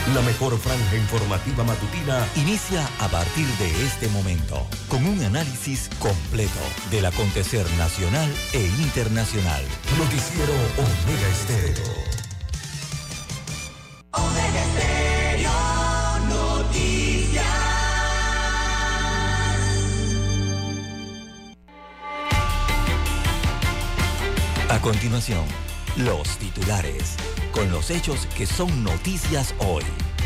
La mejor franja informativa matutina inicia a partir de este momento con un análisis completo del acontecer nacional e internacional. Noticiero Omega Estéreo. Omega Estéreo Noticias. A continuación, los titulares, con los hechos que son noticias hoy.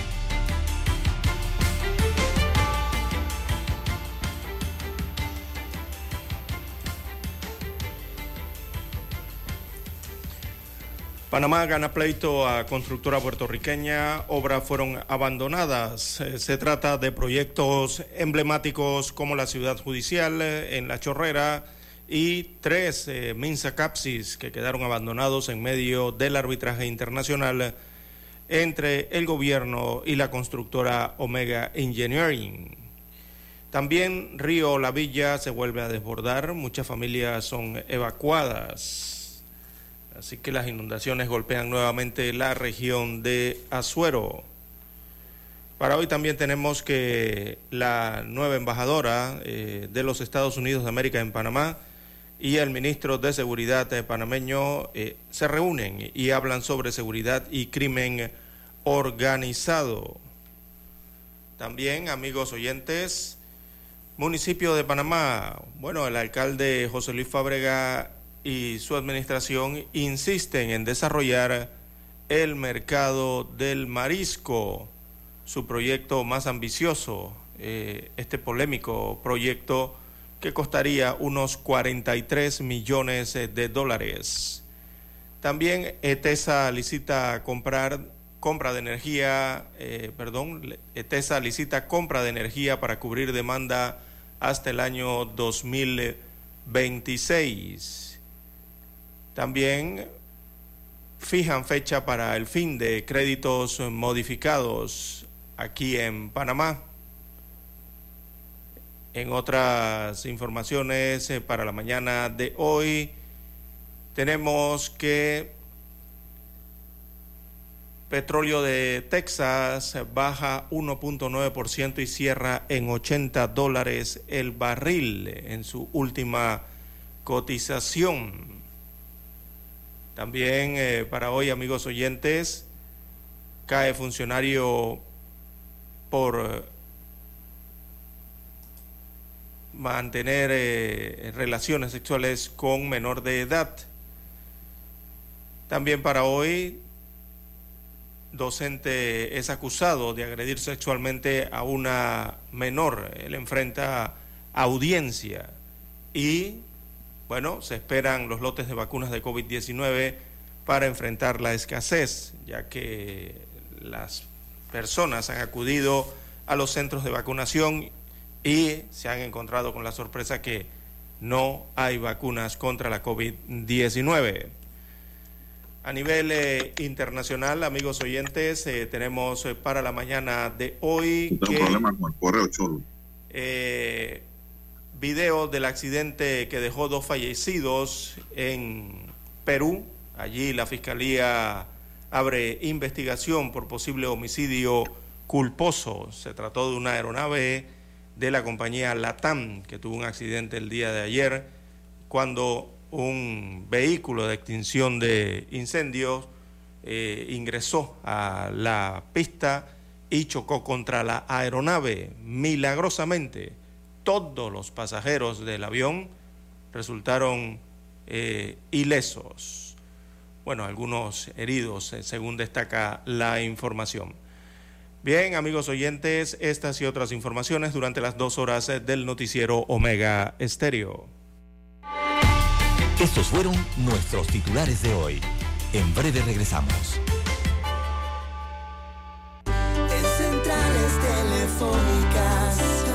Panamá gana pleito a constructora puertorriqueña, obras fueron abandonadas. Se trata de proyectos emblemáticos como la Ciudad Judicial en La Chorrera y 3 Minsa Capsis que quedaron abandonados en medio del arbitraje internacional entre el gobierno y la constructora Omega Engineering. También Río La Villa se vuelve a desbordar, muchas familias son evacuadas, así que las inundaciones golpean nuevamente la región de Azuero. Para hoy también tenemos que la nueva embajadora de los Estados Unidos de América en Panamá y el ministro de Seguridad panameño se reúnen y hablan sobre seguridad y crimen organizado. También, amigos oyentes, municipio de Panamá, bueno, el alcalde José Luis Fábrega y su administración insisten en desarrollar el mercado del marisco, su proyecto más ambicioso, este polémico proyecto que costaría unos 43 millones de dólares. También ETESA licita compra de energía para cubrir demanda hasta el año 2026. También fijan fecha para el fin de créditos modificados aquí en Panamá. En otras informaciones para la mañana de hoy, tenemos que petróleo de Texas baja 1.9% y cierra en $80 el barril en su última cotización. También para hoy, amigos oyentes, cae funcionario por mantener relaciones sexuales con menor de edad. También para hoy, docente es acusado de agredir sexualmente a una menor. Él enfrenta audiencia y, bueno, se esperan los lotes de vacunas de COVID-19 para enfrentar la escasez, ya que las personas han acudido a los centros de vacunación y se han encontrado con la sorpresa que no hay vacunas contra la COVID-19. A nivel internacional, amigos oyentes, tenemos para la mañana de hoy un problema con el correo Cholo. Video del accidente que dejó 2 fallecidos en Perú. Allí la Fiscalía abre investigación por posible homicidio culposo. Se trató de una aeronave de la compañía LATAM que tuvo un accidente el día de ayer cuando un vehículo de extinción de incendios ingresó a la pista y chocó contra la aeronave. Milagrosamente, todos los pasajeros del avión resultaron ilesos. Bueno, algunos heridos, según destaca la información. Bien, amigos oyentes, estas y otras informaciones durante las 2 horas del noticiero Omega Estéreo. Estos fueron nuestros titulares de hoy. En breve regresamos. En centrales telefónicas,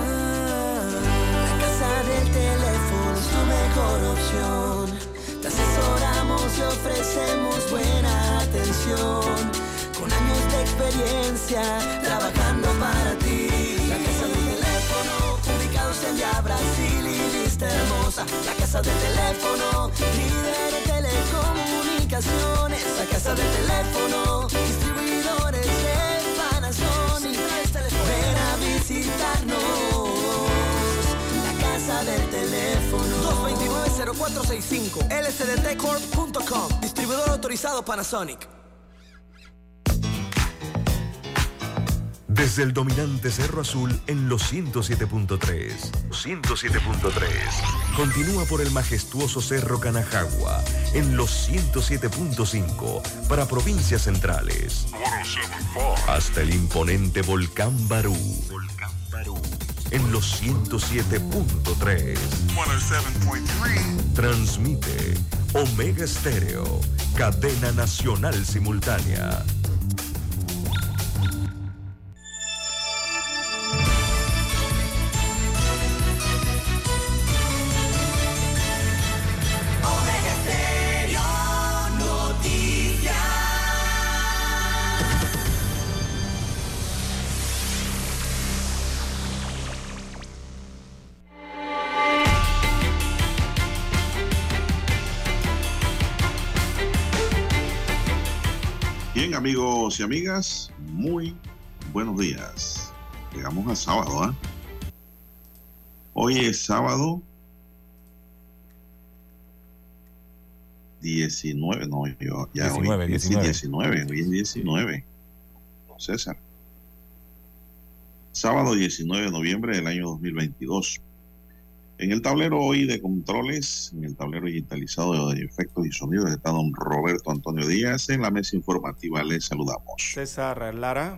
la casa del teléfono es tu mejor opción. Te asesoramos y ofrecemos buena atención, con años de experiencia trabajando para ti. La casa del teléfono, ubicados en Via Brasil y Vista Hermosa. La casa del teléfono, líder en telecomunicaciones. La casa del teléfono, distribuidores de Panasonic. 465. lsdtcorp.com. Distribuidor autorizado Panasonic. Desde el dominante Cerro Azul en los 107.3. 107.3. Continúa por el majestuoso Cerro Canajagua en los 107.5 para provincias centrales. Hasta el imponente Volcán Barú en los 107.3. Transmite Omega Estéreo, cadena nacional simultánea. Bien, amigos y amigas, muy buenos días. Llegamos a sábado, ¿eh? Hoy es sábado 19, no, yo ya 19, hoy 19, hoy es 19, don César. Sábado 19 de noviembre del año 2022. En el tablero hoy de controles, en el tablero digitalizado de efectos y sonidos, está don Roberto Antonio Díaz. En la mesa informativa les saludamos César Lara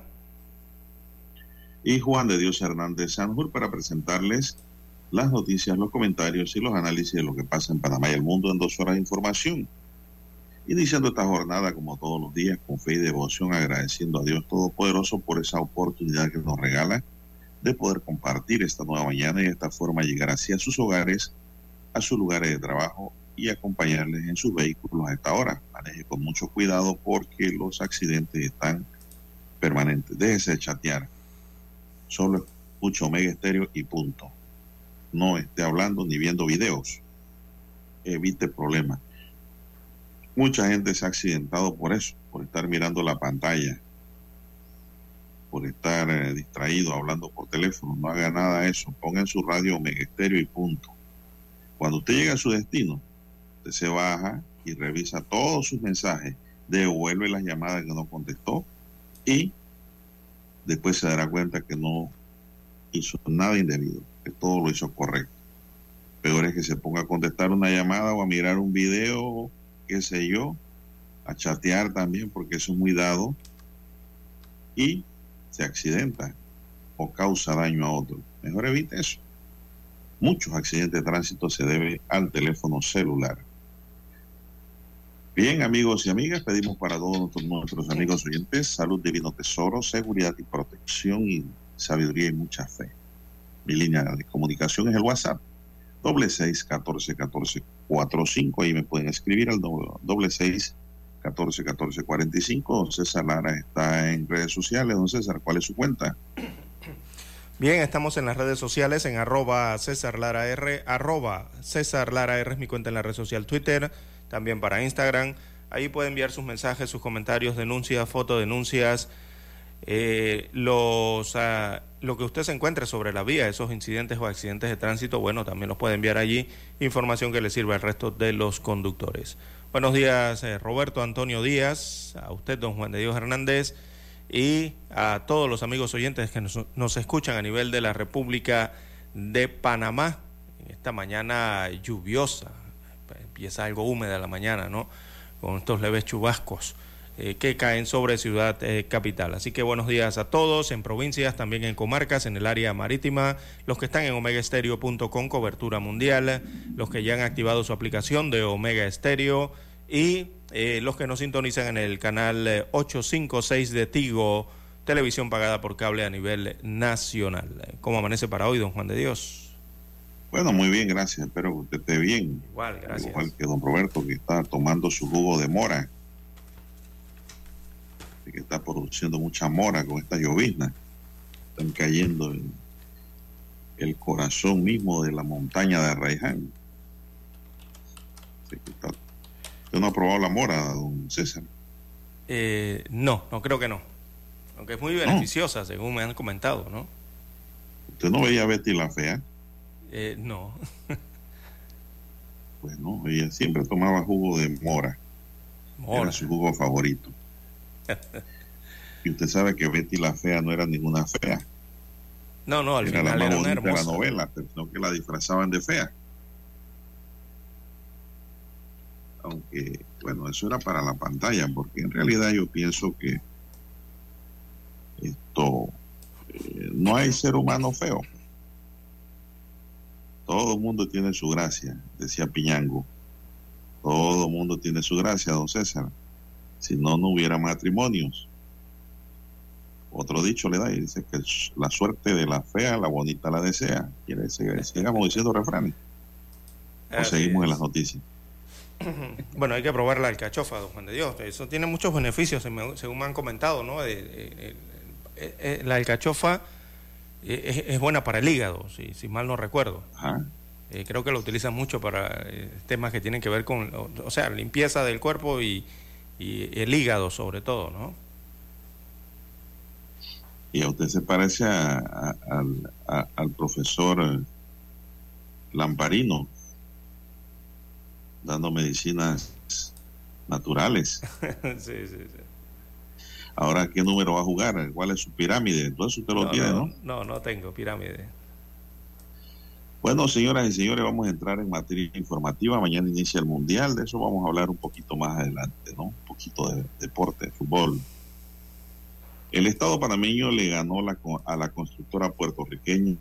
y Juan de Dios Hernández Sanjur para presentarles las noticias, los comentarios y los análisis de lo que pasa en Panamá y el mundo en 2 horas de información. Iniciando esta jornada como todos los días con fe y devoción, agradeciendo a Dios Todopoderoso por esa oportunidad que nos regala de poder compartir esta nueva mañana y de esta forma llegar así a sus hogares, a sus lugares de trabajo y acompañarles en sus vehículos a esta hora. Maneje con mucho cuidado porque los accidentes están permanentes. Déjese de chatear. Solo escuche Omega Estéreo y punto. No esté hablando ni viendo videos. Evite problemas. Mucha gente se ha accidentado por eso, por estar mirando la pantalla, por estar distraído hablando por teléfono. No haga nada de eso. Ponga en su radio Omega Estéreo y punto. Cuando usted llega a su destino, usted se baja y revisa todos sus mensajes, devuelve las llamadas que no contestó y después se dará cuenta que no hizo nada indebido, que todo lo hizo correcto. Peor es que se ponga a contestar una llamada o a mirar un video, qué sé yo, a chatear también, porque eso es muy dado y se accidenta o causa daño a otro. Mejor evite eso. Muchos accidentes de tránsito se deben al teléfono celular. Bien, amigos y amigas, pedimos para todos nuestros amigos oyentes salud, divino tesoro, seguridad y protección y sabiduría y mucha fe. Mi línea de comunicación es el WhatsApp 66141445. Ahí me pueden escribir al 66141445. Don César Lara está en redes sociales. Don César, ¿cuál es su cuenta? Bien, estamos en las redes sociales en @CésarLaraR, @CésarLaraR es mi cuenta en la red social Twitter, también para Instagram. Ahí puede enviar sus mensajes, sus comentarios, denuncias, fotodenuncias, lo que usted se encuentre sobre la vía, esos incidentes o accidentes de tránsito, bueno, también los puede enviar allí, información que le sirva al resto de los conductores. Buenos días, Roberto Antonio Díaz, a usted, don Juan de Dios Hernández, y a todos los amigos oyentes que nos escuchan a nivel de la República de Panamá, en esta mañana lluviosa. Empieza algo húmeda la mañana, ¿no? Con estos leves chubascos que caen sobre Ciudad Capital. Así que buenos días a todos, en provincias, también en comarcas, en el área marítima, los que están en omegaestereo.com, cobertura mundial, los que ya han activado su aplicación de Omega Estéreo y los que nos sintonizan en el canal 856 de Tigo, televisión pagada por cable a nivel nacional. ¿Cómo amanece para hoy, don Juan de Dios? Bueno, muy bien, gracias. Espero que usted esté bien. Igual, gracias. Igual que don Roberto, que está tomando su jugo de mora, que está produciendo mucha mora con esta llovizna. Están cayendo en el corazón mismo de la montaña de Arraiján. ¿Usted no ha probado la mora, don César? No creo que no. Aunque es muy beneficiosa, según me han comentado, ¿no? ¿Usted no veía a Betty la Fea? No. Pues no, ella siempre tomaba jugo de mora. Era su jugo favorito. Y usted sabe que Betty la Fea no era ninguna fea. No, al era final la más era una bonita de la hermosa novela, pero no que la disfrazaban de fea. Aunque, bueno, eso era para la pantalla, porque en realidad yo pienso que no hay ser humano feo. Todo el mundo tiene su gracia, decía Piñango. Todo el mundo tiene su gracia, don César. Si no, no hubiera matrimonios. Otro dicho le da y dice que la suerte de la fea, la bonita la desea. Quiere decir que sigamos diciendo refranes. O seguimos en las noticias. Bueno, hay que probar la alcachofa, don Juan de Dios. Eso tiene muchos beneficios, según me han comentado, ¿no? La alcachofa es buena para el hígado, si mal no recuerdo. Ajá. Creo que lo utilizan mucho para temas que tienen que ver con, o sea, limpieza del cuerpo y el hígado sobre todo, ¿no? Y a usted se parece al profesor Lamparino, dando medicinas naturales. Sí. Ahora, ¿qué número va a jugar? ¿Cuál es su pirámide? Entonces usted lo tiene, ¿no? No tengo pirámide. Bueno, señoras y señores, vamos a entrar en materia informativa. Mañana inicia el Mundial, de eso vamos a hablar un poquito más adelante, ¿no? Un poquito de deporte, de fútbol. El Estado panameño le ganó a la constructora puertorriqueña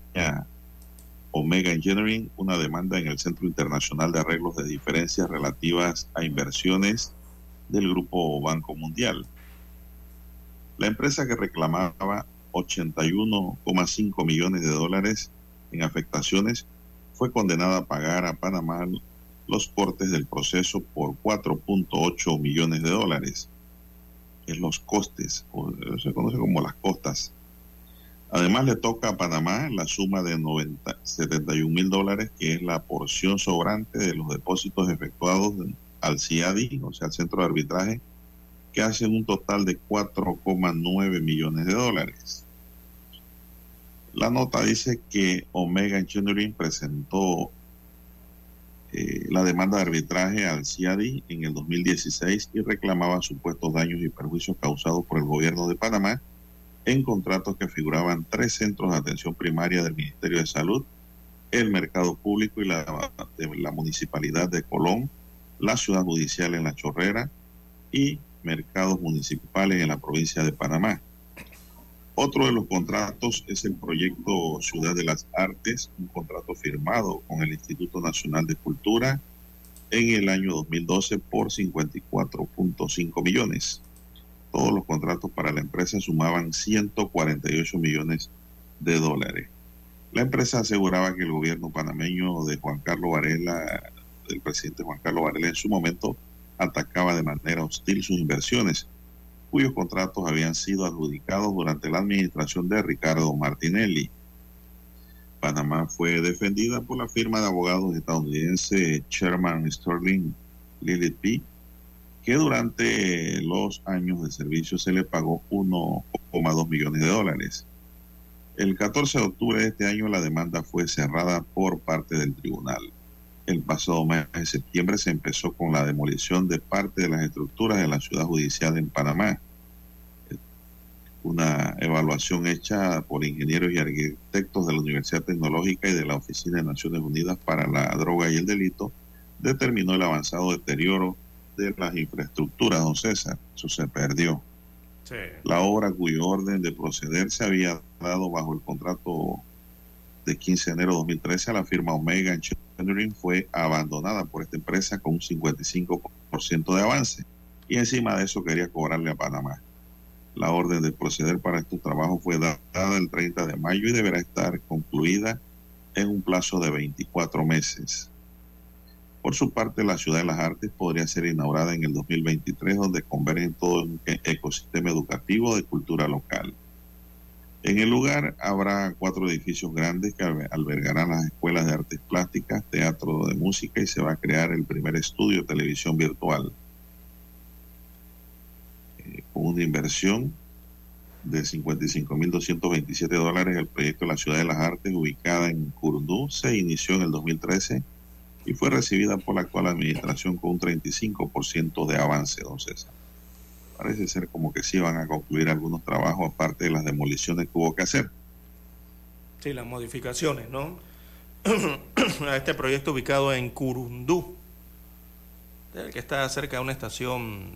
Omega Engineering una demanda en el Centro Internacional de Arreglos de Diferencias relativas a inversiones del Grupo Banco Mundial. La empresa que reclamaba 81,5 millones de dólares en afectaciones fue condenada a pagar a Panamá los portes del proceso por 4.8 millones de dólares. Es los costes, o se conoce como las costas. Además le toca a Panamá la suma de 71 mil dólares, que es la porción sobrante de los depósitos efectuados al CIADI, o sea, al Centro de Arbitraje, que hacen un total de 4,9 millones de dólares. La nota dice que Omega Engineering presentó la demanda de arbitraje al CIADI en el 2016 y reclamaba supuestos daños y perjuicios causados por el gobierno de Panamá en contratos que figuraban 3 centros de atención primaria del Ministerio de Salud, el Mercado Público y la Municipalidad de Colón, la Ciudad Judicial en La Chorrera y mercados municipales en la provincia de Panamá. Otro de los contratos es el proyecto Ciudad de las Artes, un contrato firmado con el Instituto Nacional de Cultura en el año 2012 por 54.5 millones. Todos los contratos para la empresa sumaban 148 millones de dólares. La empresa aseguraba que el gobierno panameño de Juan Carlos Varela, del presidente Juan Carlos Varela, en su momento atacaba de manera hostil sus inversiones, cuyos contratos habían sido adjudicados durante la administración de Ricardo Martinelli. Panamá fue defendida por la firma de abogados estadounidense Sherman Sterling Lilith P., que durante los años de servicio se le pagó 1,2 millones de dólares. El 14 de octubre de este año la demanda fue cerrada por parte del tribunal. El pasado mes de septiembre se empezó con la demolición de parte de las estructuras de la Ciudad Judicial en Panamá. Una evaluación hecha por ingenieros y arquitectos de la Universidad Tecnológica y de la Oficina de Naciones Unidas para la Droga y el Delito determinó el avanzado deterioro de las infraestructuras, don César. Eso se perdió. Sí. La obra cuyo orden de proceder se había dado bajo el contrato de 15 de enero de 2013 a la firma Omega Engineering fue abandonada por esta empresa con un 55% de avance y encima de eso quería cobrarle a Panamá. La orden de proceder para estos trabajos fue dada el 30 de mayo y deberá estar concluida en un plazo de 24 meses. Por su parte, la Ciudad de las Artes podría ser inaugurada en el 2023, donde convergen todo un ecosistema educativo de cultura local. En el lugar habrá 4 edificios grandes que albergarán las escuelas de artes plásticas, teatro de música y se va a crear el primer estudio de televisión virtual. Con una inversión de $55.227, el proyecto de la Ciudad de las Artes, ubicada en Curundú, se inició en el 2013 y fue recibida por la actual administración con un 35% de avance, don César. Parece ser como que sí van a concluir algunos trabajos, aparte de las demoliciones que hubo que hacer. Sí, las modificaciones, ¿no? A este proyecto ubicado en Curundú, que está cerca de una estación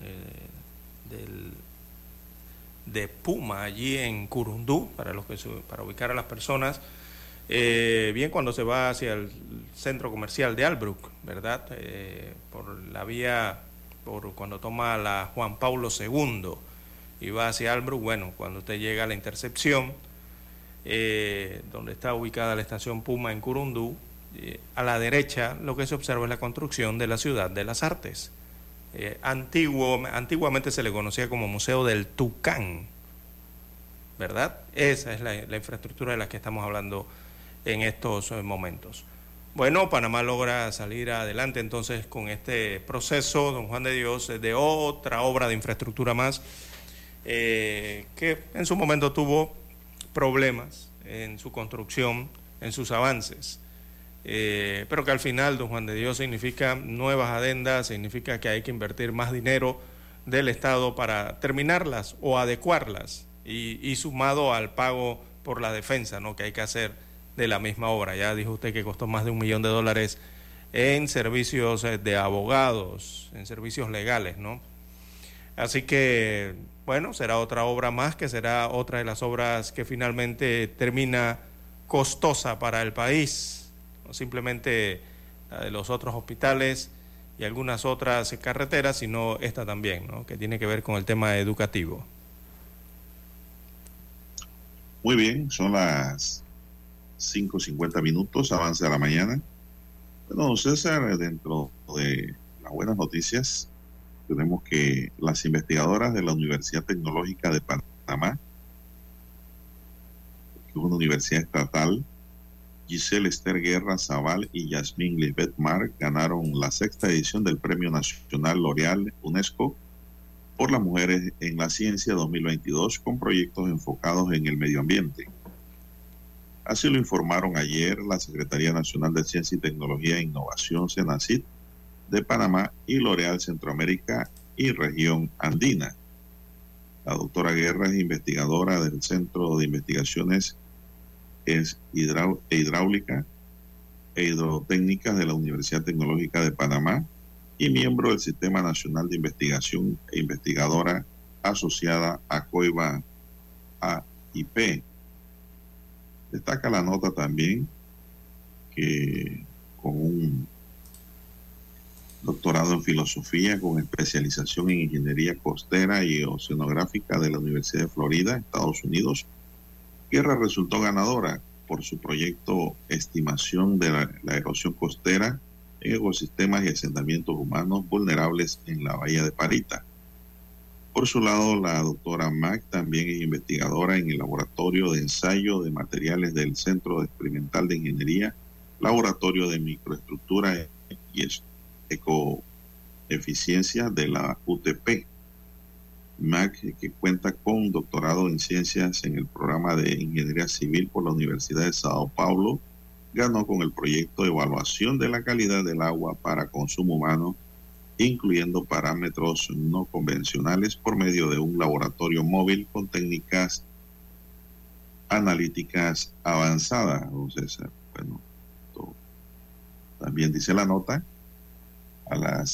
de Puma, allí en Curundú, para ubicar a las personas. Bien cuando se va hacia el centro comercial de Albrook, ¿verdad? Por la vía, cuando toma la Juan Pablo II y va hacia Albrook, bueno, cuando usted llega a la intersección, donde está ubicada la estación Puma en Curundú, a la derecha lo que se observa es la construcción de la Ciudad de las Artes. Antiguamente se le conocía como Museo del Tucán, ¿verdad? Esa es la infraestructura de la que estamos hablando en estos momentos. Bueno, Panamá logra salir adelante entonces con este proceso, don Juan de Dios, de otra obra de infraestructura más, que en su momento tuvo problemas en su construcción, en sus avances, pero que al final, don Juan de Dios, significa nuevas adendas, significa que hay que invertir más dinero del Estado para terminarlas o adecuarlas, y sumado al pago por la defensa, ¿no?, que hay que hacer de la misma obra. Ya dijo usted que costó más de $1 millón en servicios de abogados, en servicios legales, ¿no? Así que, bueno, será otra obra más, que será otra de las obras que finalmente termina costosa para el país, no simplemente la de los otros hospitales y algunas otras carreteras, sino esta también, ¿no?, que tiene que ver con el tema educativo. Muy bien, son las 5:50, avance a la mañana. Bueno, don César, dentro de las buenas noticias, tenemos que las investigadoras de la Universidad Tecnológica de Panamá, que es una universidad estatal, Giselle Esther Guerra Zaval y Yasmín Lisbeth Mar, ganaron la 6ª edición del Premio Nacional L'Oreal UNESCO por las mujeres en la ciencia 2022, con proyectos enfocados en el medio ambiente. Así lo informaron ayer la Secretaría Nacional de Ciencia y Tecnología e Innovación, CENACIT, de Panamá y L'Oreal Centroamérica y Región Andina. La doctora Guerra es investigadora del Centro de Investigaciones Hidráulica e Hidrotécnicas de la Universidad Tecnológica de Panamá y miembro del Sistema Nacional de Investigación e investigadora asociada a COIBA AIP. Destaca la nota también que con un doctorado en filosofía con especialización en ingeniería costera y oceanográfica de la Universidad de Florida, Estados Unidos, Guerra resultó ganadora por su proyecto Estimación de la erosión costera en ecosistemas y asentamientos humanos vulnerables en la bahía de Parita. Por su lado, la doctora Mac también es investigadora en el Laboratorio de Ensayo de Materiales del Centro Experimental de Ingeniería, Laboratorio de Microestructura y Ecoeficiencia de la UTP. Mac, que cuenta con doctorado en Ciencias en el programa de Ingeniería Civil por la Universidad de Sao Paulo, ganó con el proyecto de evaluación de la calidad del agua para consumo humano, incluyendo parámetros no convencionales por medio de un laboratorio móvil con técnicas analíticas avanzadas. Don César, bueno, también dice la nota a las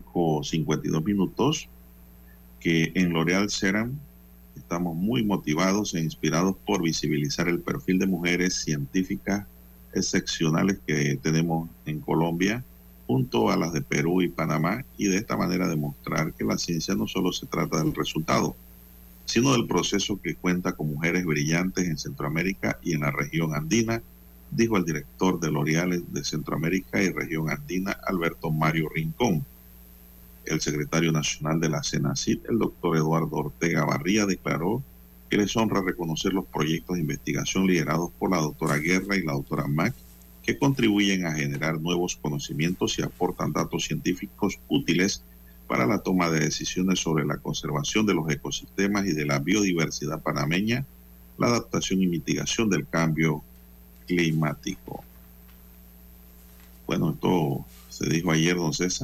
5:52 que en L'Oreal Ceram estamos muy motivados e inspirados por visibilizar el perfil de mujeres científicas excepcionales que tenemos en Colombia, junto a las de Perú y Panamá, y de esta manera demostrar que la ciencia no solo se trata del resultado, sino del proceso que cuenta con mujeres brillantes en Centroamérica y en la región andina, dijo el director de L'Oreal de Centroamérica y región andina, Alberto Mario Rincón. El secretario nacional de la CENACIT, el doctor Eduardo Ortega Barría, declaró que les honra reconocer los proyectos de investigación liderados por la doctora Guerra y la doctora Mac, que contribuyen a generar nuevos conocimientos y aportan datos científicos útiles para la toma de decisiones sobre la conservación de los ecosistemas y de la biodiversidad panameña, la adaptación y mitigación del cambio climático. Bueno, esto se dijo ayer, don César,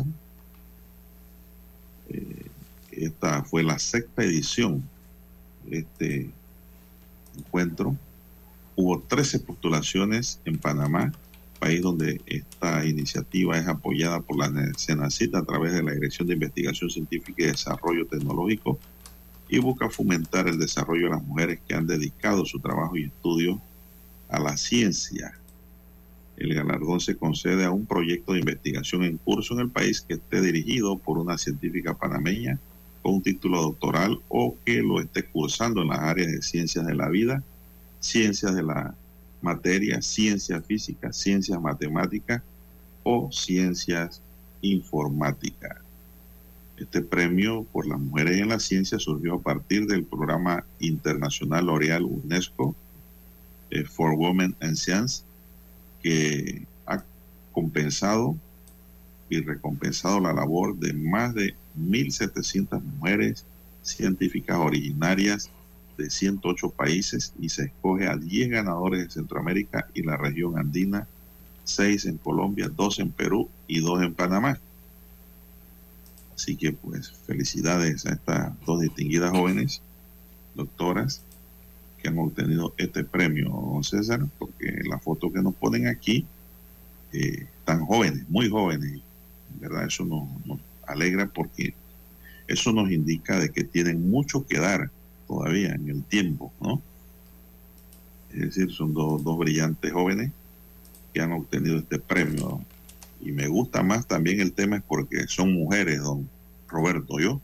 esta fue la 6ª edición de este encuentro. Hubo 13 postulaciones en Panamá, país donde esta iniciativa es apoyada por la CENACIT a través de la Dirección de Investigación Científica y Desarrollo Tecnológico, y busca fomentar el desarrollo de las mujeres que han dedicado su trabajo y estudio a la ciencia. El galardón se concede a un proyecto de investigación en curso en el país que esté dirigido por una científica panameña con un título doctoral o que lo esté cursando en las áreas de ciencias de la vida, ciencias de la materia, ciencias físicas, ciencias matemáticas o ciencias informáticas. Este premio por las mujeres en la ciencia surgió a partir del programa internacional L'Oréal UNESCO for Women in Science, que ha compensado y recompensado la labor de más de 1.700 mujeres científicas originarias de 108 países, y se escoge a 10 ganadores de Centroamérica y la región andina, 6 en Colombia, 2 en Perú y 2 en Panamá. Así que pues felicidades a estas 2 distinguidas jóvenes doctoras que han obtenido este premio, don César, porque la foto que nos ponen aquí están jóvenes, muy jóvenes. En verdad eso nos alegra, porque eso nos indica de que tienen mucho que dar todavía en el tiempo, ¿no? Es decir, son dos brillantes jóvenes que han obtenido este premio. Y me gusta más también el tema es porque son mujeres, don Roberto. Yo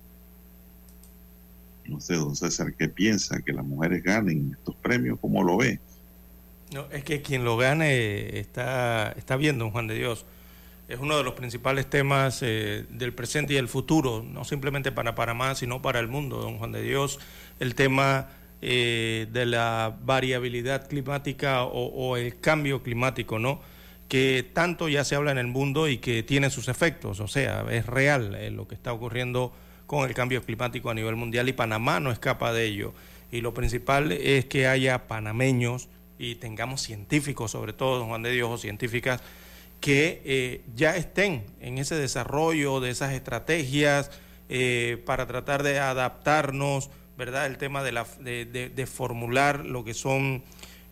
no sé, don César, ¿qué piensa? Que las mujeres ganen estos premios, ¿cómo lo ve? No, es que quien lo gane está viendo, Juan de Dios. Es uno de los principales temas del presente y el futuro, no simplemente para Panamá, sino para el mundo, don Juan de Dios. El tema de la variabilidad climática o el cambio climático, ¿no?, que tanto ya se habla en el mundo y que tiene sus efectos. O sea, es real lo que está ocurriendo con el cambio climático a nivel mundial, y Panamá no escapa de ello. Y lo principal es que haya panameños y tengamos científicos, sobre todo, don Juan de Dios, o científicas que ya estén en ese desarrollo de esas estrategias para tratar de adaptarnos, ¿verdad? El tema de formular lo que son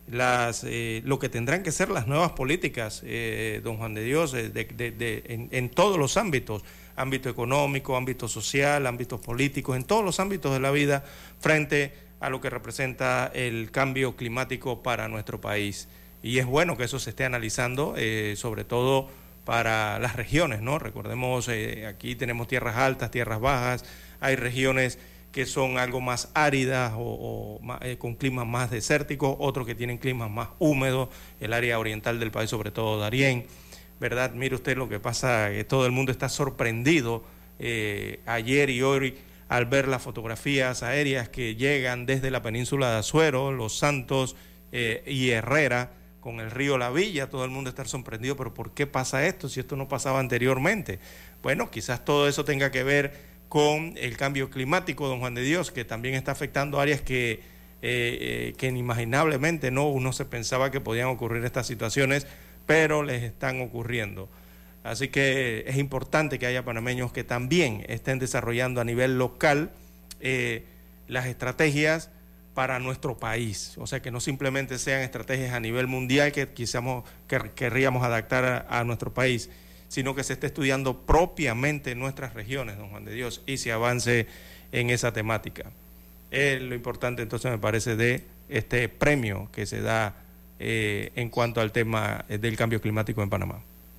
lo que tendrán que ser las nuevas políticas, don Juan de Dios, en todos los ámbitos, ámbito económico, ámbito social, ámbitos políticos, en todos los ámbitos de la vida, frente a lo que representa el cambio climático para nuestro país. Y es bueno que eso se esté analizando, sobre todo para las regiones, ¿no? Recordemos, aquí tenemos tierras altas, tierras bajas, hay regiones que son algo más áridas con climas más desérticos, otros que tienen climas más húmedos, el área oriental del país, sobre todo Darién, ¿verdad? Mire usted lo que pasa, que todo el mundo está sorprendido ayer y hoy al ver las fotografías aéreas que llegan desde la península de Azuero, Los Santos y Herrera, con el río La Villa. Todo el mundo está sorprendido, pero ¿por qué pasa esto si esto no pasaba anteriormente? Bueno, quizás todo eso tenga que ver con el cambio climático, don Juan de Dios, que también está afectando áreas que inimaginablemente no uno se pensaba que podían ocurrir estas situaciones, pero les están ocurriendo. Así que es importante que haya panameños que también estén desarrollando a nivel local las estrategias para nuestro país, o sea, que no simplemente sean estrategias a nivel mundial que querríamos adaptar a nuestro país, sino que se esté estudiando propiamente en nuestras regiones, don Juan de Dios, y se avance en esa temática. Es lo importante, entonces, me parece, de este premio que se da en cuanto al tema del cambio climático en Panamá.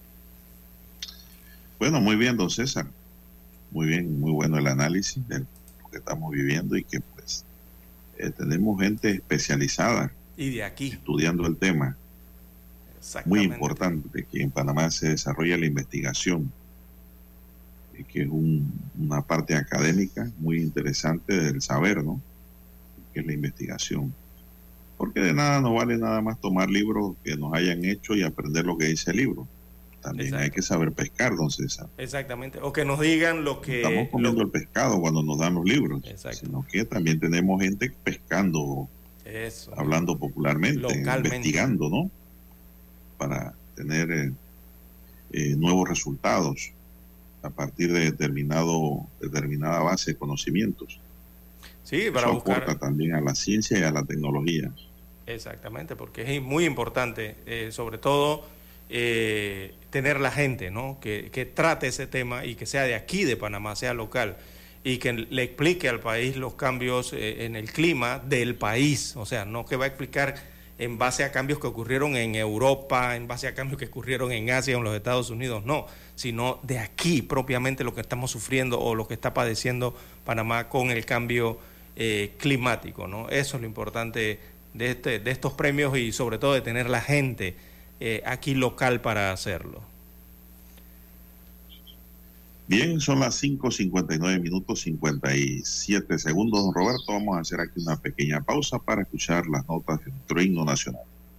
Bueno, muy bien, don César. Muy bien, muy bueno el análisis de lo que estamos viviendo, y que pues tenemos gente especializada y de aquí estudiando el tema. Muy importante que en Panamá se desarrolle la investigación, que es una parte académica muy interesante del saber, ¿no?, que es la investigación. Porque de nada nos vale nada más tomar libros que nos hayan hecho y aprender lo que dice el libro. También Exacto. Hay que saber pescar, don César. Exactamente, o que nos digan lo que... Estamos comiendo el pescado cuando nos dan los libros. Exacto. Sino que también tenemos gente pescando, eso, hablando popularmente, localmente, investigando, ¿no?, para tener nuevos resultados a partir de determinada base de conocimientos. Sí, para Eso buscar aporta también a la ciencia y a la tecnología. Exactamente, porque es muy importante, sobre todo, tener la gente, ¿no? que trate ese tema y que sea de aquí, de Panamá, sea local, y que le explique al país los cambios en el clima del país. O sea, no que va a explicar en base a cambios que ocurrieron en Europa, en base a cambios que ocurrieron en Asia o en los Estados Unidos, no, sino de aquí propiamente lo que estamos sufriendo o lo que está padeciendo Panamá con el cambio climático, ¿no? Eso es lo importante de estos premios y sobre todo de tener la gente aquí local para hacerlo. Bien, son las 5:59 minutos 57 segundos, don Roberto. Vamos a hacer aquí una pequeña pausa para escuchar las notas de nuestro himno nacional.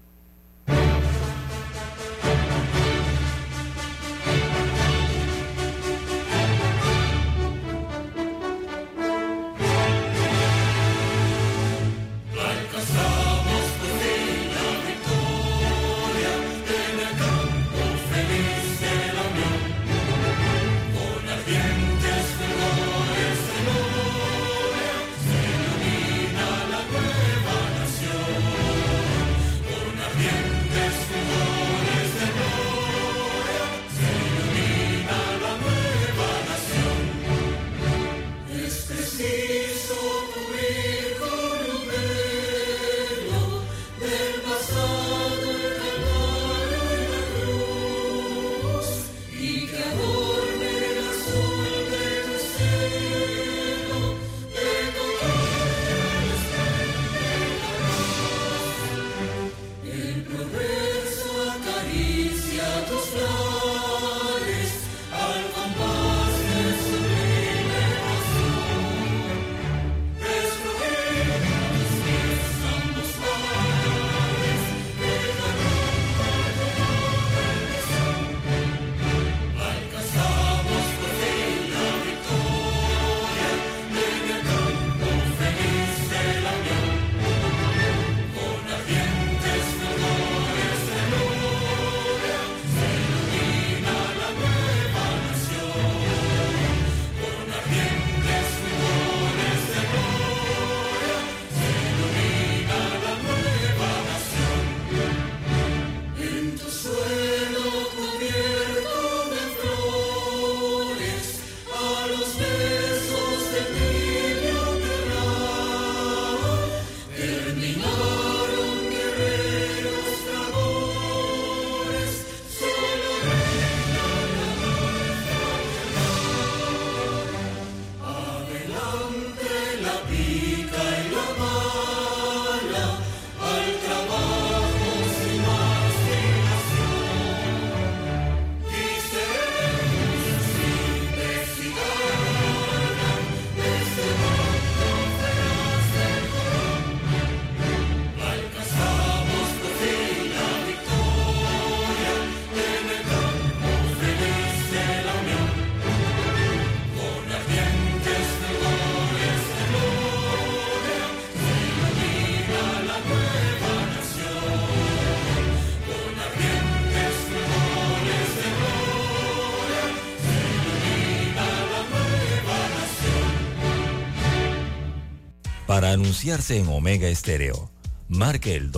Para anunciarse en Omega Estéreo, marque el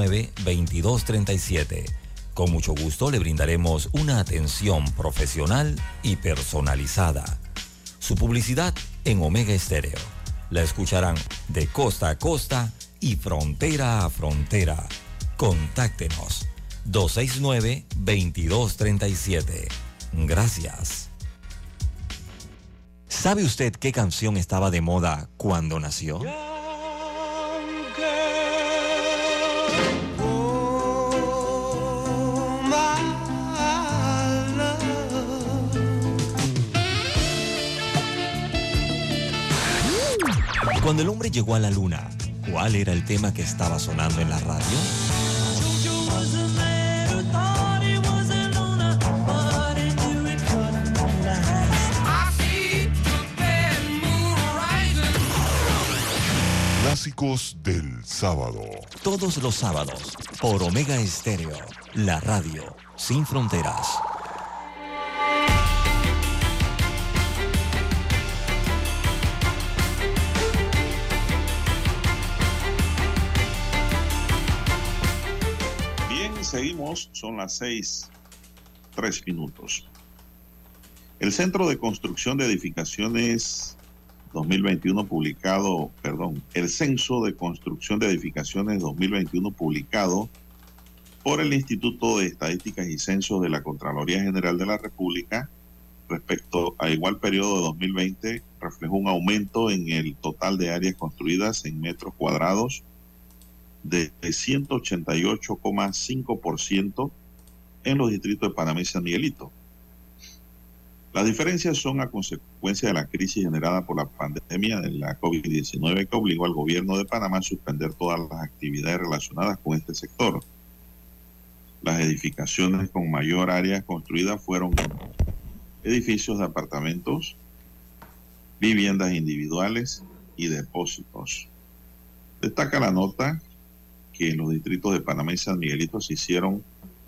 269-2237. Con mucho gusto le brindaremos una atención profesional y personalizada. Su publicidad en Omega Estéreo. La escucharán de costa a costa y frontera a frontera. Contáctenos 269-2237. Gracias. ¿Sabe usted qué canción estaba de moda cuando nació? Cuando el hombre llegó a la luna, ¿cuál era el tema que estaba sonando en la radio? Clásicos del sábado. Todos los sábados, por Omega Estéreo, la radio sin fronteras. seguimos, son las 6:03. El Centro de Construcción de Edificaciones 2021 publicado, el Censo de Construcción de Edificaciones 2021 publicado por el Instituto de Estadísticas y Censos de la Contraloría General de la República respecto a igual periodo de 2020 reflejó un aumento en el total de áreas construidas en metros cuadrados de 188,5% en los distritos de Panamá y San Miguelito. Las diferencias son a consecuencia de la crisis generada por la pandemia de la COVID-19 que obligó al gobierno de Panamá a suspender todas las actividades relacionadas con este sector. Las edificaciones con mayor área construida fueron edificios de apartamentos, viviendas individuales y depósitos. Destaca la nota que en los distritos de Panamá y San Miguelito se hicieron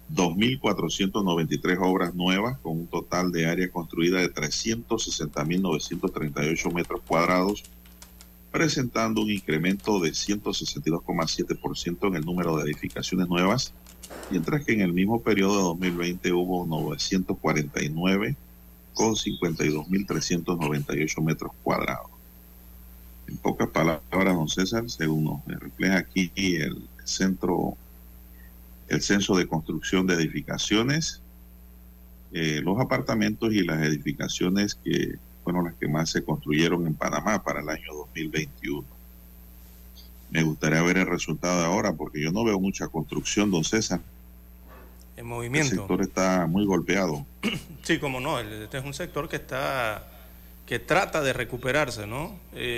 2.493 obras nuevas con un total de área construida de 360.938 metros cuadrados, presentando un incremento de 162,7% en el número de edificaciones nuevas, mientras que en el mismo periodo de 2020 hubo 949 con 52.398 metros cuadrados. En pocas palabras, don César, según nos refleja aquí el censo de construcción de edificaciones, los apartamentos y las edificaciones que fueron las que más se construyeron en Panamá para el año 2021. Me gustaría ver el resultado de ahora, porque yo no veo mucha construcción, don César. En movimiento. El sector está muy golpeado. Sí, como no, este es un sector que trata de recuperarse, ¿no?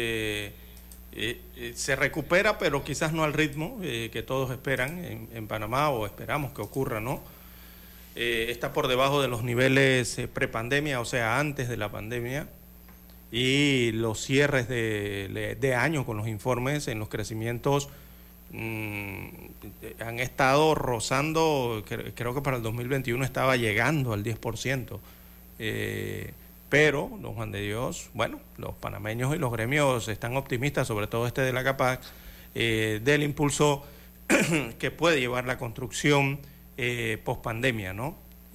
Se recupera, pero quizás no al ritmo que todos esperan en Panamá, o esperamos que ocurra, ¿no? Está por debajo de los niveles prepandemia, o sea, antes de la pandemia, y los cierres de año con los informes en los crecimientos han estado rozando, creo que para el 2021 estaba llegando al 10%. Pero, don Juan de Dios, bueno, los panameños y los gremios están optimistas, sobre todo este de la CAPAC, del impulso que puede llevar la construcción post-pandemia, ¿no?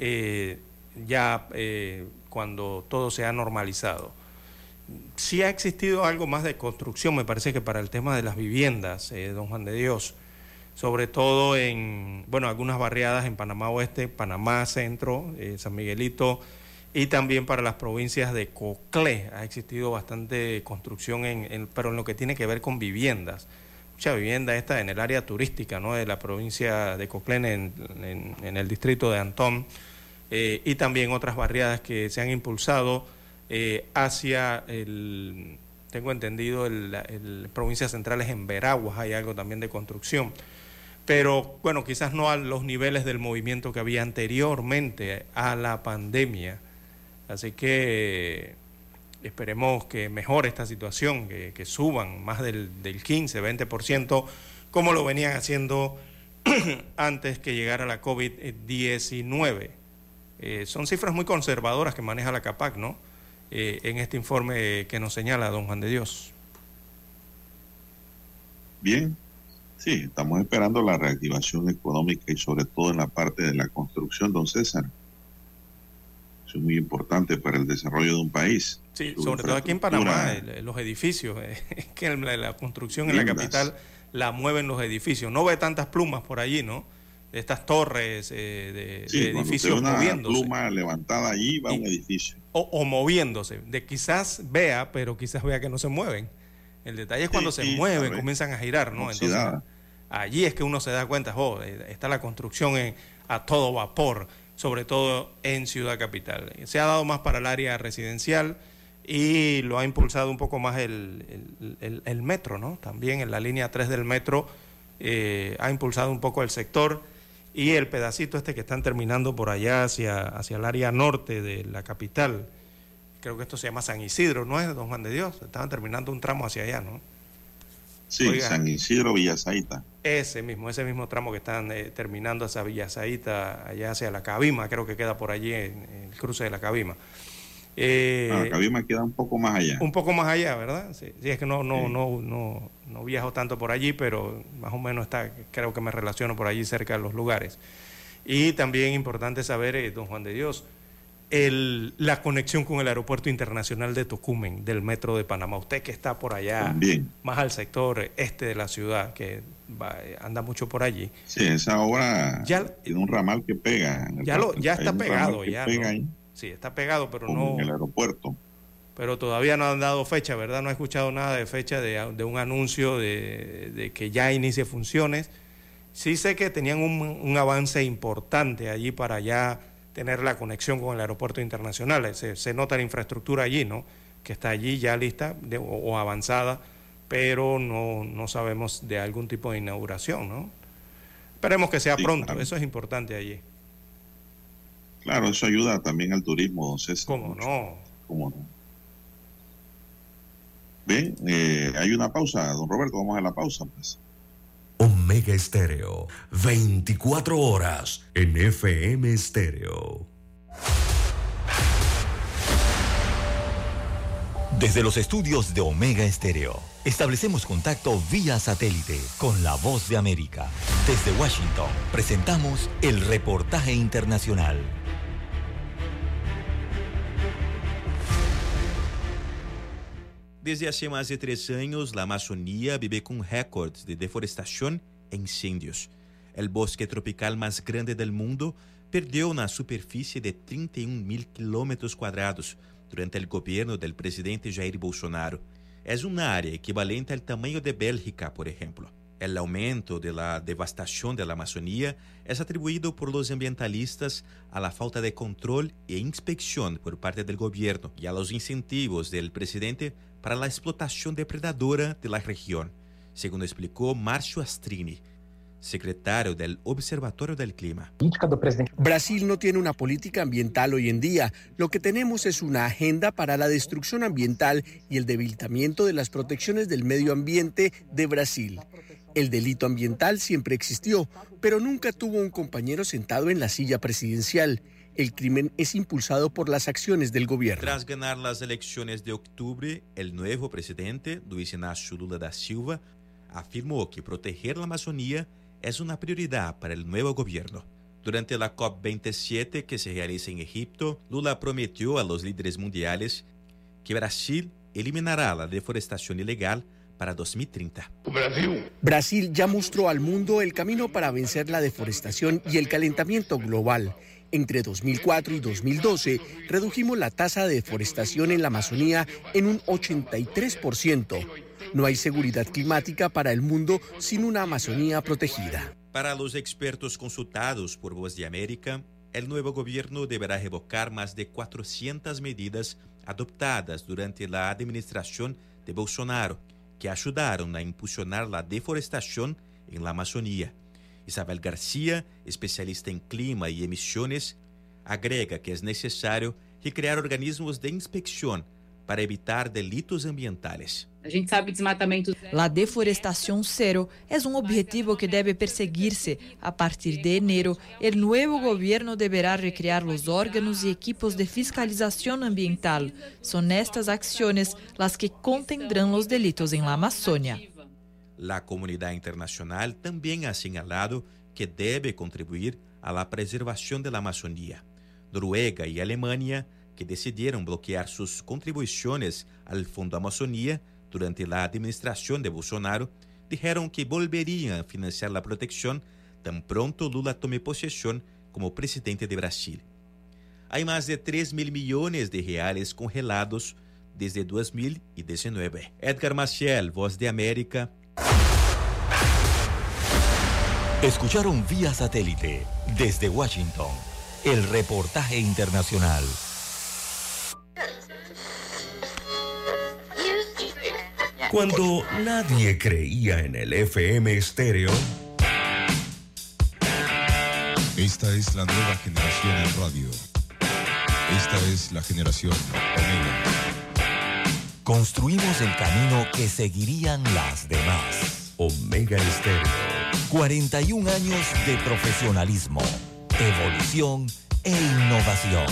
Cuando todo se ha normalizado. Sí ha existido algo más de construcción, me parece que para el tema de las viviendas, don Juan de Dios, sobre todo en, algunas barriadas en Panamá Oeste, Panamá Centro, San Miguelito, y también para las provincias de Coclé ha existido bastante construcción, pero en lo que tiene que ver con viviendas. Mucha vivienda esta en el área turística, ¿no?, de la provincia de Coclé, en el distrito de Antón, y también otras barriadas que se han impulsado hacia tengo entendido, provincias centrales en Veraguas hay algo también de construcción. Pero, quizás no a los niveles del movimiento que había anteriormente a la pandemia. Así que esperemos que mejore esta situación, que suban más del 15, 20%, como lo venían haciendo antes que llegara la COVID-19. Son cifras muy conservadoras que maneja la CAPAC, ¿no?, en este informe que nos señala don Juan de Dios. Bien, sí, estamos esperando la reactivación económica y sobre todo en la parte de la construcción, don César. Eso es muy importante para el desarrollo de un país. Sí, sobre todo aquí en Panamá, los edificios, que la construcción en la capital la mueven los edificios. No ve tantas plumas por allí, ¿no? Estas torres de edificios moviéndose. Una pluma levantada allí va a un edificio. O moviéndose. Quizás vea, pero quizás vea que no se mueven. El detalle es cuando se mueven, comienzan a girar, ¿no? Entonces, allí es que uno se da cuenta, está la construcción a todo vapor, sobre todo en Ciudad Capital. Se ha dado más para el área residencial y lo ha impulsado un poco más el metro, ¿no? También en la línea 3 del metro ha impulsado un poco el sector. Y el pedacito que están terminando por allá hacia el área norte de la capital, creo que esto se llama San Isidro, ¿no es, don Juan de Dios? Estaban terminando un tramo hacia allá, ¿no? Sí, oiga, San Isidro, Villasaita. Ese mismo tramo que están terminando hacia Villasaita, allá hacia la Cabima, creo que queda por allí en el cruce de la Cabima. La Cabima queda un poco más allá. Un poco más allá, ¿verdad? Sí, es que no viajo tanto por allí, pero más o menos creo que me relaciono por allí cerca de los lugares. Y también importante saber, don Juan de Dios, la conexión con el Aeropuerto Internacional de Tocumen, del Metro de Panamá. Usted que está por allá, también, más al sector este de la ciudad, que anda mucho por allí. Sí, esa obra tiene un ramal que pega. Ya está pegado. ¿no? Sí, está pegado, pero como no... en el aeropuerto. Pero todavía no han dado fecha, ¿verdad? No he escuchado nada de fecha de un anuncio de que ya inicie funciones. Sí sé que tenían un avance importante allí para ya tener la conexión con el aeropuerto internacional. Se nota la infraestructura allí, ¿no? Que está allí ya lista o avanzada, pero no sabemos de algún tipo de inauguración, ¿no? Esperemos que sea pronto, claro. Eso es importante allí. Claro, eso ayuda también al turismo, don César. ¿Cómo no? Bien, hay una pausa, don Roberto, vamos a la pausa, pues. Omega Estéreo, 24 horas en FM Estéreo. Desde los estudios de Omega Estéreo, establecemos contacto vía satélite con la Voz de América. Desde Washington, presentamos el reportaje internacional. Desde hace más de 3 años, la Amazonía vive con récords de deforestación e incendios. El bosque tropical más grande del mundo perdió una superficie de 31.000 kilómetros cuadrados durante el gobierno del presidente Jair Bolsonaro. Es un área equivalente al tamaño de Bélgica, por ejemplo. El aumento de la devastación de la Amazonía es atribuido por los ambientalistas a la falta de control e inspección por parte del gobierno y a los incentivos del presidente para la explotación depredadora de la región, según explicó Márcio Astrini, secretario del Observatorio del Clima. Brasil no tiene una política ambiental hoy en día. Lo que tenemos es una agenda para la destrucción ambiental y el debilitamiento de las protecciones del medio ambiente de Brasil. El delito ambiental siempre existió, pero nunca tuvo un compañero sentado en la silla presidencial. El crimen es impulsado por las acciones del gobierno. Tras ganar las elecciones de octubre, el nuevo presidente, Luiz Inácio Lula da Silva, afirmó que proteger la Amazonía es una prioridad para el nuevo gobierno. Durante la COP27 que se realiza en Egipto, Lula prometió a los líderes mundiales que Brasil eliminará la deforestación ilegal para 2030. Brasil ya mostró al mundo el camino para vencer la deforestación y el calentamiento global. Entre 2004 y 2012, redujimos la tasa de deforestación en la Amazonía en un 83%. No hay seguridad climática para el mundo sin una Amazonía protegida. Para los expertos consultados por Voz de América, el nuevo gobierno deberá revocar más de 400 medidas adoptadas durante la administración de Bolsonaro, que ayudaron a impulsionar la deforestación en la Amazonía. Isabel García, especialista en clima y emisiones, agrega que es necesario recrear organismos de inspección para evitar delitos ambientales. La deforestación cero es un objetivo que debe perseguirse. A partir de enero, el nuevo gobierno deberá recrear los órganos y equipos de fiscalización ambiental. Son estas acciones las que contendrán los delitos en la Amazonia. La comunidad internacional también ha señalado que debe contribuir a la preservación de la Amazonía. Noruega y Alemania, que decidieron bloquear sus contribuciones al Fondo Amazonía durante la administración de Bolsonaro, dijeron que volverían a financiar la protección tan pronto Lula tome posesión como presidente de Brasil. Hay más de 3.000 millones de reales congelados desde 2019. Edgar Maciel, Voz de América. Escucharon vía satélite desde Washington el reportaje internacional. Cuando nadie creía en el FM Estéreo. Esta es la nueva generación en radio. Esta es la generación Omega. Construimos el camino que seguirían las demás. Omega Estéreo. 41 años de profesionalismo, evolución e innovación.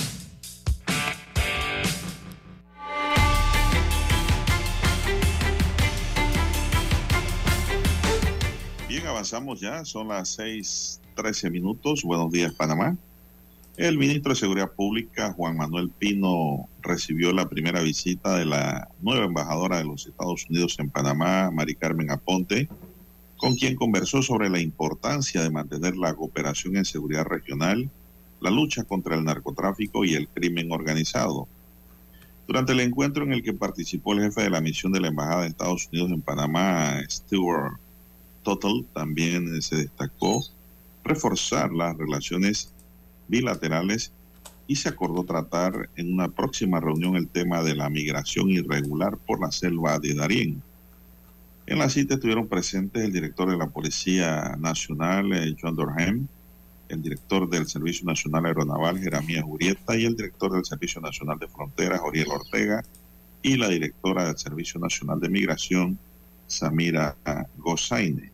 Bien, avanzamos ya, son las 6:13 minutos. Buenos días, Panamá. El ministro de Seguridad Pública, Juan Manuel Pino, recibió la primera visita de la nueva embajadora de los Estados Unidos en Panamá, Mari Carmen Aponte, con quien conversó sobre la importancia de mantener la cooperación en seguridad regional, la lucha contra el narcotráfico y el crimen organizado. Durante el encuentro en el que participó el jefe de la misión de la Embajada de Estados Unidos en Panamá, Stuart Tuttle, también se destacó reforzar las relaciones bilaterales y se acordó tratar en una próxima reunión el tema de la migración irregular por la selva de Darién. En la cita estuvieron presentes el director de la Policía Nacional, John Durham, el director del Servicio Nacional Aeronaval, Jeremías Urieta, y el director del Servicio Nacional de Fronteras, Oriel Ortega, y la directora del Servicio Nacional de Migración, Samira Gozaine.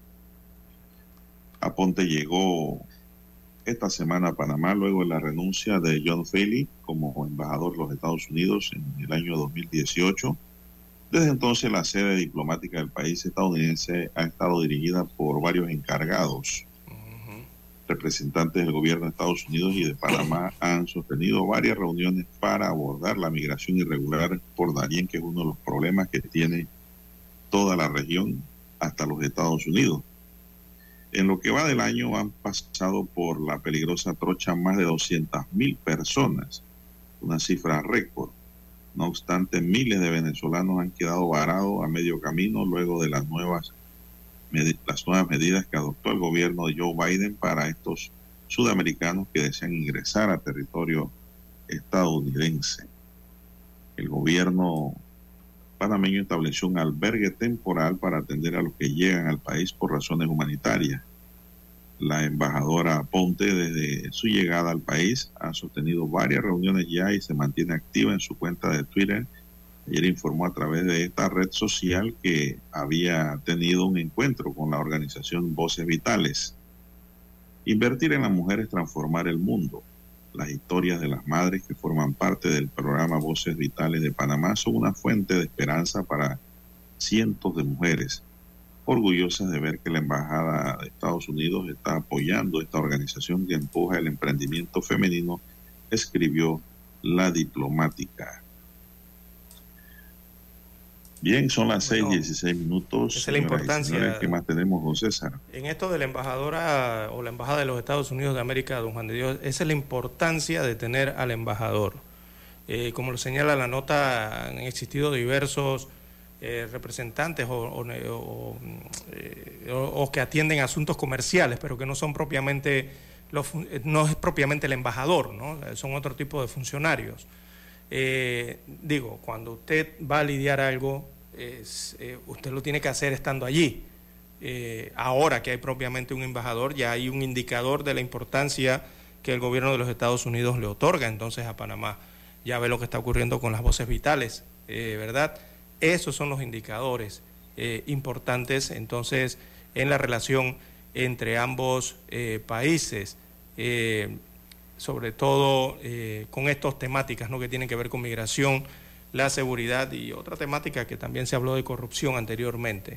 Aponte llegó esta semana a Panamá luego de la renuncia de John Faley como embajador de los Estados Unidos en el año 2018. Desde entonces la sede diplomática del país estadounidense ha estado dirigida por varios encargados. Representantes del gobierno de Estados Unidos y de Panamá han sostenido varias reuniones para abordar la migración irregular por Darién, que es uno de los problemas que tiene toda la región hasta los Estados Unidos. En lo que va del año han pasado por la peligrosa trocha más de 200,000 personas, una cifra récord. No obstante, miles de venezolanos han quedado varados a medio camino luego de las nuevas medidas que adoptó el gobierno de Joe Biden para estos sudamericanos que desean ingresar a territorio estadounidense. El gobierno panameño estableció un albergue temporal para atender a los que llegan al país por razones humanitarias. La embajadora Aponte, desde su llegada al país, ha sostenido varias reuniones ya y se mantiene activa en su cuenta de Twitter. Ayer informó a través de esta red social que había tenido un encuentro con la organización Voces Vitales. Invertir en las mujeres, transformar el mundo. Las historias de las madres que forman parte del programa Voces Vitales de Panamá son una fuente de esperanza para cientos de mujeres, orgullosas de ver que la Embajada de Estados Unidos está apoyando esta organización que empuja el emprendimiento femenino, escribió la diplomática. Bien, son las 6:16 minutos. Esa es la importancia. ¿Qué más tenemos, don César? En esto de la embajadora o la Embajada de los Estados Unidos de América, don Juan de Dios, esa es la importancia de tener al embajador. Como lo señala la nota, han existido diversos representantes o que atienden asuntos comerciales, pero que no son propiamente, no es propiamente el embajador, ¿no? Son otro tipo de funcionarios. Cuando usted va a lidiar algo, usted lo tiene que hacer estando allí. Ahora que hay propiamente un embajador, ya hay un indicador de la importancia que el gobierno de los Estados Unidos le otorga entonces a Panamá. Ya ve lo que está ocurriendo con las Voces Vitales, ¿verdad? Esos son los indicadores importantes entonces en la relación entre ambos países. Sobre todo con estas temáticas, ¿no?, que tienen que ver con migración, la seguridad y otra temática que también se habló de corrupción anteriormente.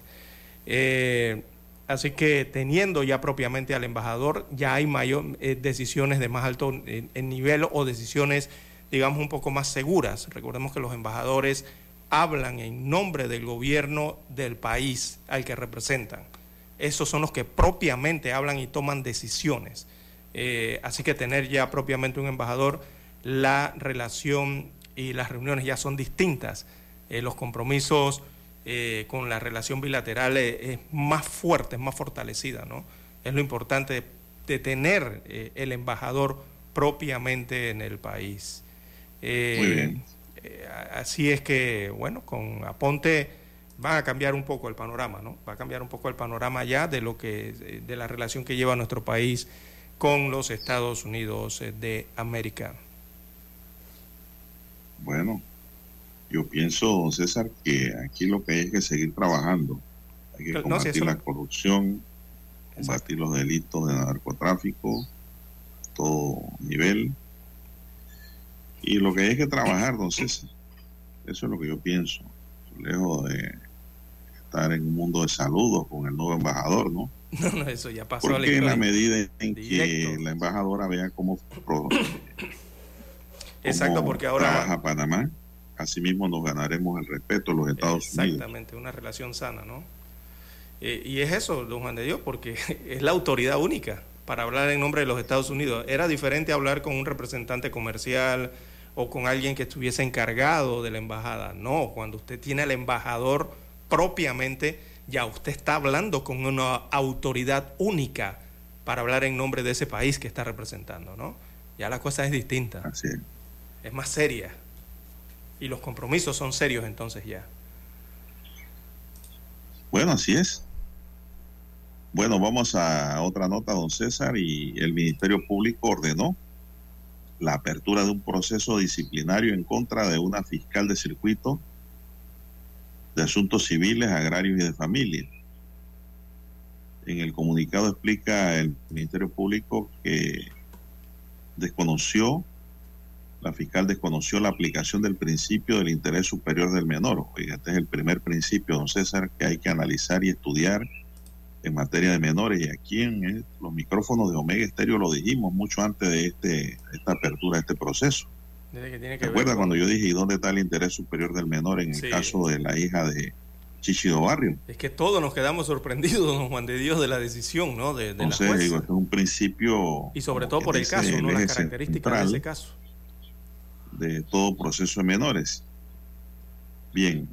Así que teniendo ya propiamente al embajador, ya hay mayor decisiones de más alto nivel o decisiones, digamos, un poco más seguras. Recordemos que los embajadores hablan en nombre del gobierno del país al que representan. Esos son los que propiamente hablan y toman decisiones. Así que tener ya propiamente un embajador, la relación y las reuniones ya son distintas. Los compromisos con la relación bilateral es más fuerte, es más fortalecida, ¿no? Es lo importante de tener el embajador propiamente en el país. Muy bien. Así es que, bueno, con Aponte va a cambiar un poco el panorama, ¿no? Va a cambiar un poco el panorama ya de lo que de la relación que lleva nuestro país con los Estados Unidos de América. Bueno, yo pienso, don César, que aquí lo que hay es que seguir trabajando. Hay que combatir la corrupción, combatir los delitos de narcotráfico, a todo nivel. Y lo que hay que trabajar, don César, eso es lo que yo pienso. Lejos de estar en un mundo de saludos con el nuevo embajador, ¿no? No, eso ya pasó. Porque en la medida en que la embajadora vea cómo exacto, porque ahora trabaja Panamá, asimismo nos ganaremos el respeto de los Estados Unidos. Exactamente, una relación sana, ¿no? Y es eso, don Juan de Dios, porque es la autoridad única para hablar en nombre de los Estados Unidos. Era diferente hablar con un representante comercial o con alguien que estuviese encargado de la embajada. No, cuando usted tiene al embajador propiamente, ya usted está hablando con una autoridad única para hablar en nombre de ese país que está representando, ¿no? Ya la cosa es distinta. Así es. Es más seria. Y los compromisos son serios entonces ya. Bueno, así es. Bueno, vamos a otra nota, don César, y el Ministerio Público ordenó la apertura de un proceso disciplinario en contra de una fiscal de circuito de asuntos civiles, agrarios y de familia. En el comunicado explica el Ministerio Público que la fiscal desconoció la aplicación del principio del interés superior del menor. Oiga, este es el primer principio, don César, que hay que analizar y estudiar en materia de menores, y aquí en los micrófonos de Omega Estéreo lo dijimos mucho antes de esta apertura de este proceso. ¿Te acuerdas cuando yo dije, ¿y dónde está el interés superior del menor en el caso de la hija de Chichido Barrio? Es que todos nos quedamos sorprendidos, don Juan de Dios, de la decisión, ¿no? De Entonces, la jueza. digo, esto es un principio... Y sobre todo por el caso, ¿no? Las características de ese caso. De todo proceso de menores. Bien,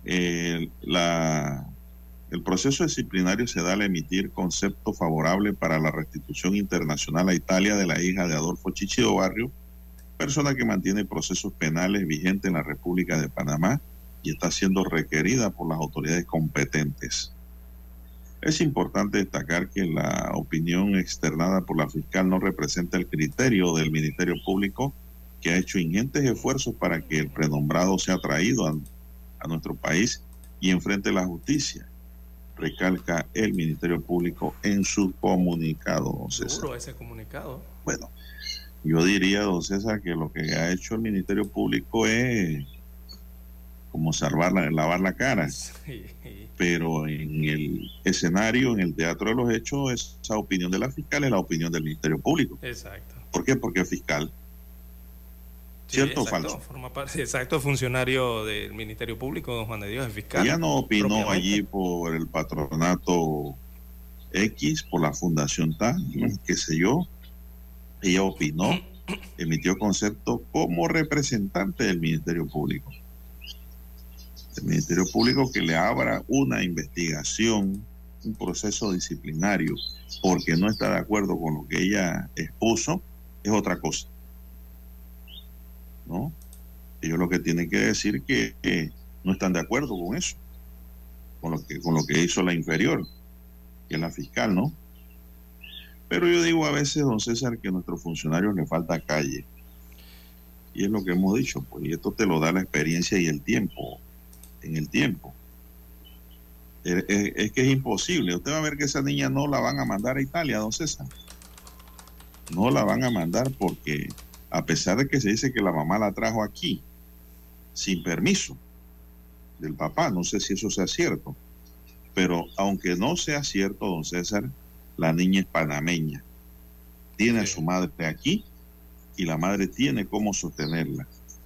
el proceso disciplinario se da al emitir concepto favorable para la restitución internacional a Italia de la hija de Adolfo Chichido Barrio, persona que mantiene procesos penales vigentes en la República de Panamá y está siendo requerida por las autoridades competentes. Es importante destacar que la opinión externada por la fiscal no representa el criterio del Ministerio Público, que ha hecho ingentes esfuerzos para que el prenombrado sea traído a nuestro país y enfrente la justicia, recalca el Ministerio Público en su comunicado, don César. Duro ese comunicado. Bueno, yo diría, don César, que lo que ha hecho el Ministerio Público es como lavar la cara. Sí. Pero en el escenario, en el teatro de los hechos, esa opinión de la fiscal es la opinión del Ministerio Público. Exacto. ¿Por qué? Porque es fiscal. ¿Cierto o falso? Forma parte, exacto, funcionario del Ministerio Público, don Juan de Dios, es fiscal. Ella no opinó allí por el patronato X, por la Fundación TAN, qué sé yo. Ella opinó, emitió concepto como representante del Ministerio Público. El Ministerio Público que le abra una investigación, un proceso disciplinario, porque no está de acuerdo con lo que ella expuso, es otra cosa. ¿No? Ellos lo que tienen que decir que no están de acuerdo con eso, con lo que hizo la inferior, que es la fiscal, ¿no? Pero yo digo a veces, don César, que a nuestros funcionarios les falta calle. Y es lo que hemos dicho, pues, y esto te lo da la experiencia y el tiempo, en el tiempo. Es que es imposible. Usted va a ver que esa niña no la van a mandar a Italia, don César. No la van a mandar porque, a pesar de que se dice que la mamá la trajo aquí, sin permiso del papá, no sé si eso sea cierto, pero aunque no sea cierto, don César, la niña es panameña, tiene a su madre aquí y la madre tiene cómo sostenerla.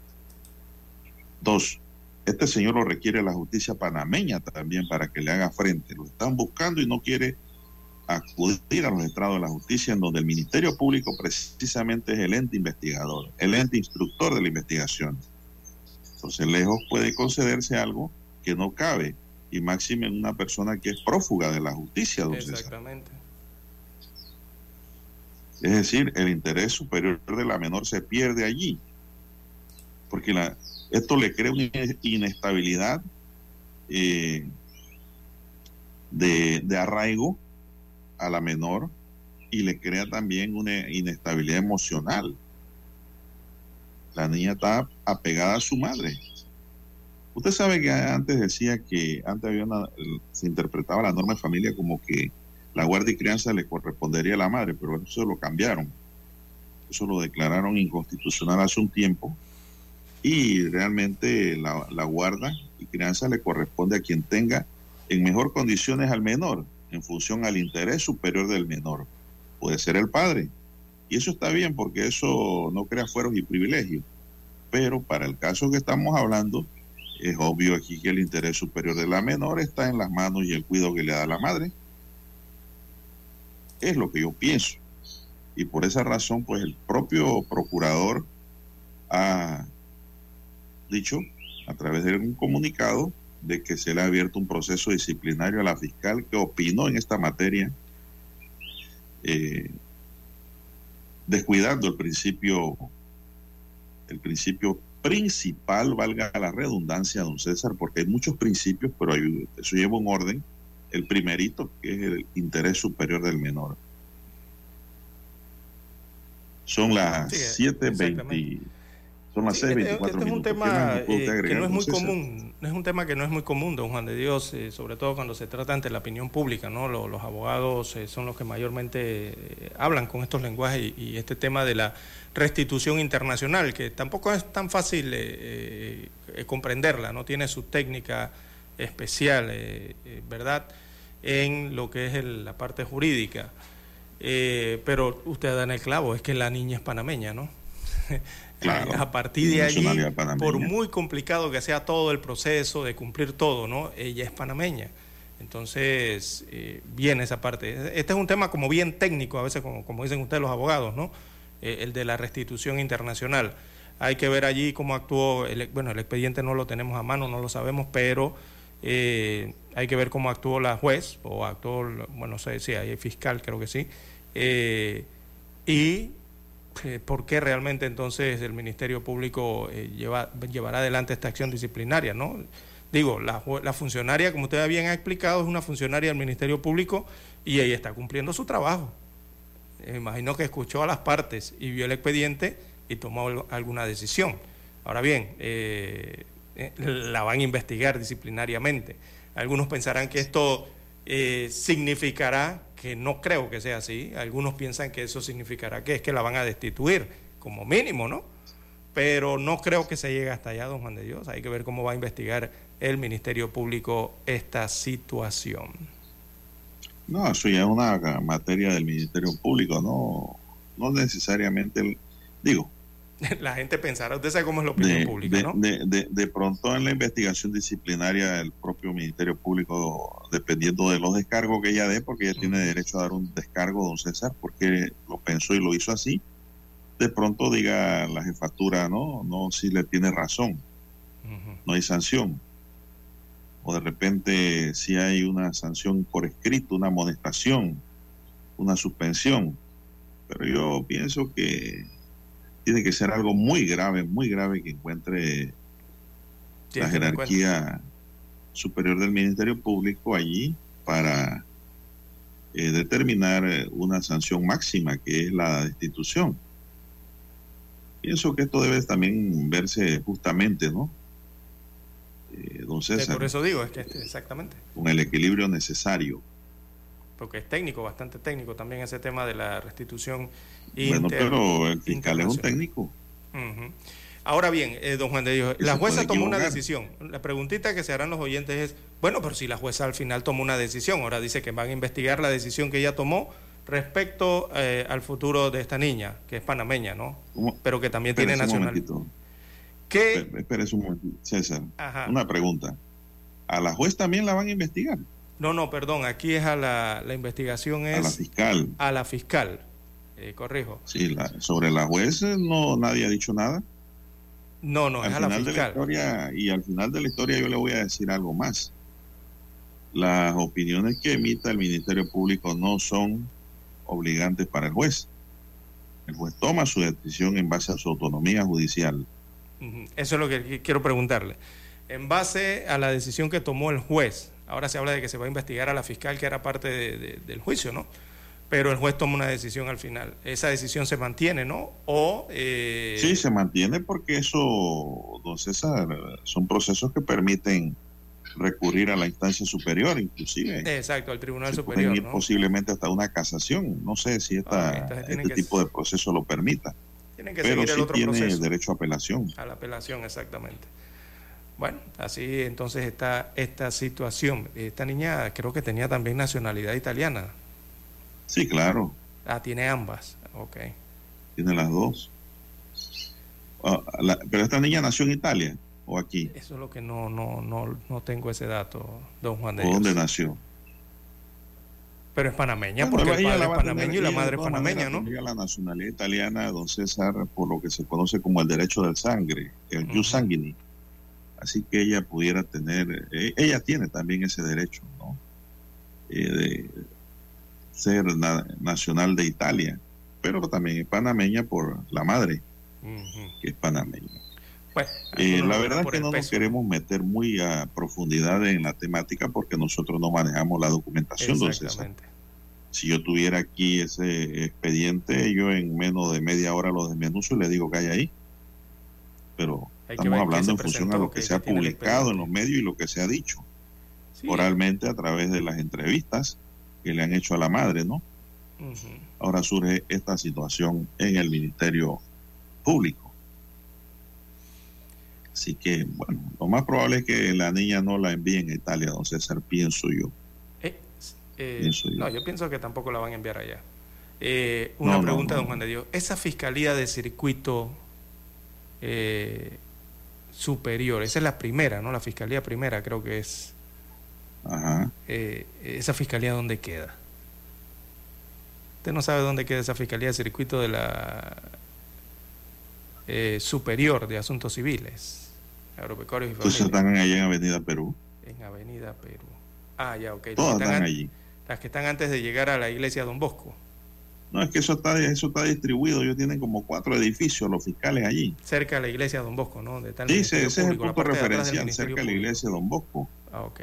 2, este señor lo requiere la justicia panameña también para que le haga frente. Lo están buscando y no quiere acudir a los estrados de la justicia, en donde el Ministerio Público precisamente es el ente investigador, el ente instructor de la investigación. Entonces, lejos puede concederse algo que no cabe, y máxime en una persona que es prófuga de la justicia, don César. Exactamente. Es decir, el interés superior de la menor se pierde allí, porque esto le crea una inestabilidad de arraigo a la menor, y le crea también una inestabilidad emocional. La niña está apegada a su madre. Usted sabe que antes decía que antes se interpretaba la norma de familia como que la guardia y crianza le correspondería a la madre, pero eso lo cambiaron. Eso lo declararon inconstitucional hace un tiempo, y realmente la guarda y crianza le corresponde a quien tenga en mejor condiciones al menor, en función al interés superior del menor. Puede ser el padre. Y eso está bien porque eso no crea fueros y privilegios. Pero para el caso que estamos hablando, es obvio aquí que el interés superior de la menor está en las manos y el cuidado que le da la madre. Es lo que yo pienso. Y por esa razón, pues el propio procurador ha dicho, a través de un comunicado, de que se le ha abierto un proceso disciplinario a la fiscal que opinó en esta materia, descuidando el principio principal, valga la redundancia, don César, porque hay muchos principios, pero eso lleva un orden. El primerito, que es el interés superior del menor. Son las 7:20. Son las 6:24 este es un minutos. tema que no es muy César? común, es un tema que no es muy común, don Juan de Dios, sobre todo cuando se trata ante la opinión pública, ¿no? Los abogados son los que mayormente hablan con estos lenguajes y este tema de la restitución internacional, que tampoco es tan fácil comprenderla, ¿no? Tiene su técnica especial, ¿verdad?, en lo que es la parte jurídica. Pero usted da en el clavo, es que la niña es panameña, ¿no? Claro, a partir de allí, por muy complicado que sea todo el proceso de cumplir todo, ¿no? Ella es panameña. Entonces, viene esa parte. Este es un tema como bien técnico, a veces como dicen ustedes los abogados, ¿no? El de la restitución internacional. Hay que ver allí cómo actuó, el expediente no lo tenemos a mano, no lo sabemos, pero hay que ver cómo actuó la juez, o actuó, bueno, no sé si hay fiscal, creo que sí, y por qué realmente entonces el Ministerio Público llevará adelante esta acción disciplinaria, ¿no? Digo, la funcionaria, como usted bien ha explicado, es una funcionaria del Ministerio Público y ella está cumpliendo su trabajo. Me imagino que escuchó a las partes y vio el expediente y tomó alguna decisión. Ahora bien, la van a investigar disciplinariamente. Algunos pensarán que esto significará, que no creo que sea así, algunos piensan que eso significará que es que la van a destituir, como mínimo, ¿no? Pero no creo que se llegue hasta allá, don Juan de Dios. Hay que ver cómo va a investigar el Ministerio Público esta situación. No, eso ya es una materia del Ministerio Público, no necesariamente, La gente pensará, usted sabe cómo es la opinión pública, ¿no? De pronto en la investigación disciplinaria del propio Ministerio Público, dependiendo de los descargos que ella dé, porque ella tiene derecho a dar un descargo, don César, porque lo pensó y lo hizo así, de pronto diga la jefatura, no, si le tiene razón, no hay sanción. O de repente si hay una sanción por escrito, una amonestación, una suspensión. Pero yo pienso que tiene que ser algo muy grave que encuentre la jerarquía superior del Ministerio Público allí para determinar una sanción máxima, que es la destitución. Pienso que esto debe también verse justamente, ¿no? Don César. Por eso digo, es que exactamente. Con el equilibrio necesario. Porque es técnico, bastante técnico también ese tema de la restitución pero el fiscal es un técnico. Ahora bien, don Juan de Dios, la jueza tomó una decisión. La preguntita que se harán los oyentes es, bueno, pero si la jueza al final tomó una decisión, ahora dice que van a investigar la decisión que ella tomó respecto al futuro de esta niña, que es panameña, ¿no? Pero que también tiene nacionalidad. Espérese un momentito, César. Ajá. Una pregunta. ¿A la juez también la van a investigar? No, perdón, aquí es la investigación es... A la fiscal. A la fiscal, corrijo. Sí, sobre la juez nadie ha dicho nada. No, es a la fiscal. Y al final de la historia yo le voy a decir algo más. Las opiniones que emita el Ministerio Público no son obligantes para el juez. El juez toma su decisión en base a su autonomía judicial. Eso es lo que quiero preguntarle. En base a la decisión que tomó el juez, ahora se habla de que se va a investigar a la fiscal, que era parte del juicio, ¿no? Pero el juez toma una decisión al final. Esa decisión se mantiene, ¿no? Sí, se mantiene porque eso, don César, son procesos que permiten recurrir a la instancia superior, inclusive. Exacto, al Tribunal Superior, ¿no? Posiblemente hasta una casación. No sé si este tipo de proceso lo permita. Tienen que pero seguir el sí otro tiene proceso. Derecho a apelación. A la apelación, exactamente. Bueno, así entonces está esta situación. Esta niña creo que tenía también nacionalidad italiana. Sí, claro. Tiene ambas. Ok. Tiene las dos. Pero esta niña nació en Italia o aquí. Eso es lo que no tengo ese dato, don Juan de Dios. ¿Dónde nació? Pero es panameña, porque el padre es panameño y la madre es panameña, ¿no? La nacionalidad italiana, don César, por lo que se conoce como el derecho del sangre, el jus sanguinis. Así que ella pudiera tener, ella tiene también ese derecho, ¿no? De ser nacional de Italia, pero también es panameña por la madre, que es panameña. Pues, la verdad es que no nos queremos meter muy a profundidad en la temática porque nosotros no manejamos la documentación. Entonces, si yo tuviera aquí ese expediente, yo en menos de media hora lo desmenuzo y le digo que hay ahí. Pero estamos hablando en función a lo que se ha publicado en los medios y lo que se ha dicho oralmente a través de las entrevistas que le han hecho a la madre, ¿no? Ahora surge esta situación en el Ministerio Público. Así que, bueno, lo más probable es que la niña no la envíen a Italia, don César, pienso yo. No, yo pienso que tampoco la van a enviar allá. Una pregunta, don Juan de Dios. Esa Fiscalía de Circuito Superior, esa es la primera, ¿no? La Fiscalía Primera creo que es. Ajá. ¿Esa Fiscalía dónde queda? Usted no sabe dónde queda esa Fiscalía de Circuito de la Superior de Asuntos Civiles, Agropecuarios y Familia. Entonces están allá en Avenida Perú. En Avenida Perú. Ya, ok. Todas están allí. Las que están antes de llegar a la iglesia Don Bosco. No, es que eso está distribuido. Ellos tienen como 4 edificios, los fiscales allí. Cerca de la iglesia Don Bosco, ¿no? Sí, ese es el punto referencial, cerca de la iglesia Don Bosco. Ok.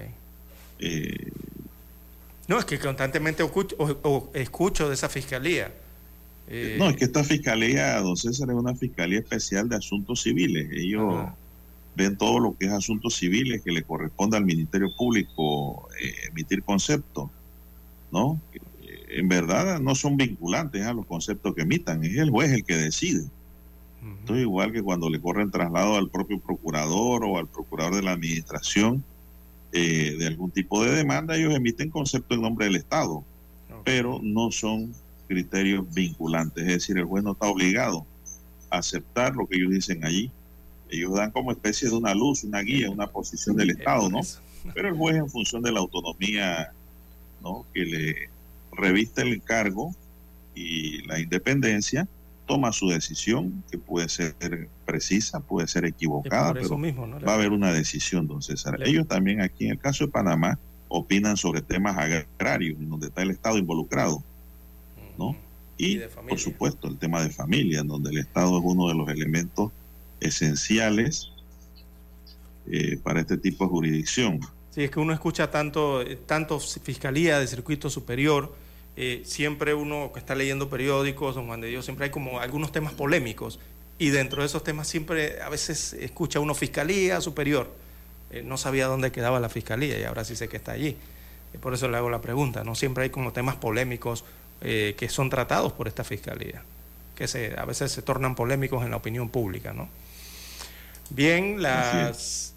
No, es que constantemente escucho de esa fiscalía. No, es que esta fiscalía, don César, es una fiscalía especial de asuntos civiles. Ellos ven todo lo que es asuntos civiles que le corresponde al Ministerio Público emitir conceptos, ¿no? En verdad no son vinculantes a los conceptos que emitan, es el juez el que decide. Entonces, igual que cuando le corren traslado al propio procurador o al procurador de la administración de algún tipo de demanda, ellos emiten conceptos en nombre del Estado, pero no son criterios vinculantes, es decir, el juez no está obligado a aceptar lo que ellos dicen allí. Ellos dan como especie de una luz, una guía, una posición del Estado, ¿no? Pero el juez, en función de la autonomía, ¿no?, que le reviste el cargo y la independencia, toma su decisión, que puede ser precisa, puede ser equivocada, pero mismo, ¿no?, va a haber una decisión, don César. Ellos también aquí, en el caso de Panamá, opinan sobre temas agrarios, en donde está el Estado involucrado, ¿no? Y por supuesto, el tema de familia, en donde el Estado es uno de los elementos esenciales para este tipo de jurisdicción. Sí, es que uno escucha tanto Fiscalía de Circuito Superior, siempre uno que está leyendo periódicos, don Juan de Dios, siempre hay como algunos temas polémicos, y dentro de esos temas siempre a veces escucha uno Fiscalía Superior. No sabía dónde quedaba la Fiscalía y ahora sí sé que está allí. Por eso le hago la pregunta, ¿no? Siempre hay como temas polémicos que son tratados por esta Fiscalía, que a veces se tornan polémicos en la opinión pública, ¿no? Bien, las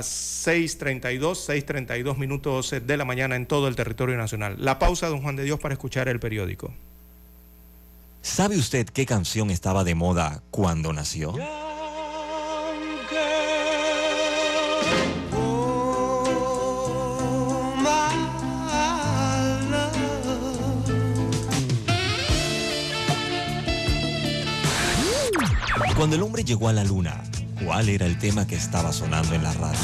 6:32 minutos de la mañana en todo el territorio nacional. La pausa, don Juan de Dios, para escuchar el periódico. ¿Sabe usted qué canción estaba de moda cuando nació? Cuando el hombre llegó a la luna, ¿cuál era el tema que estaba sonando en la radio?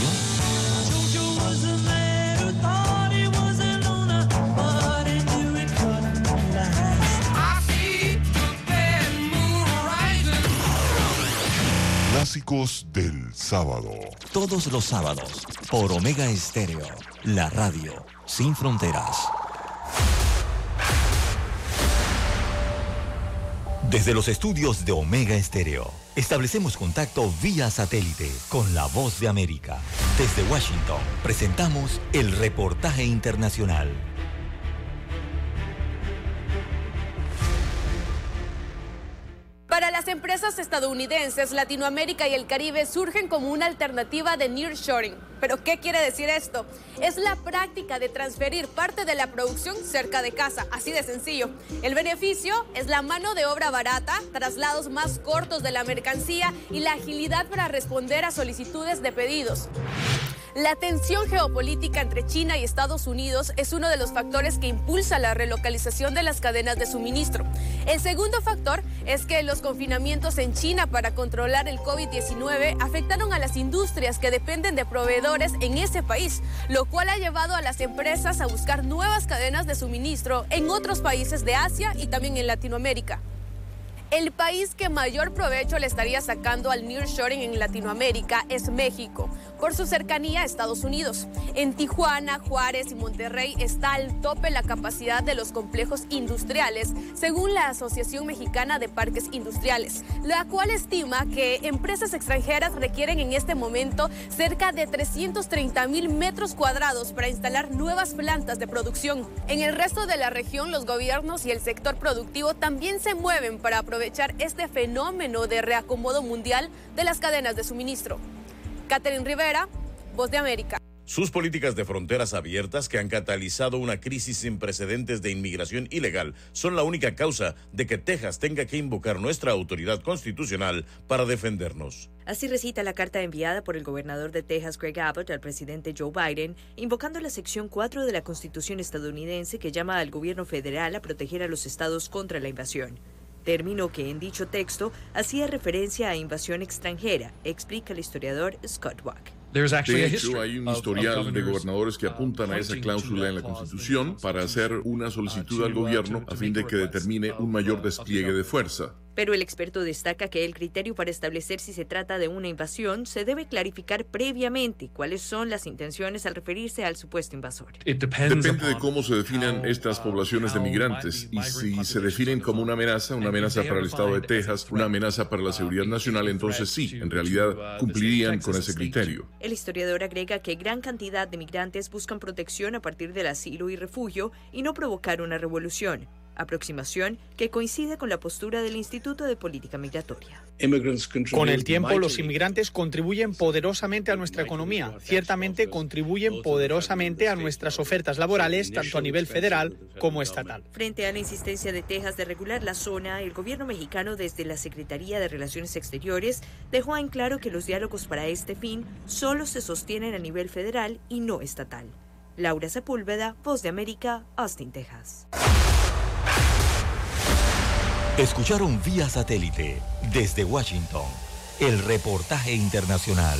Clásicos del sábado. Todos los sábados, por Omega Estéreo, la radio sin fronteras. Desde los estudios de Omega Estéreo, establecemos contacto vía satélite con la Voz de América. Desde Washington, presentamos el reportaje internacional. Para las empresas estadounidenses, Latinoamérica y el Caribe surgen como una alternativa de nearshoring. ¿Pero qué quiere decir esto? Es la práctica de transferir parte de la producción cerca de casa, así de sencillo. El beneficio es la mano de obra barata, traslados más cortos de la mercancía y la agilidad para responder a solicitudes de pedidos. La tensión geopolítica entre China y Estados Unidos es uno de los factores que impulsa la relocalización de las cadenas de suministro. El segundo factor es que los confinamientos en China para controlar el COVID-19 afectaron a las industrias que dependen de proveedores en ese país, lo cual ha llevado a las empresas a buscar nuevas cadenas de suministro en otros países de Asia y también en Latinoamérica. El país que mayor provecho le estaría sacando al nearshoring en Latinoamérica es México, por su cercanía a Estados Unidos. En Tijuana, Juárez y Monterrey está al tope la capacidad de los complejos industriales, según la Asociación Mexicana de Parques Industriales, la cual estima que empresas extranjeras requieren en este momento cerca de 330,000 metros cuadrados para instalar nuevas plantas de producción. En el resto de la región, los gobiernos y el sector productivo también se mueven para aprovechar este fenómeno de reacomodo mundial de las cadenas de suministro. Catherine Rivera, Voz de América. Sus políticas de fronteras abiertas, que han catalizado una crisis sin precedentes de inmigración ilegal, son la única causa de que Texas tenga que invocar nuestra autoridad constitucional para defendernos. Así recita la carta enviada por el gobernador de Texas, Greg Abbott, al presidente Joe Biden, invocando la sección 4 de la Constitución estadounidense que llama al gobierno federal a proteger a los estados contra la invasión. Término que en dicho texto hacía referencia a invasión extranjera, explica el historiador Scott Wack. De hecho, hay un historial de gobernadores que apuntan a esa cláusula en la Constitución para hacer una solicitud al gobierno a fin de que determine un mayor despliegue de fuerza. Pero el experto destaca que el criterio para establecer si se trata de una invasión se debe clarificar previamente cuáles son las intenciones al referirse al supuesto invasor. Depende de cómo se definan estas poblaciones de migrantes y si se definen como una amenaza para el estado de Texas, una amenaza para la seguridad nacional, entonces sí, en realidad cumplirían con ese criterio. El historiador agrega que gran cantidad de migrantes buscan protección a partir del asilo y refugio y no provocar una revolución. Aproximación que coincide con la postura del Instituto de Política Migratoria. Con el tiempo, los inmigrantes contribuyen poderosamente a nuestra economía. Ciertamente contribuyen poderosamente a nuestras ofertas laborales, tanto a nivel federal como estatal. Frente a la insistencia de Texas de regular la zona, el gobierno mexicano, desde la Secretaría de Relaciones Exteriores, dejó en claro que los diálogos para este fin solo se sostienen a nivel federal y no estatal. Laura Sepúlveda, Voz de América, Austin, Texas. Escucharon vía satélite desde Washington el reportaje internacional.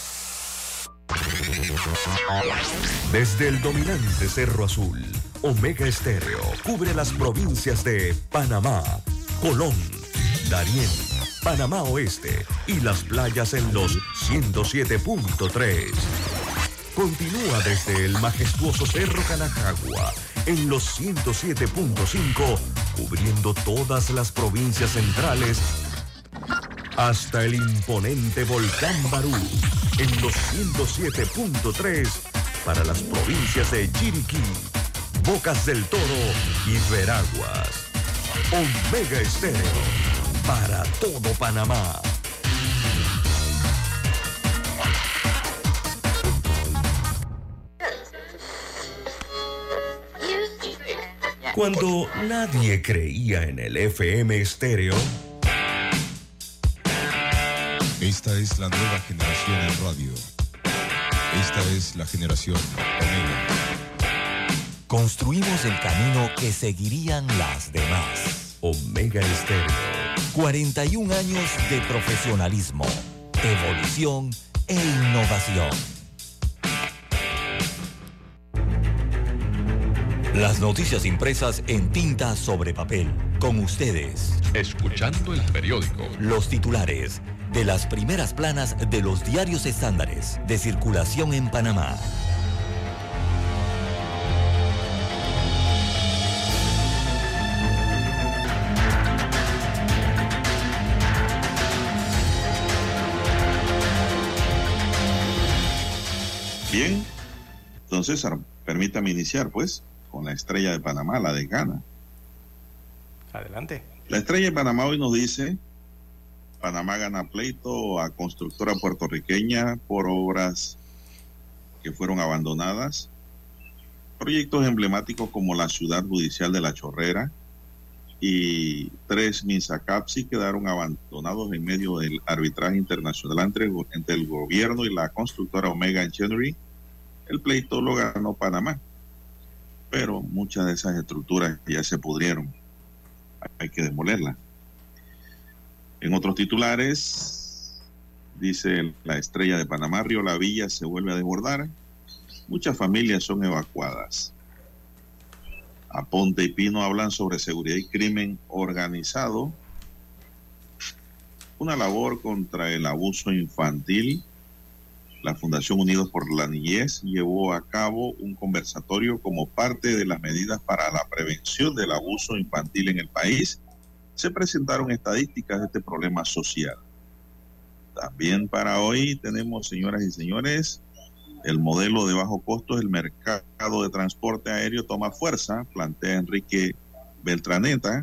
Desde el dominante Cerro Azul, Omega Estéreo cubre las provincias de Panamá, Colón, Darién, Panamá Oeste y las playas en los 107.3. Continúa desde el majestuoso Cerro Canajagua en los 107.5, cubriendo todas las provincias centrales, hasta el imponente Volcán Barú en los 107.3 para las provincias de Chiriquí, Bocas del Toro y Veraguas. Omega Estéreo para todo Panamá. Cuando nadie creía en el FM estéreo, esta es la nueva generación en radio. Esta es la generación Omega. Construimos el camino que seguirían las demás. Omega Estéreo. 41 años de profesionalismo, evolución e innovación. Las noticias impresas en tinta sobre papel. Con ustedes. Escuchando el periódico. Los titulares de las primeras planas de los diarios estándares de circulación en Panamá. Bien, don César, permítame iniciar pues con la estrella de Panamá, la decana. Adelante. La estrella de Panamá hoy nos dice Panamá gana pleito a constructora puertorriqueña por obras que fueron abandonadas. Proyectos emblemáticos como la ciudad judicial de La Chorrera y 3 Misacapsi quedaron abandonados en medio del arbitraje internacional entre el gobierno y la constructora Omega Engineering. El pleito lo ganó Panamá, pero muchas de esas estructuras ya se pudrieron. Hay que demolerlas. En otros titulares, dice la Estrella de Panamá, Río La Villa se vuelve a desbordar. Muchas familias son evacuadas. Aponte y Pino hablan sobre seguridad y crimen organizado. Una labor contra el abuso infantil. La Fundación Unidos por la Niñez llevó a cabo un conversatorio como parte de las medidas para la prevención del abuso infantil en el país. Se presentaron estadísticas de este problema social. También para hoy tenemos, señoras y señores, el modelo de bajo costo del mercado de transporte aéreo toma fuerza, plantea Enrique Beltraneta.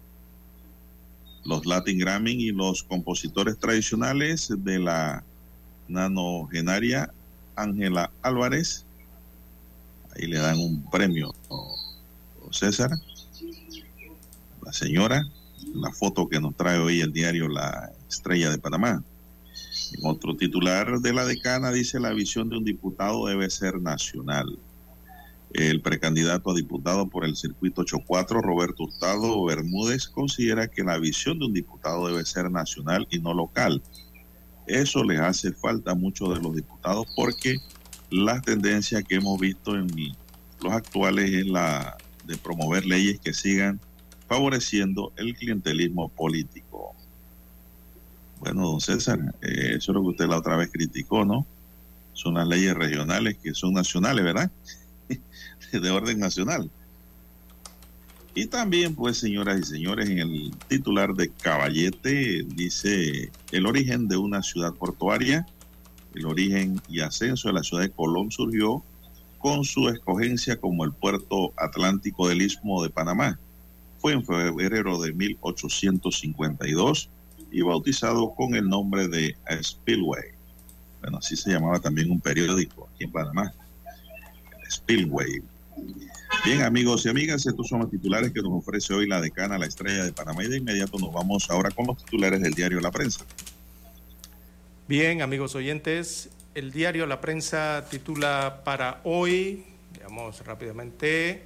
Los Latin Grammy y los compositores tradicionales de la nanogenaria Ángela Álvarez, ahí le dan un premio, César, la señora, la foto que nos trae hoy el diario La Estrella de Panamá. En otro titular de la decana dice: la visión de un diputado debe ser nacional. El precandidato a diputado por el circuito 84, Roberto Hurtado Bermúdez, considera que la visión de un diputado debe ser nacional y no local. Eso les hace falta a muchos de los diputados, porque las tendencias que hemos visto en los actuales es la de promover leyes que sigan favoreciendo el clientelismo político. Bueno, don César, eso es lo que usted la otra vez criticó, ¿no? Son las leyes regionales que son nacionales, ¿verdad? De orden nacional. Y también, pues, señoras y señores, en el titular de Caballete dice: el origen de una ciudad portuaria, el origen y ascenso de la ciudad de Colón surgió con su escogencia como el puerto atlántico del Istmo de Panamá. Fue en febrero de 1852 y bautizado con el nombre de Spillway. Bueno, así se llamaba también un periódico aquí en Panamá, Spillway. Bien, amigos y amigas, estos son los titulares que nos ofrece hoy la decana La Estrella de Panamá, y de inmediato nos vamos ahora con los titulares del diario La Prensa. Bien, amigos oyentes, el diario La Prensa titula para hoy, veamos rápidamente.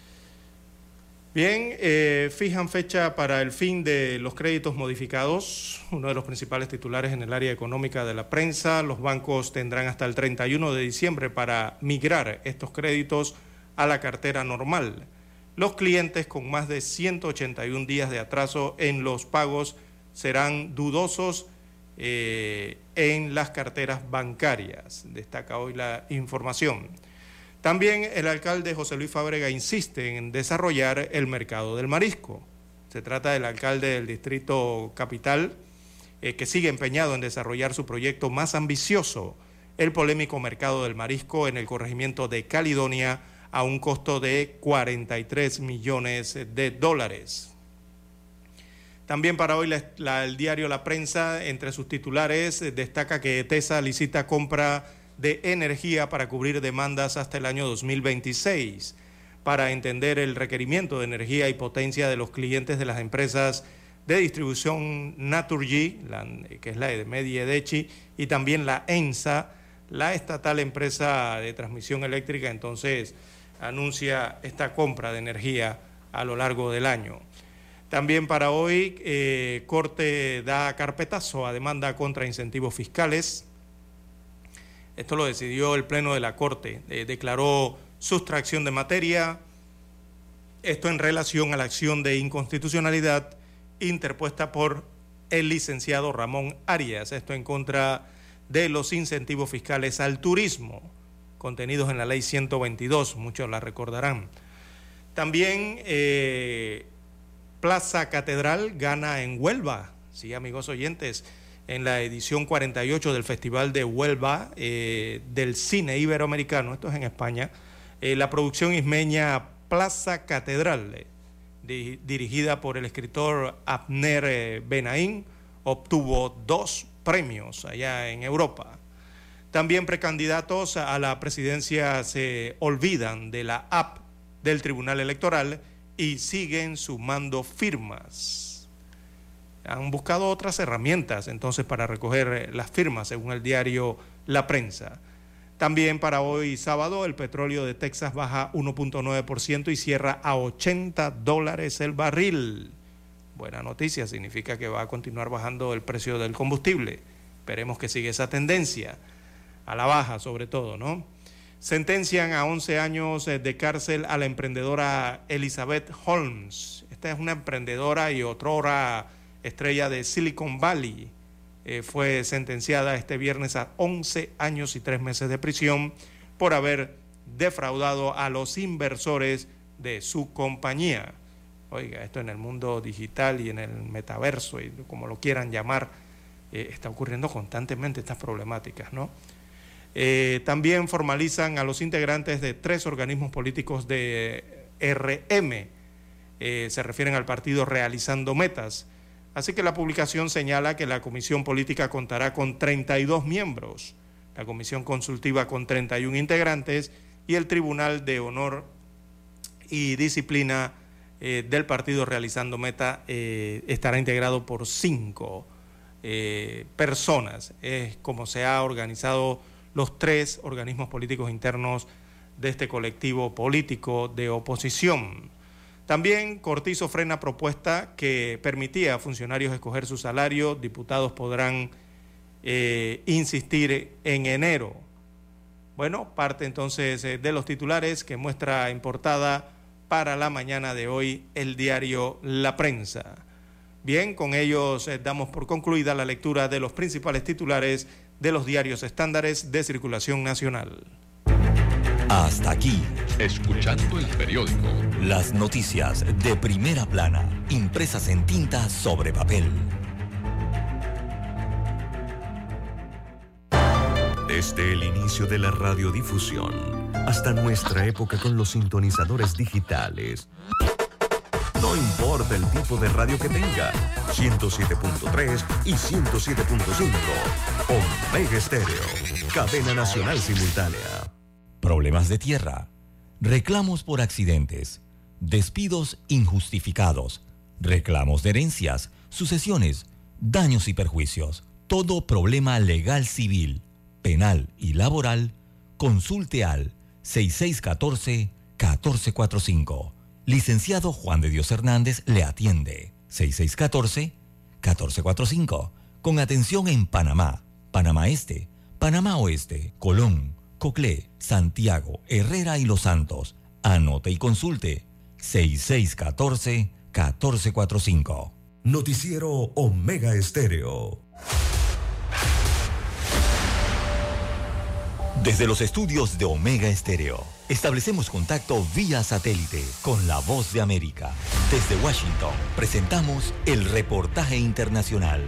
Bien, fijan fecha para el fin de los créditos modificados, uno de los principales titulares en el área económica de La Prensa. Los bancos tendrán hasta el 31 de diciembre para migrar estos créditos a la cartera normal. Los clientes con más de 181 días de atraso en los pagos serán dudosos en las carteras bancarias, destaca hoy la información. También el alcalde José Luis Fábrega insiste en desarrollar el mercado del marisco. Se trata del alcalde del Distrito Capital, que sigue empeñado en desarrollar su proyecto más ambicioso, el polémico mercado del marisco en el corregimiento de Caledonia, a un costo de $43 millones. También para hoy el diario La Prensa, entre sus titulares, destaca que ETESA licita compra de energía para cubrir demandas hasta el año 2026. Para entender el requerimiento de energía y potencia de los clientes de las empresas de distribución Naturgy, que es la de Mediedechi, y también la ENSA, la estatal empresa de transmisión eléctrica, entonces anuncia esta compra de energía a lo largo del año. También para hoy, Corte da carpetazo a demanda contra incentivos fiscales. Esto lo decidió el Pleno de la Corte. Declaró sustracción de materia. Esto en relación a la acción de inconstitucionalidad interpuesta por el licenciado Ramón Arias. Esto en contra de los incentivos fiscales al turismo, contenidos en la Ley 122, muchos la recordarán. También Plaza Catedral gana en Huelva, sí, amigos oyentes, en la edición 48 del Festival de Huelva del Cine Iberoamericano, esto es en España, la producción ismeña Plaza Catedral, dirigida por el escritor Abner Benaín, obtuvo 2 premios allá en Europa. También precandidatos a la presidencia se olvidan de la app del Tribunal Electoral y siguen sumando firmas. Han buscado otras herramientas entonces para recoger las firmas, según el diario La Prensa. También para hoy sábado el petróleo de Texas baja 1.9% y cierra a $80 el barril. Buena noticia, significa que va a continuar bajando el precio del combustible. Esperemos que siga esa tendencia, a la baja sobre todo, ¿no? Sentencian a 11 años de cárcel a la emprendedora Elizabeth Holmes. Esta es una emprendedora y otrora estrella de Silicon Valley. Fue sentenciada este viernes a 11 años y 3 meses de prisión por haber defraudado a los inversores de su compañía. Oiga, esto en el mundo digital y en el metaverso, y como lo quieran llamar, está ocurriendo constantemente estas problemáticas, ¿no? También formalizan a los integrantes de 3 organismos políticos de RM, se refieren al partido Realizando Metas. Así que la publicación señala que la Comisión Política contará con 32 miembros, la Comisión Consultiva con 31 integrantes y el Tribunal de Honor y Disciplina del partido Realizando Meta estará integrado por 5 personas. Es como se ha organizado los 3 organismos políticos internos de este colectivo político de oposición. También Cortizo frena propuesta que permitía a funcionarios escoger su salario. Diputados podrán insistir en enero. Bueno, parte entonces de los titulares que muestra en portada para la mañana de hoy el diario La Prensa. Bien, con ellos damos por concluida la lectura de los principales titulares de los diarios estándares de circulación nacional. Hasta aquí, escuchando el periódico. Las noticias de primera plana, impresas en tinta sobre papel. Desde el inicio de la radiodifusión hasta nuestra época con los sintonizadores digitales. No importa el tipo de radio que tenga, 107.3 y 107.5. Omega Estéreo, cadena nacional simultánea. Problemas de tierra, reclamos por accidentes, despidos injustificados, reclamos de herencias, sucesiones, daños y perjuicios. Todo problema legal civil, penal y laboral, consulte al 6614-1445. Licenciado Juan de Dios Hernández le atiende. 6614-1445. Con atención en Panamá, Panamá Este, Panamá Oeste, Colón, Coclé, Santiago, Herrera y Los Santos. Anote y consulte. 6614-1445. Noticiero Omega Estéreo. Desde los estudios de Omega Estéreo, establecemos contacto vía satélite con la Voz de América. Desde Washington, presentamos el reportaje internacional.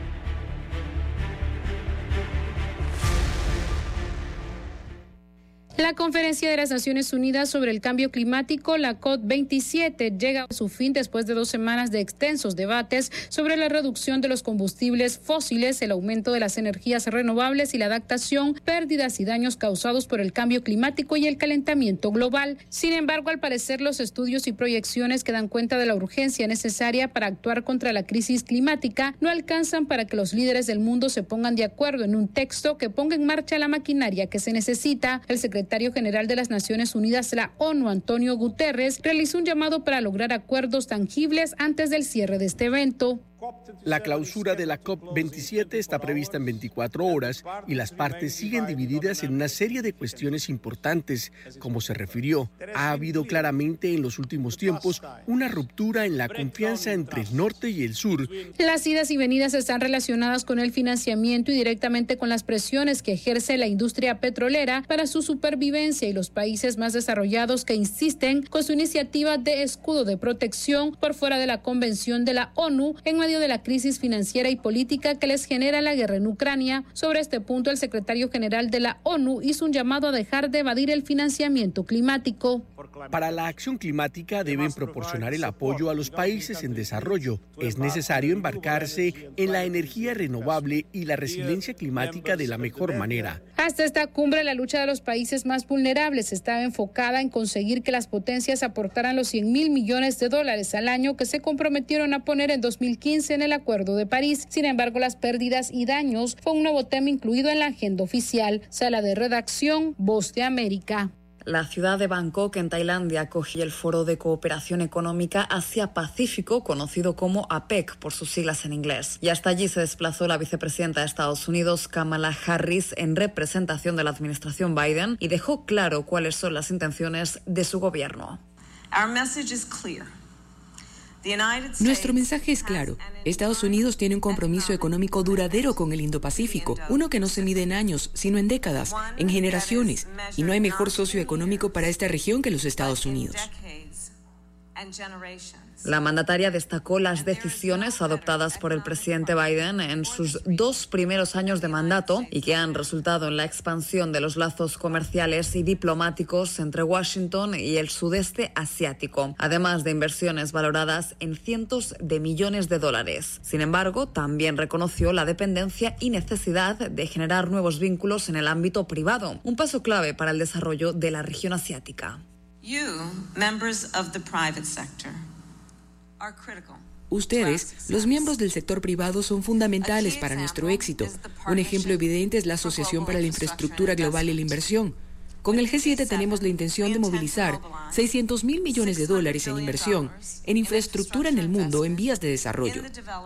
La Conferencia de las Naciones Unidas sobre el Cambio Climático, la COP27, llega a su fin después de 2 semanas de extensos debates sobre la reducción de los combustibles fósiles, el aumento de las energías renovables y la adaptación, pérdidas y daños causados por el cambio climático y el calentamiento global. Sin embargo, al parecer, los estudios y proyecciones que dan cuenta de la urgencia necesaria para actuar contra la crisis climática no alcanzan para que los líderes del mundo se pongan de acuerdo en un texto que ponga en marcha la maquinaria que se necesita. El secretario general de las Naciones Unidas, la ONU, Antonio Guterres, realizó un llamado para lograr acuerdos tangibles antes del cierre de este evento. La clausura de la COP27 está prevista en 24 horas y las partes siguen divididas en una serie de cuestiones importantes. Como se refirió, ha habido claramente en los últimos tiempos una ruptura en la confianza entre el norte y el sur. Las idas y venidas están relacionadas con el financiamiento y directamente con las presiones que ejerce la industria petrolera para su supervivencia y los países más desarrollados que insisten con su iniciativa de escudo de protección por fuera de la Convención de la ONU en medio de la crisis financiera y política que les genera la guerra en Ucrania. Sobre este punto, el secretario general de la ONU hizo un llamado a dejar de evadir el financiamiento climático. Para la acción climática deben proporcionar el apoyo a los países en desarrollo. Es necesario embarcarse en la energía renovable y la resiliencia climática de la mejor manera. Hasta esta cumbre, la lucha de los países más vulnerables estaba enfocada en conseguir que las potencias aportaran los $100.000 millones al año que se comprometieron a poner en 2015 en el Acuerdo de París. Sin embargo, las pérdidas y daños fue un nuevo tema incluido en la agenda oficial. Sala de redacción, Voz de América. La ciudad de Bangkok, en Tailandia, acogió el Foro de Cooperación Económica Asia-Pacífico, conocido como APEC por sus siglas en inglés. Y hasta allí se desplazó la vicepresidenta de Estados Unidos, Kamala Harris, en representación de la administración Biden, y dejó claro cuáles son las intenciones de su gobierno. Nuestro mensaje es claro. Estados Unidos tiene un compromiso económico duradero con el Indo-Pacífico, uno que no se mide en años, sino en décadas, en generaciones, y no hay mejor socio económico para esta región que los Estados Unidos. La mandataria destacó las decisiones adoptadas por el presidente Biden en sus 2 primeros años de mandato y que han resultado en la expansión de los lazos comerciales y diplomáticos entre Washington y el sudeste asiático, además de inversiones valoradas en cientos de millones de dólares. Sin embargo, también reconoció la dependencia y necesidad de generar nuevos vínculos en el ámbito privado, un paso clave para el desarrollo de la región asiática. Ustedes, los miembros del sector privado, son fundamentales para nuestro éxito. Un ejemplo evidente es la Asociación para la Infraestructura Global y la Inversión. Con el G7 tenemos la intención de movilizar $600.000 millones en inversión en infraestructura en el mundo en vías de desarrollo.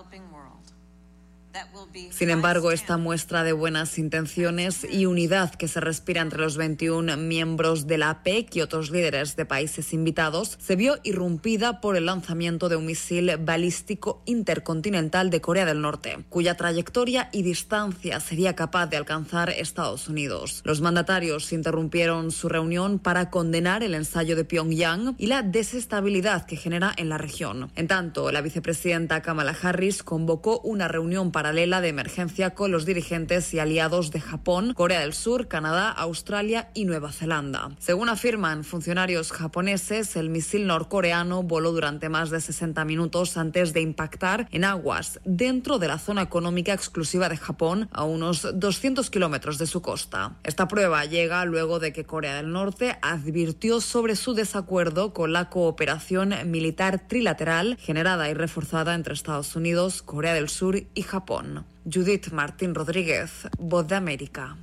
Sin embargo, esta muestra de buenas intenciones y unidad que se respira entre los 21 miembros de la APEC y otros líderes de países invitados se vio irrumpida por el lanzamiento de un misil balístico intercontinental de Corea del Norte, cuya trayectoria y distancia sería capaz de alcanzar Estados Unidos. Los mandatarios interrumpieron su reunión para condenar el ensayo de Pyongyang y la desestabilidad que genera en la región. En tanto, la vicepresidenta Kamala Harris convocó una reunión paralela de emergencia con los dirigentes y aliados de Japón, Corea del Sur, Canadá, Australia y Nueva Zelanda. Según afirman funcionarios japoneses, el misil norcoreano voló durante más de 60 minutos antes de impactar en aguas dentro de la zona económica exclusiva de Japón, a unos 200 kilómetros de su costa. Esta prueba llega luego de que Corea del Norte advirtió sobre su desacuerdo con la cooperación militar trilateral generada y reforzada entre Estados Unidos, Corea del Sur y Japón. Judith Martín Rodríguez, Voz de América.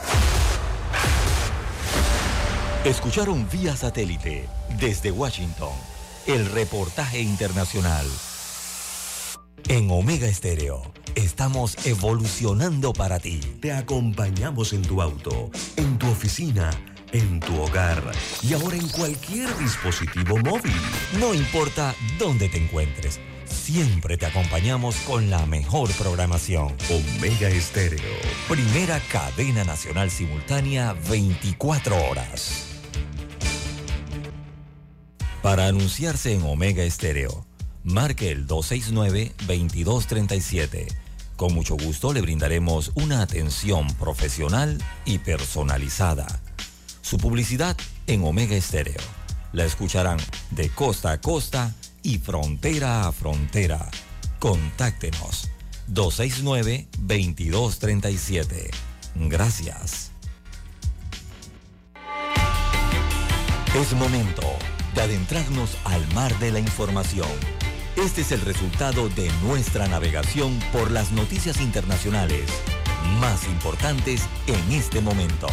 Escucharon vía satélite desde Washington el reportaje internacional. En Omega Estéreo estamos evolucionando para ti. Te acompañamos en tu auto, en tu oficina, en tu hogar y ahora en cualquier dispositivo móvil. No importa dónde te encuentres, siempre te acompañamos con la mejor programación. Omega Estéreo. Primera cadena nacional simultánea 24 horas. Para anunciarse en Omega Estéreo, marque el 269-2237. Con mucho gusto le brindaremos una atención profesional y personalizada. Su publicidad en Omega Estéreo. La escucharán de costa a costa y frontera a frontera. Contáctenos 269-2237. Gracias. Es momento de adentrarnos al mar de la información. Este es el resultado de nuestra navegación por las noticias internacionales más importantes en este momento.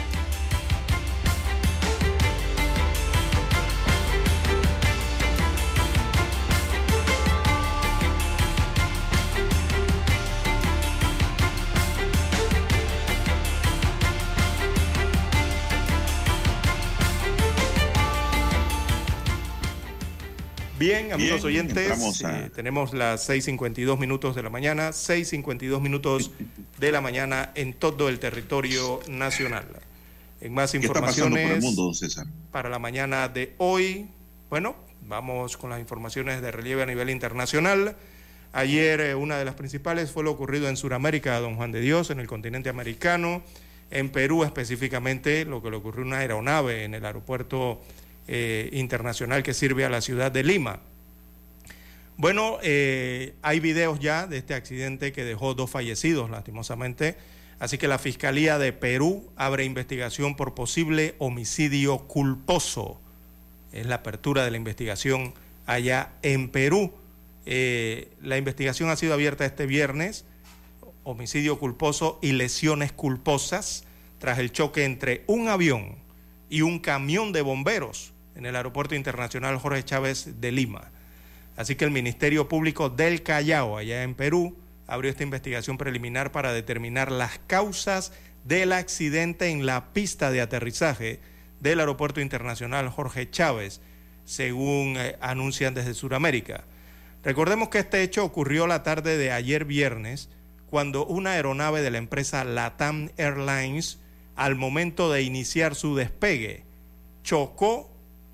Bien, amigos oyentes, tenemos las 6:52 minutos de la mañana, 6:52 minutos de la mañana en todo el territorio nacional. En más informaciones por el mundo, don César, para la mañana de hoy, bueno, vamos con las informaciones de relieve a nivel internacional. Ayer una de las principales fue lo ocurrido en Sudamérica, don Juan de Dios, en el continente americano, en Perú específicamente, lo que le ocurrió a una aeronave en el aeropuerto internacional que sirve a la ciudad de Lima. Bueno, hay videos ya de este accidente que dejó 2 fallecidos, lastimosamente, así que la Fiscalía de Perú abre investigación por posible homicidio culposo. Es la apertura de la investigación allá en Perú. La investigación ha sido abierta este viernes, homicidio culposo y lesiones culposas, tras el choque entre un avión y un camión de bomberos en el Aeropuerto Internacional Jorge Chávez de Lima. Así que el Ministerio Público del Callao, allá en Perú, abrió esta investigación preliminar para determinar las causas del accidente en la pista de aterrizaje del Aeropuerto Internacional Jorge Chávez, según anuncian desde Sudamérica. Recordemos que este hecho ocurrió la tarde de ayer viernes, cuando una aeronave de la empresa LATAM Airlines, al momento de iniciar su despegue, chocó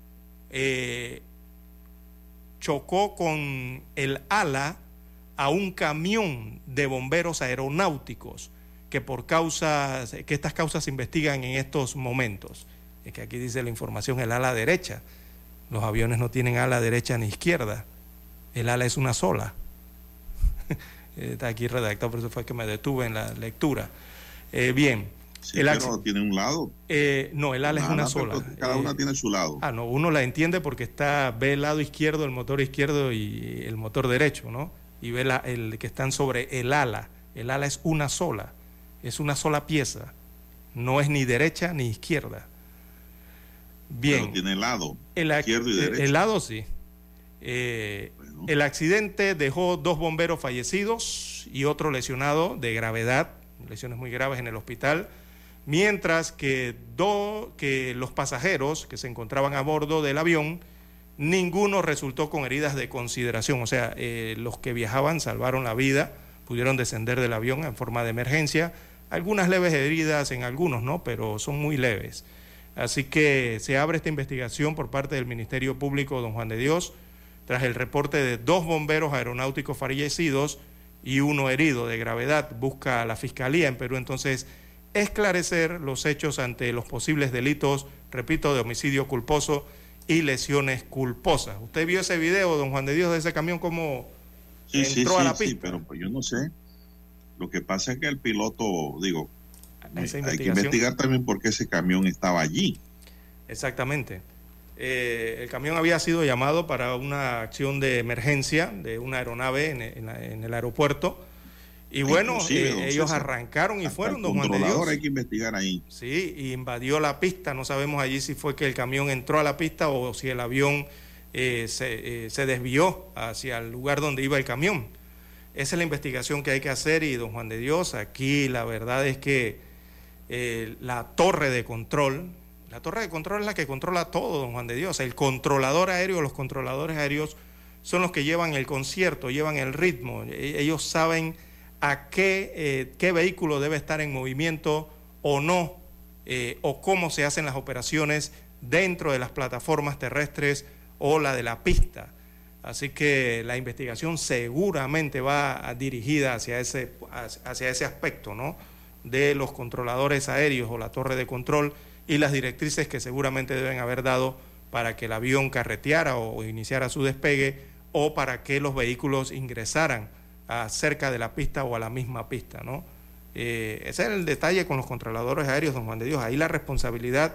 con el ala a un camión de bomberos aeronáuticos que estas causas se investigan en estos momentos. Es que aquí dice la información, el ala derecha. Los aviones no tienen ala derecha ni izquierda. El ala es una sola. Está aquí redactado, por eso fue que me detuve en la lectura. Bien. Sí, pero tiene un lado. No, el ala es una sola. Cada una tiene su lado. No, uno la entiende porque ve el lado izquierdo, el motor izquierdo y el motor derecho, ¿no? Y ve el que están sobre el ala. El ala es una sola pieza. No es ni derecha ni izquierda. Bien. Pero tiene lado, izquierdo y derecho. El lado sí. Bueno. El accidente dejó 2 bomberos fallecidos y otro lesionado de gravedad, lesiones muy graves en el hospital, mientras que los pasajeros que se encontraban a bordo del avión, ninguno resultó con heridas de consideración. O sea, los que viajaban salvaron la vida, pudieron descender del avión en forma de emergencia. Algunas leves heridas en algunos, ¿no? Pero son muy leves. Así que se abre esta investigación por parte del Ministerio Público, don Juan de Dios, tras el reporte de 2 bomberos aeronáuticos fallecidos y 1 herido de gravedad. Busca la Fiscalía en Perú entonces esclarecer los hechos ante los posibles delitos, repito, de homicidio culposo y lesiones culposas. ¿Usted vio ese video, don Juan de Dios, de ese camión cómo entró a la pista? Sí, pero pues yo no sé. Lo que pasa es que el piloto, hay que investigar también por qué ese camión estaba allí. Exactamente. El camión había sido llamado para una acción de emergencia de una aeronave en el aeropuerto. Y bueno, ellos arrancaron y fueron, don Juan de Dios. Hay que investigar ahí. Sí, y invadió la pista. No sabemos allí si fue que el camión entró a la pista o si el avión se desvió hacia el lugar donde iba el camión. Esa es la investigación que hay que hacer. Y don Juan de Dios, aquí la verdad es que la torre de control es la que controla todo, don Juan de Dios. El controlador aéreo, los controladores aéreos son los que llevan el concierto, llevan el ritmo. Ellos saben a qué vehículo debe estar en movimiento o no, o cómo se hacen las operaciones dentro de las plataformas terrestres o la de la pista. Así que la investigación seguramente va dirigida hacia ese aspecto, ¿no?, de los controladores aéreos o la torre de control y las directrices que seguramente deben haber dado para que el avión carreteara o iniciara su despegue o para que los vehículos ingresaran cerca de la pista o a la misma pista, ¿no? Ese es el detalle con los controladores aéreos, don Juan de Dios. Ahí la responsabilidad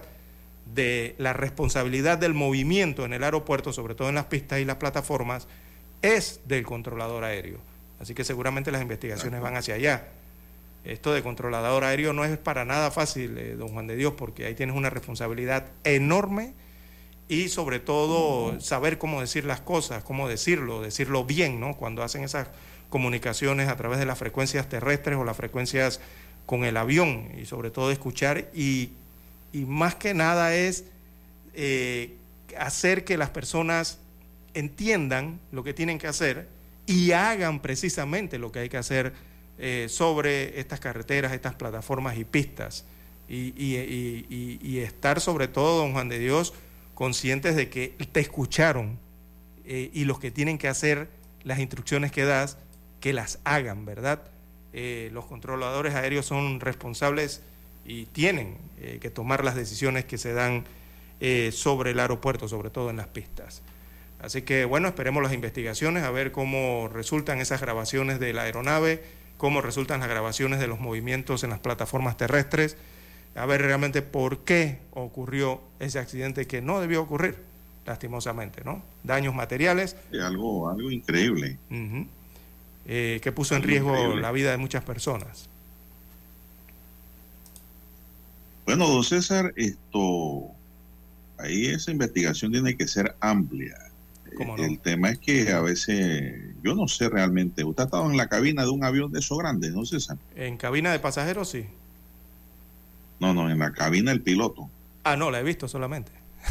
del movimiento en el aeropuerto, sobre todo en las pistas y las plataformas, es del controlador aéreo. Así que seguramente las investigaciones van hacia allá. Esto de controlador aéreo no es para nada fácil, don Juan de Dios, porque ahí tienes una responsabilidad enorme y sobre todo saber cómo decir las cosas, cómo decirlo bien, ¿no?, cuando hacen esas comunicaciones a través de las frecuencias terrestres o las frecuencias con el avión, y sobre todo escuchar y más que nada es hacer que las personas entiendan lo que tienen que hacer y hagan precisamente lo que hay que hacer sobre estas carreteras, estas plataformas y pistas, y estar sobre todo, don Juan de Dios, conscientes de que te escucharon y los que tienen que hacer las instrucciones que das que las hagan, ¿verdad? Los controladores aéreos son responsables y tienen que tomar las decisiones que se dan sobre el aeropuerto, sobre todo en las pistas. Así que bueno, esperemos las investigaciones, a ver cómo resultan esas grabaciones de la aeronave, cómo resultan las grabaciones de los movimientos en las plataformas terrestres, a ver realmente por qué ocurrió ese accidente que no debió ocurrir, lastimosamente, ¿no? Daños materiales. Algo increíble. Que puso en riesgo la vida de muchas personas. Bueno, don César, ahí esa investigación tiene que ser amplia. ¿Cómo no? El tema es que a veces, yo no sé realmente, usted ha estado en la cabina de un avión de esos grandes, ¿no, César? En cabina de pasajeros, sí. No, en la cabina del piloto. Ah, no, la he visto solamente.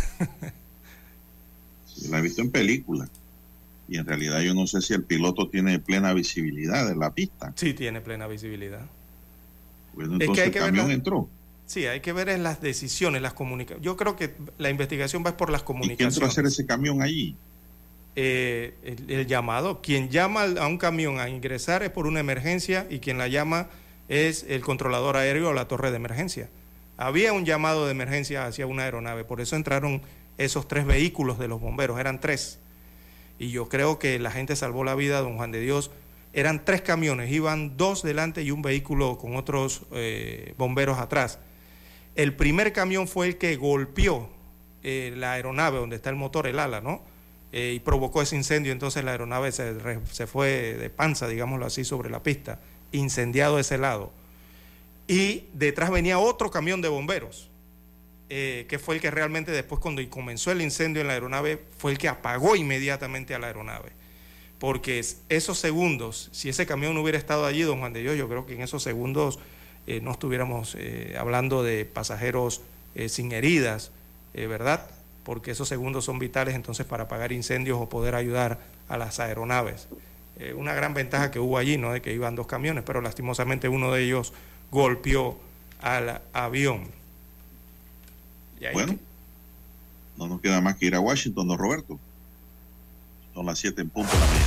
Sí, la he visto en película. Y en realidad yo no sé si el piloto tiene plena visibilidad de la pista. Sí, tiene plena visibilidad. Bueno, entonces el camión entró. Sí, hay que ver en las decisiones, las comunicaciones. Yo creo que la investigación va por las comunicaciones. ¿Y quién entró a hacer ese camión allí? El llamado. Quien llama a un camión a ingresar es por una emergencia y quien la llama es el controlador aéreo o la torre de emergencia. Había un llamado de emergencia hacia una aeronave, por eso entraron esos 3 vehículos de los bomberos, eran 3. Y yo creo que la gente salvó la vida, don Juan de Dios. Eran 3 camiones, iban 2 delante y un vehículo con otros bomberos atrás. El primer camión fue el que golpeó la aeronave donde está el motor, el ala, ¿no? Y provocó ese incendio, entonces la aeronave se fue de panza, digámoslo así, sobre la pista, incendiado ese lado. Y detrás venía otro camión de bomberos, que fue el que realmente después, cuando comenzó el incendio en la aeronave, fue el que apagó inmediatamente a la aeronave. Porque esos segundos, si ese camión no hubiera estado allí, don Juan de Dios, yo creo que en esos segundos no estuviéramos hablando de pasajeros sin heridas, ¿verdad? Porque esos segundos son vitales entonces para apagar incendios o poder ayudar a las aeronaves. Una gran ventaja que hubo allí, ¿no? De que iban 2 camiones, pero lastimosamente uno de ellos golpeó al avión. Bueno, no nos queda más que ir a Washington, don Roberto. Son las 7 en punto de la mañana.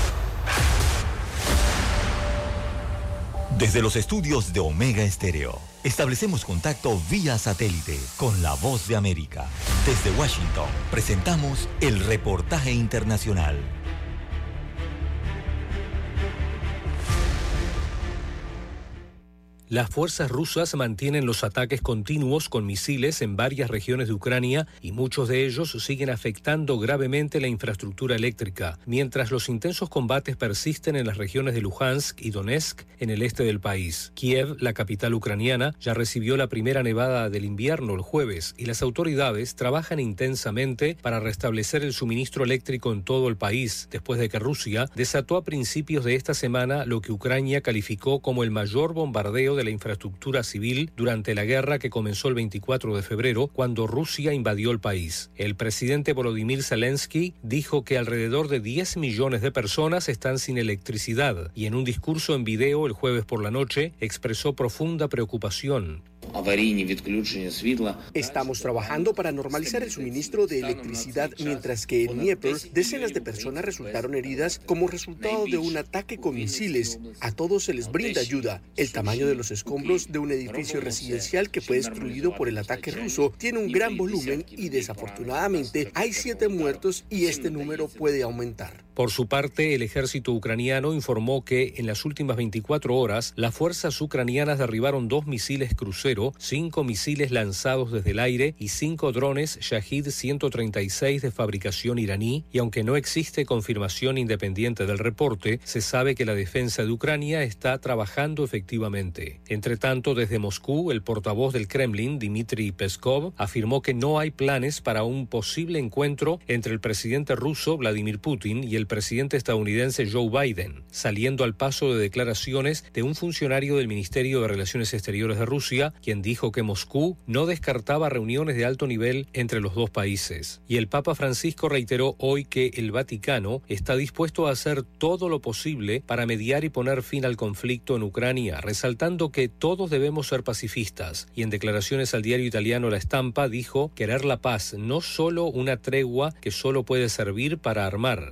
Desde los estudios de Omega Estéreo, establecemos contacto vía satélite con la Voz de América. Desde Washington, presentamos el reportaje internacional. Las fuerzas rusas mantienen los ataques continuos con misiles en varias regiones de Ucrania y muchos de ellos siguen afectando gravemente la infraestructura eléctrica, mientras los intensos combates persisten en las regiones de Luhansk y Donetsk en el este del país. Kiev, la capital ucraniana, ya recibió la primera nevada del invierno el jueves y las autoridades trabajan intensamente para restablecer el suministro eléctrico en todo el país, después de que Rusia desató a principios de esta semana lo que Ucrania calificó como el mayor bombardeo de la infraestructura civil durante la guerra que comenzó el 24 de febrero, cuando Rusia invadió el país. El presidente Volodymyr Zelensky dijo que alrededor de 10 millones de personas están sin electricidad y en un discurso en video el jueves por la noche expresó profunda preocupación. Estamos trabajando para normalizar el suministro de electricidad, mientras que en Dnieper decenas de personas resultaron heridas como resultado de un ataque con misiles. A todos se les brinda ayuda. El tamaño de los escombros de un edificio residencial que fue destruido por el ataque ruso tiene un gran volumen y desafortunadamente hay 7 muertos y este número puede aumentar. Por su parte, el ejército ucraniano informó que en las últimas 24 horas las fuerzas ucranianas derribaron 2 misiles crucero, 5 misiles lanzados desde el aire y 5 drones Shahid 136 de fabricación iraní, y aunque no existe confirmación independiente del reporte, se sabe que la defensa de Ucrania está trabajando efectivamente. Entre tanto, desde Moscú, el portavoz del Kremlin, Dmitry Peskov, afirmó que no hay planes para un posible encuentro entre el presidente ruso Vladimir Putin y el presidente estadounidense Joe Biden, saliendo al paso de declaraciones de un funcionario del Ministerio de Relaciones Exteriores de Rusia, quien dijo que Moscú no descartaba reuniones de alto nivel entre los dos países. Y el Papa Francisco reiteró hoy que el Vaticano está dispuesto a hacer todo lo posible para mediar y poner fin al conflicto en Ucrania, resaltando que todos debemos ser pacifistas. Y en declaraciones al diario italiano La Stampa dijo querer la paz, no solo una tregua que solo puede servir para armar. La paz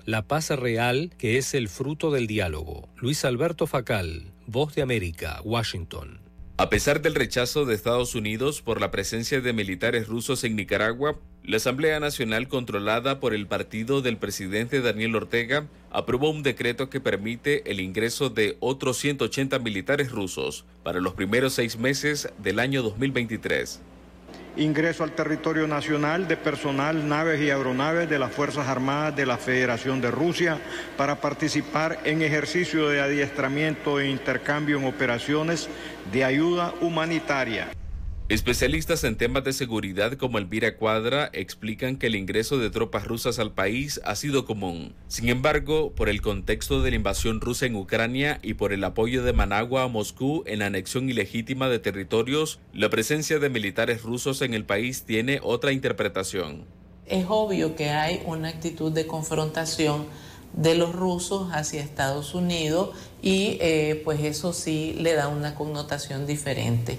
paz real que es el fruto del diálogo. Luis Alberto Facal, Voz de América, Washington. A pesar del rechazo de Estados Unidos por la presencia de militares rusos en Nicaragua, la Asamblea Nacional, controlada por el partido del presidente Daniel Ortega, aprobó un decreto que permite el ingreso de otros 180 militares rusos para los primeros 6 meses del año 2023. Ingreso al territorio nacional de personal, naves y aeronaves de las Fuerzas Armadas de la Federación de Rusia para participar en ejercicio de adiestramiento e intercambio en operaciones de ayuda humanitaria. Especialistas en temas de seguridad como Elvira Cuadra explican que el ingreso de tropas rusas al país ha sido común. Sin embargo, por el contexto de la invasión rusa en Ucrania y por el apoyo de Managua a Moscú en la anexión ilegítima de territorios, la presencia de militares rusos en el país tiene otra interpretación. Es obvio que hay una actitud de confrontación de los rusos hacia Estados Unidos y pues eso sí le da una connotación diferente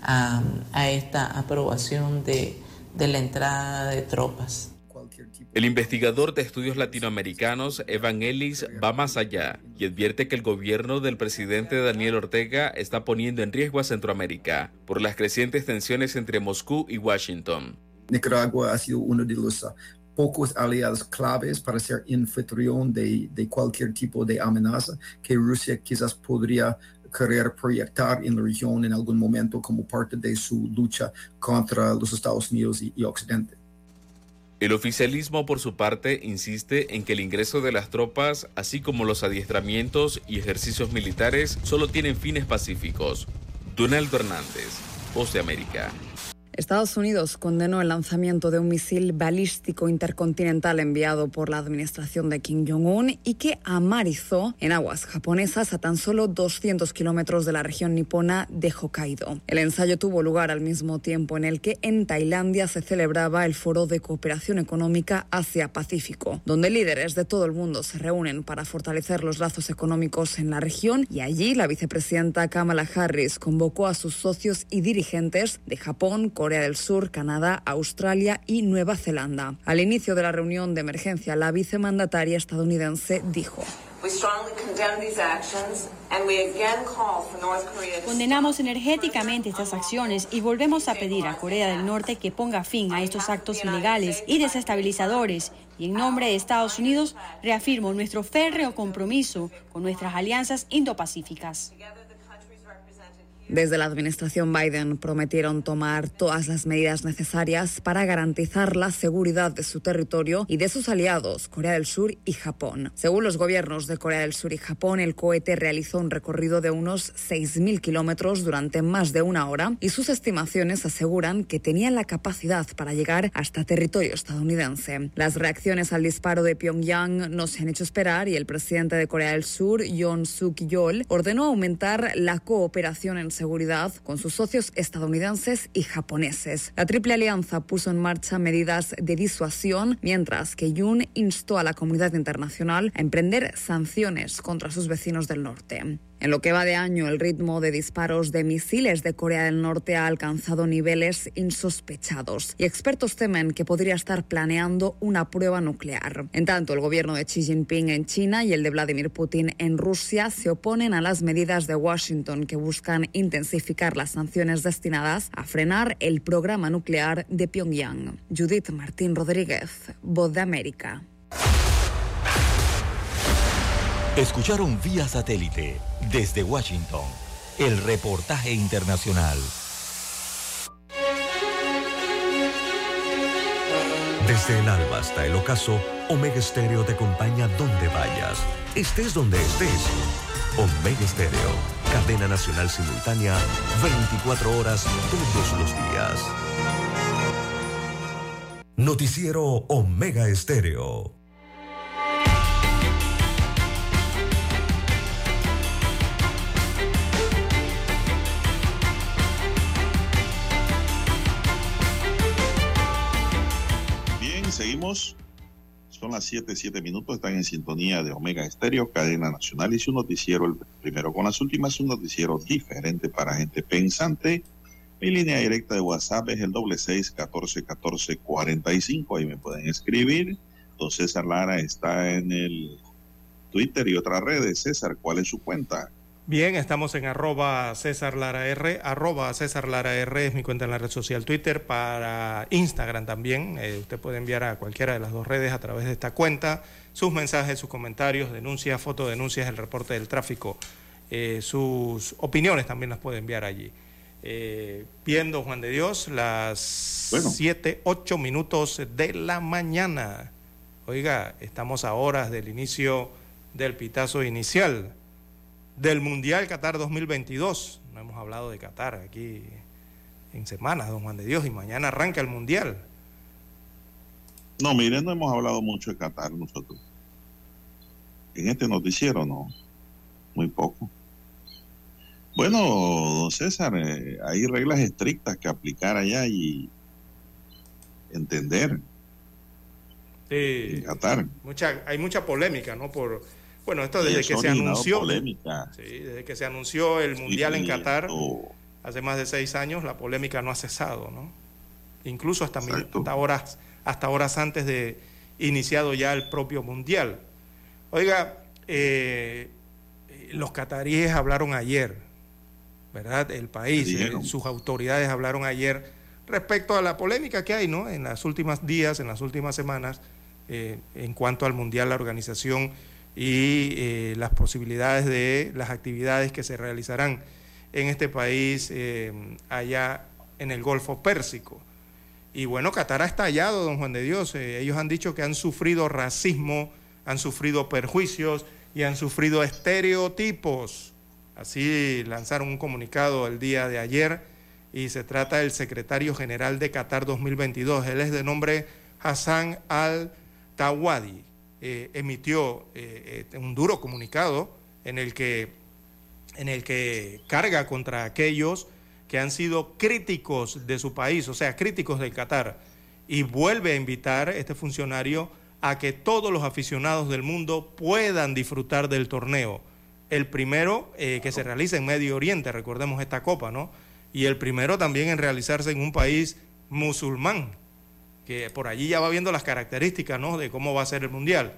a esta aprobación de la entrada de tropas. El investigador de estudios latinoamericanos Evan Ellis va más allá y advierte que el gobierno del presidente Daniel Ortega está poniendo en riesgo a Centroamérica por las crecientes tensiones entre Moscú y Washington. Nicaragua ha sido uno de los pocos aliados claves para ser anfitrión de cualquier tipo de amenaza que Rusia quizás podría querer proyectar en la región en algún momento como parte de su lucha contra los Estados Unidos y Occidente. El oficialismo, por su parte, insiste en que el ingreso de las tropas, así como los adiestramientos y ejercicios militares, solo tienen fines pacíficos. Donaldo Hernández, Voz de América. Estados Unidos condenó el lanzamiento de un misil balístico intercontinental enviado por la administración de Kim Jong-un y que amarizó en aguas japonesas a tan solo 200 kilómetros de la región nipona de Hokkaido. El ensayo tuvo lugar al mismo tiempo en el que en Tailandia se celebraba el Foro de Cooperación Económica Asia-Pacífico, donde líderes de todo el mundo se reúnen para fortalecer los lazos económicos en la región, y allí la vicepresidenta Kamala Harris convocó a sus socios y dirigentes de Japón, Corea del Sur, Canadá, Australia y Nueva Zelanda. Al inicio de la reunión de emergencia, la vicemandataria estadounidense dijo: Condenamos energéticamente estas acciones y volvemos a pedir a Corea del Norte que ponga fin a estos actos ilegales y desestabilizadores. Y en nombre de Estados Unidos, reafirmo nuestro férreo compromiso con nuestras alianzas indopacíficas. Desde la administración Biden prometieron tomar todas las medidas necesarias para garantizar la seguridad de su territorio y de sus aliados, Corea del Sur y Japón. Según los gobiernos de Corea del Sur y Japón, el cohete realizó un recorrido de unos 6.000 kilómetros durante más de una hora y sus estimaciones aseguran que tenían la capacidad para llegar hasta territorio estadounidense. Las reacciones al disparo de Pyongyang no se han hecho esperar y el presidente de Corea del Sur, Yoon Suk-yeol, ordenó aumentar la cooperación en seguridad con sus socios estadounidenses y japoneses. La Triple Alianza puso en marcha medidas de disuasión, mientras que Yoon instó a la comunidad internacional a emprender sanciones contra sus vecinos del norte. En lo que va de año, el ritmo de disparos de misiles de Corea del Norte ha alcanzado niveles insospechados y expertos temen que podría estar planeando una prueba nuclear. En tanto, el gobierno de Xi Jinping en China y el de Vladimir Putin en Rusia se oponen a las medidas de Washington que buscan intensificar las sanciones destinadas a frenar el programa nuclear de Pyongyang. Judith Martín Rodríguez, Voz de América. Escucharon vía satélite desde Washington el reportaje internacional. Desde el alba hasta el ocaso, Omega Estéreo te acompaña donde vayas, estés donde estés. Omega Estéreo, cadena nacional simultánea, 24 horas todos los días. Noticiero Omega Estéreo. Seguimos, son las 7:07 minutos, están en sintonía de Omega Estéreo, cadena nacional, y su noticiero, el primero con las últimas, un noticiero diferente para gente pensante. Mi línea directa de WhatsApp es el 66141445, ahí me pueden escribir. Don César Lara está en el Twitter y otras redes. César, ¿cuál es su cuenta? Bien, estamos en @CésarLaraR, @CésarLaraR es mi cuenta en la red social Twitter, para Instagram también. Usted puede enviar a cualquiera de las dos redes a través de esta cuenta sus mensajes, sus comentarios, denuncias, fotodenuncias, el reporte del tráfico, sus opiniones también las puede enviar allí. Viendo Juan de Dios, las 7:08 minutos de la mañana. Oiga, estamos a horas del inicio del pitazo inicial del Mundial Qatar 2022. No hemos hablado de Qatar aquí en semanas, don Juan de Dios, y mañana arranca el Mundial. No, miren, no hemos hablado mucho de Qatar nosotros. En este noticiero, no. Muy poco. Bueno, don César, hay reglas estrictas que aplicar allá y entender. En Qatar. Hay mucha polémica, ¿no? Bueno, esto desde que se anunció. Desde que se anunció el Mundial en Qatar hace más de 6 años, la polémica no ha cesado, ¿no? Incluso hasta horas antes de iniciado ya el propio Mundial. Oiga, los cataríes hablaron ayer, ¿verdad? El país, sus autoridades hablaron ayer respecto a la polémica que hay, ¿no? En los últimos días, en las últimas semanas, en cuanto al Mundial, la organización y las posibilidades de las actividades que se realizarán en este país, allá en el Golfo Pérsico. Y bueno, Qatar ha estallado, don Juan de Dios. Ellos han dicho que han sufrido racismo, han sufrido perjuicios y han sufrido estereotipos. Así lanzaron un comunicado el día de ayer, y se trata del secretario general de Qatar 2022. Él es de nombre Hassan Al-Tawadi. Emitió un duro comunicado en el que carga contra aquellos que han sido críticos de su país, o sea, críticos del Qatar, y vuelve a invitar este funcionario a que todos los aficionados del mundo puedan disfrutar del torneo. El primero que se realiza en Medio Oriente, recordemos esta copa, ¿no? Y el primero también en realizarse en un país musulmán, que por allí ya va viendo las características, ¿no?, de cómo va a ser el Mundial.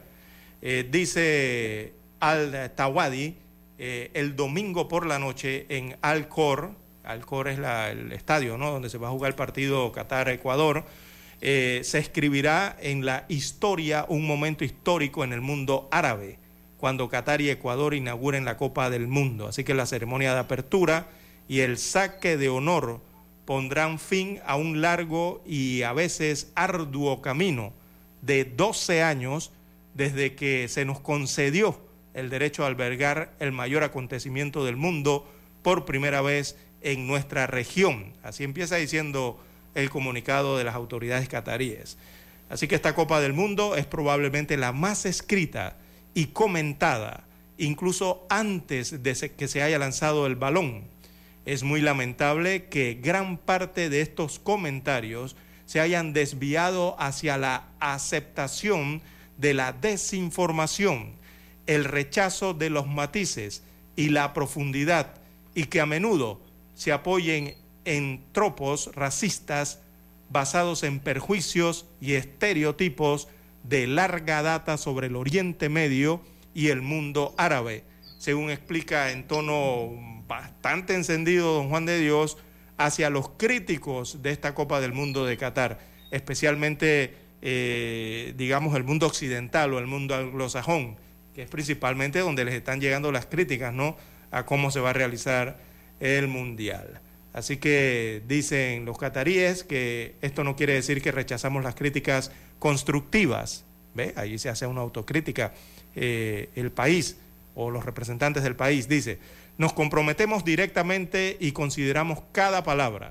Dice Al-Tawadi, el domingo por la noche en Al-Khor es el estadio, ¿no?, donde se va a jugar el partido Qatar-Ecuador, se escribirá en la historia un momento histórico en el mundo árabe, cuando Qatar y Ecuador inauguren la Copa del Mundo. Así que la ceremonia de apertura y el saque de honor pondrán fin a un largo y a veces arduo camino de 12 años desde que se nos concedió el derecho a albergar el mayor acontecimiento del mundo por primera vez en nuestra región. Así empieza diciendo el comunicado de las autoridades cataríes. Así que esta Copa del Mundo es probablemente la más escrita y comentada, incluso antes de que se haya lanzado el balón. Es muy lamentable que gran parte de estos comentarios se hayan desviado hacia la aceptación de la desinformación, el rechazo de los matices y la profundidad, y que a menudo se apoyen en tropos racistas basados en perjuicios y estereotipos de larga data sobre el Oriente Medio y el mundo árabe, según explica en tono bastante encendido don Juan de Dios hacia los críticos de esta Copa del Mundo de Qatar, especialmente, digamos, el mundo occidental o el mundo anglosajón, que es principalmente donde les están llegando las críticas, ¿no?, a cómo se va a realizar el Mundial. Así que dicen los cataríes que esto no quiere decir que rechazamos las críticas constructivas. ¿Ve? Ahí se hace una autocrítica. El país o los representantes del país dice: nos comprometemos directamente y consideramos cada palabra.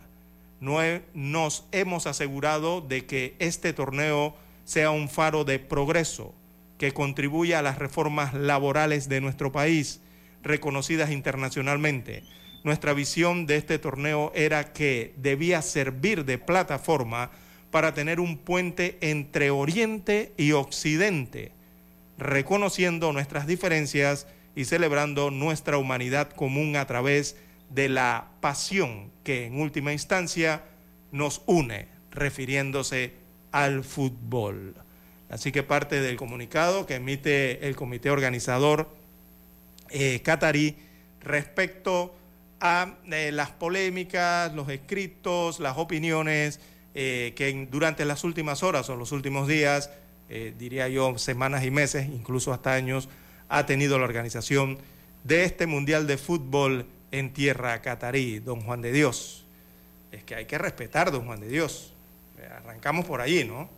Nos hemos asegurado de que este torneo sea un faro de progreso que contribuya a las reformas laborales de nuestro país, reconocidas internacionalmente. Nuestra visión de este torneo era que debía servir de plataforma para tener un puente entre Oriente y Occidente, reconociendo nuestras diferencias y celebrando nuestra humanidad común a través de la pasión que en última instancia nos une, refiriéndose al fútbol. Así que parte del comunicado que emite el comité organizador catarí respecto a las polémicas, los escritos, las opiniones que durante las últimas horas o los últimos días, diría yo semanas y meses, incluso hasta años, ha tenido la organización de este Mundial de Fútbol en tierra catarí. Don Juan de Dios, es que hay que respetar, don Juan de Dios. Arrancamos por allí, ¿no?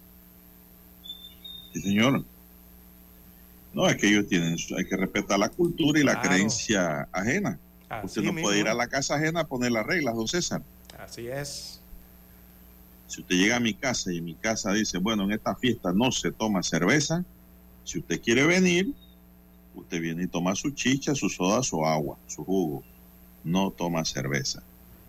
Sí, señor. No, es que ellos hay que respetar la cultura y la creencia ajena. Así usted no mismo puede ir a la casa ajena a poner las reglas, don César. Así es. Si usted llega a mi casa y en mi casa dice, bueno, en esta fiesta no se toma cerveza, si usted quiere venir, usted viene y toma su chicha, su soda, su agua, su jugo. No toma cerveza.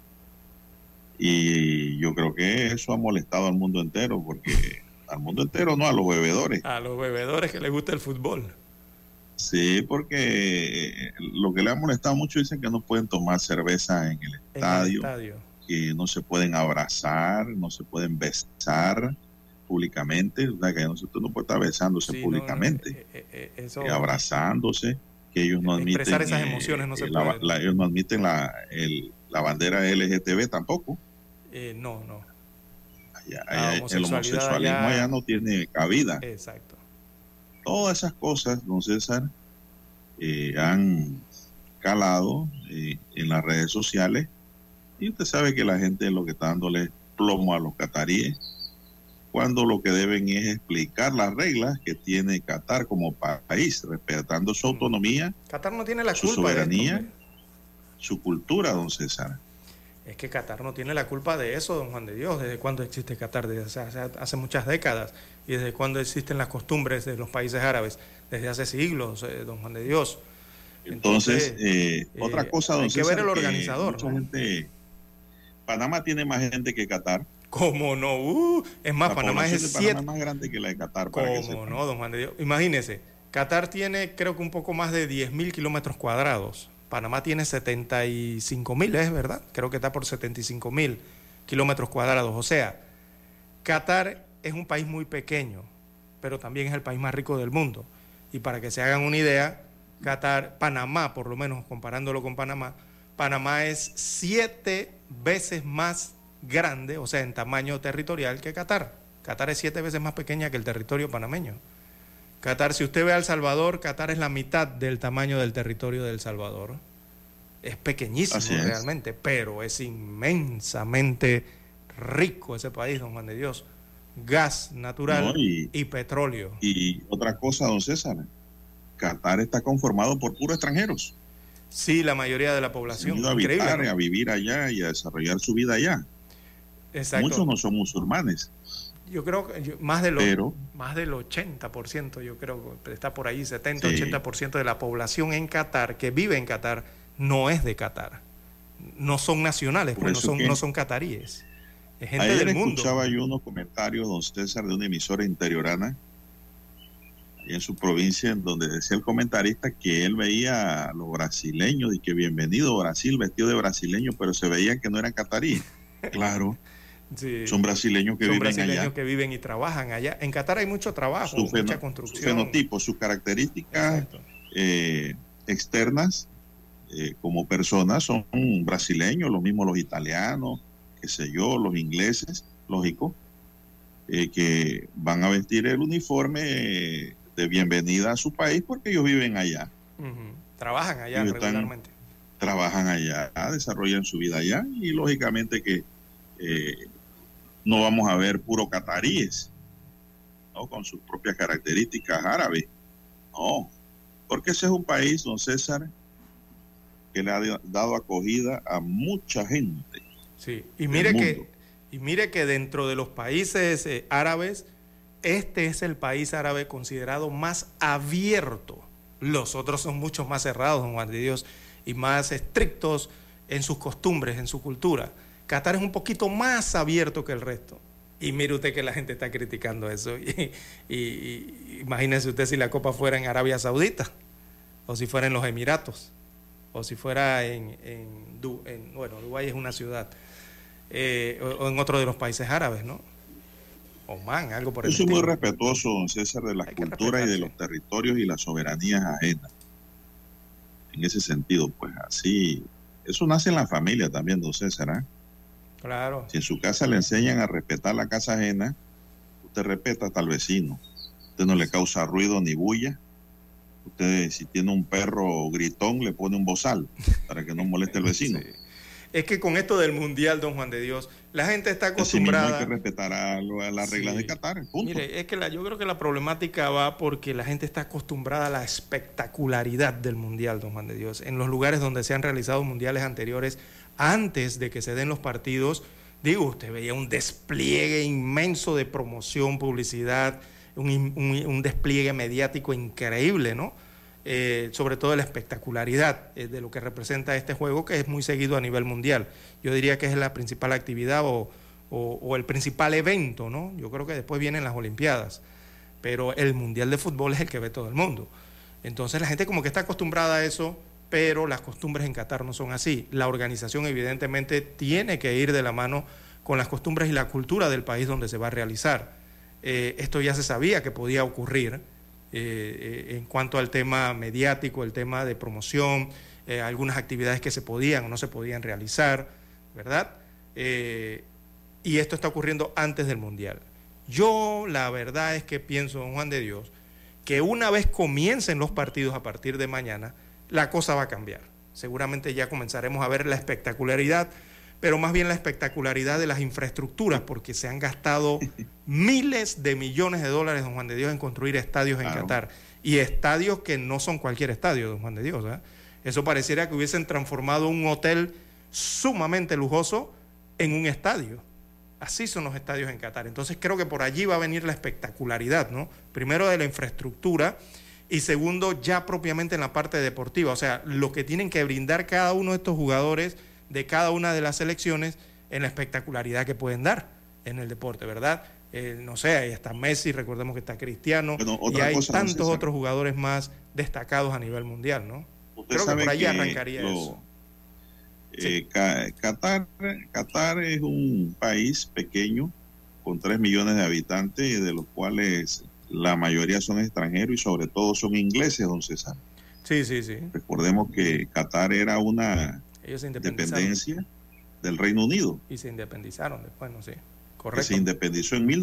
Y yo creo que eso ha molestado al mundo entero, porque al mundo entero, no a los bebedores. A los bebedores que les gusta el fútbol. Sí, porque lo que le ha molestado mucho, dicen que no pueden tomar cerveza en el estadio, que no se pueden abrazar, no se pueden besar públicamente, o sea, que usted no puede estar besándose públicamente, abrazándose, que ellos no admiten expresar esas emociones, no se puede. Ellos no admiten la bandera LGTB tampoco. No. El homosexualismo allá no tiene cabida. Exacto. Todas esas cosas, don César, han calado en las redes sociales, y usted sabe que la gente lo que está dándole plomo a los cataríes, cuando lo que deben es explicar las reglas que tiene Qatar como país, respetando su autonomía, Qatar no tiene la su culpa soberanía, de esto, su cultura, don César. Es que Qatar no tiene la culpa de eso, don Juan de Dios. ¿Desde cuándo existe Qatar? Desde hace muchas décadas. ¿Y desde cuándo existen las costumbres de los países árabes? Desde hace siglos, don Juan de Dios. Entonces otra cosa, don César, hay que ver el organizador. Mucha gente, Panamá tiene más gente que Qatar. ¿Cómo no? Es más, Panamá es más grande que la de Qatar. ¿Cómo no, don Juan de Dios? Imagínese, Qatar tiene creo que un poco más de 10.000 kilómetros cuadrados. Panamá tiene 75.000, ¿es verdad? Creo que está por 75.000 kilómetros cuadrados. O sea, Qatar es un país muy pequeño, pero también es el país más rico del mundo. Y para que se hagan una idea, Panamá, por lo menos comparándolo con Panamá es 7 veces más grande, o sea, en tamaño territorial, que Qatar. Qatar es 7 veces más pequeña que el territorio panameño. Qatar, si usted ve a El Salvador, Qatar es la mitad del tamaño del territorio de El Salvador. Es pequeñísimo realmente, pero es inmensamente rico ese país, don Juan de Dios. Gas natural y petróleo. Y otra cosa, don César, Qatar está conformado por puros extranjeros. Sí, la mayoría de la población. Han ido a vivir allá y a desarrollar su vida allá. Exacto. Muchos no son musulmanes. Yo creo que más del 80%, yo creo que está por ahí, 70-80% de la población en Qatar, que vive en Qatar, no es de Qatar. No son nacionales, pues no son cataríes. Es gente del mundo. Escuchaba yo unos comentarios, don César, de una emisora interiorana en su provincia, en donde decía el comentarista que él veía a los brasileños y que bienvenido Brasil, vestido de brasileño, pero se veía que no eran cataríes. Claro. Sí, son brasileños que viven allá. Que viven y trabajan allá. En Qatar hay mucho trabajo, mucha construcción. Su fenotipo, sus características externas como personas son brasileños, los mismos los italianos, qué sé yo, los ingleses, lógico, que van a vestir el uniforme de bienvenida a su país porque ellos viven allá. Trabajan allá regularmente. Trabajan allá, desarrollan su vida allá y lógicamente que no vamos a ver puro cataríes, ¿no? Con sus propias características árabes. No, porque ese es un país, don César, que le ha dado acogida a mucha gente. Sí, y mire que dentro de los países árabes, este es el país árabe considerado más abierto. Los otros son mucho más cerrados, don Juan de Dios, y más estrictos en sus costumbres, en su cultura. Qatar es un poquito más abierto que el resto. Y mire usted que la gente está criticando eso. Y imagínese usted si la Copa fuera en Arabia Saudita, o si fuera en los Emiratos, o si fuera Dubái es una ciudad, o en otro de los países árabes, ¿no? Omán, algo por el estilo. estilo. Yo soy muy respetuoso, don César, de las culturas y de los territorios y las soberanías ajenas. En ese sentido, pues así, eso nace en la familia también, don César, ¿eh? Claro. Si en su casa le enseñan a respetar la casa ajena, usted respeta hasta al vecino. Usted no le causa ruido ni bulla. Usted, si tiene un perro gritón, le pone un bozal para que no moleste al vecino. Sí. Es que con esto del Mundial, don Juan de Dios, la gente está acostumbrada... Hay que respetar las reglas de Qatar, punto. Mire, es que yo creo que la problemática va porque la gente está acostumbrada a la espectacularidad del Mundial, don Juan de Dios. En los lugares donde se han realizado mundiales anteriores, antes de que se den los partidos, digo, usted veía un despliegue inmenso de promoción, publicidad, un despliegue mediático increíble, ¿no? Sobre todo la espectacularidad de lo que representa este juego, que es muy seguido a nivel mundial. Yo diría que es la principal actividad o el principal evento, ¿no? Yo creo que después vienen las Olimpiadas, pero el Mundial de Fútbol es el que ve todo el mundo. Entonces la gente como que está acostumbrada a eso, pero las costumbres en Qatar no son así. La organización evidentemente tiene que ir de la mano con las costumbres y la cultura del país donde se va a realizar. Esto ya se sabía que podía ocurrir. En cuanto al tema mediático, el tema de promoción, algunas actividades que se podían o no se podían realizar, ¿verdad? Y esto está ocurriendo antes del Mundial. Yo la verdad es que pienso, don Juan de Dios, que una vez comiencen los partidos a partir de mañana, la cosa va a cambiar. Seguramente ya comenzaremos a ver la espectacularidad, pero más bien la espectacularidad de las infraestructuras, porque se han gastado miles de millones de dólares, don Juan de Dios, en construir estadios en Qatar. Y estadios que no son cualquier estadio, don Juan de Dios, ¿eh? Eso pareciera que hubiesen transformado un hotel sumamente lujoso en un estadio. Así son los estadios en Qatar. Entonces creo que por allí va a venir la espectacularidad, ¿no? Primero de la infraestructura y segundo ya propiamente en la parte deportiva. O sea, lo que tienen que brindar cada uno de estos jugadores de cada una de las selecciones en la espectacularidad que pueden dar en el deporte, ¿verdad? No sé, ahí está Messi, recordemos que está Cristiano, y hay tantos otros jugadores más destacados a nivel mundial, ¿no? Creo que por ahí arrancaría eso. Qatar es un país pequeño con 3 millones de habitantes, de los cuales la mayoría son extranjeros y sobre todo son ingleses, don César. Sí, sí, sí. Recordemos que Qatar era una dependencia del Reino Unido. Y se independizaron después, no sé. Correcto. Que se independizó en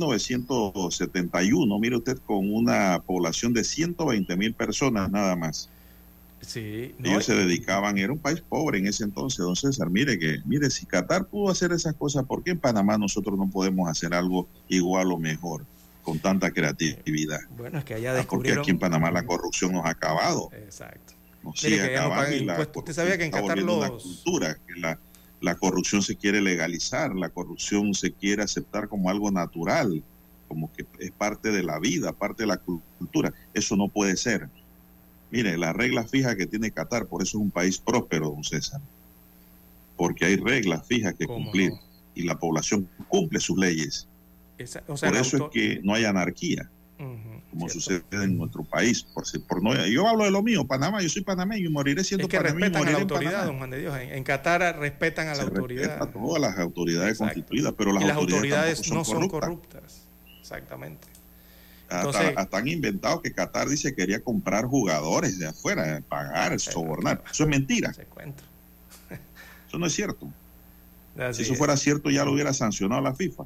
1971, mire usted, con una población de 120,000 personas nada más. Sí, ellos se dedicaban, era un país pobre en ese entonces, don César. Mire, si Qatar pudo hacer esas cosas, ¿por qué en Panamá nosotros no podemos hacer algo igual o mejor, con tanta creatividad? Bueno, es que allá descubrieron... Porque aquí en Panamá la corrupción nos ha acabado. Exacto. Nos sigue acabando y usted sabía que en Qatar una cultura, que la corrupción se quiere legalizar, la corrupción se quiere aceptar como algo natural, como que es parte de la vida, parte de la cultura. Eso no puede ser. Mire, las reglas fijas que tiene Qatar, por eso es un país próspero, don César, porque hay reglas fijas que cumplir y la población cumple sus leyes. Por eso es que no hay anarquía, como sucede en nuestro país. Yo hablo de lo mío, Panamá, yo soy panameño y moriré siendo panameño. Es que respetan a la autoridad, don Juan de Dios. En Qatar respetan a la autoridad. A todas las autoridades constituidas, pero las autoridades no son corruptas. Exactamente. Hasta han inventado que Qatar dice que quería comprar jugadores de afuera, pagar, sobornar. Eso es mentira. Eso no es cierto. Si eso fuera cierto, ya lo hubiera sancionado la FIFA.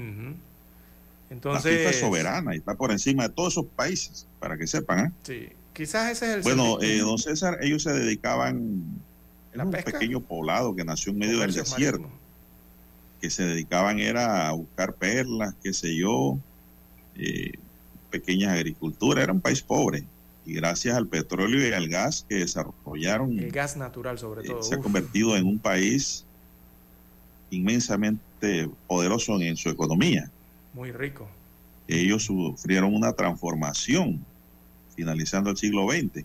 Entonces, la FIFA es soberana y está por encima de todos esos países, para que sepan. Sí, quizás ese es el... Bueno, don César, ellos se dedicaban a un pequeño poblado que nació en medio del desierto, que se dedicaban era a buscar perlas, qué sé yo, pequeñas agriculturas. Era un país pobre y gracias al petróleo y al gas que desarrollaron, el gas natural sobre todo, se ha convertido en un país inmensamente poderoso en su economía. Muy rico. Ellos sufrieron una transformación finalizando el siglo XX.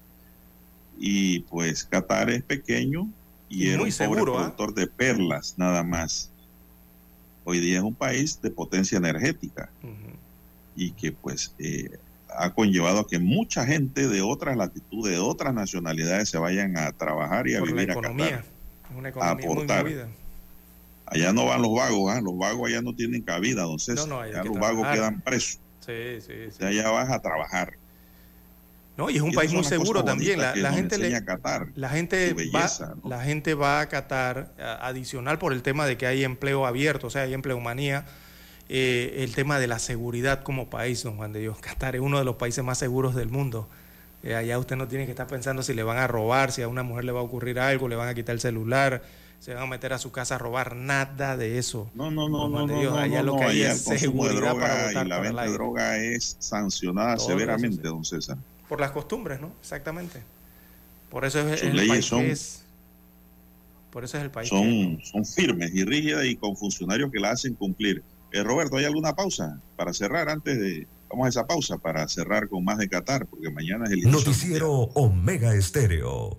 Y pues Qatar es pequeño y era un pobre productor de perlas nada más. Hoy día es un país de potencia energética y que pues ha conllevado a que mucha gente de otras latitudes, de otras nacionalidades se vayan a trabajar y a vivir a Qatar, una economía muy movida, Allá no van los vagos, los vagos allá no tienen cabida, don César. No, allá los vagos quedan presos. Sí. Allá vas a trabajar. No, y es un país muy seguro también. La gente belleza, ¿no? La gente va a Qatar adicional por el tema de que hay empleo abierto, o sea, hay empleomanía. El tema de la seguridad como país, don Juan de Dios. Qatar es uno de los países más seguros del mundo. Allá usted no tiene que estar pensando si le van a robar, si a una mujer le va a ocurrir algo, le van a quitar el celular, se van a meter a su casa a robar, nada de eso. No. Allá lo que hay es seguridad para votar y la venta de droga es sancionada severamente, don César. Por las costumbres, ¿no? Exactamente. Por eso es el país que es. Por eso es el país. Son firmes y rígidas y con funcionarios que la hacen cumplir. Roberto, ¿hay alguna pausa para cerrar vamos a esa pausa para cerrar con más de Qatar, porque mañana es el Noticiero Omega Estéreo.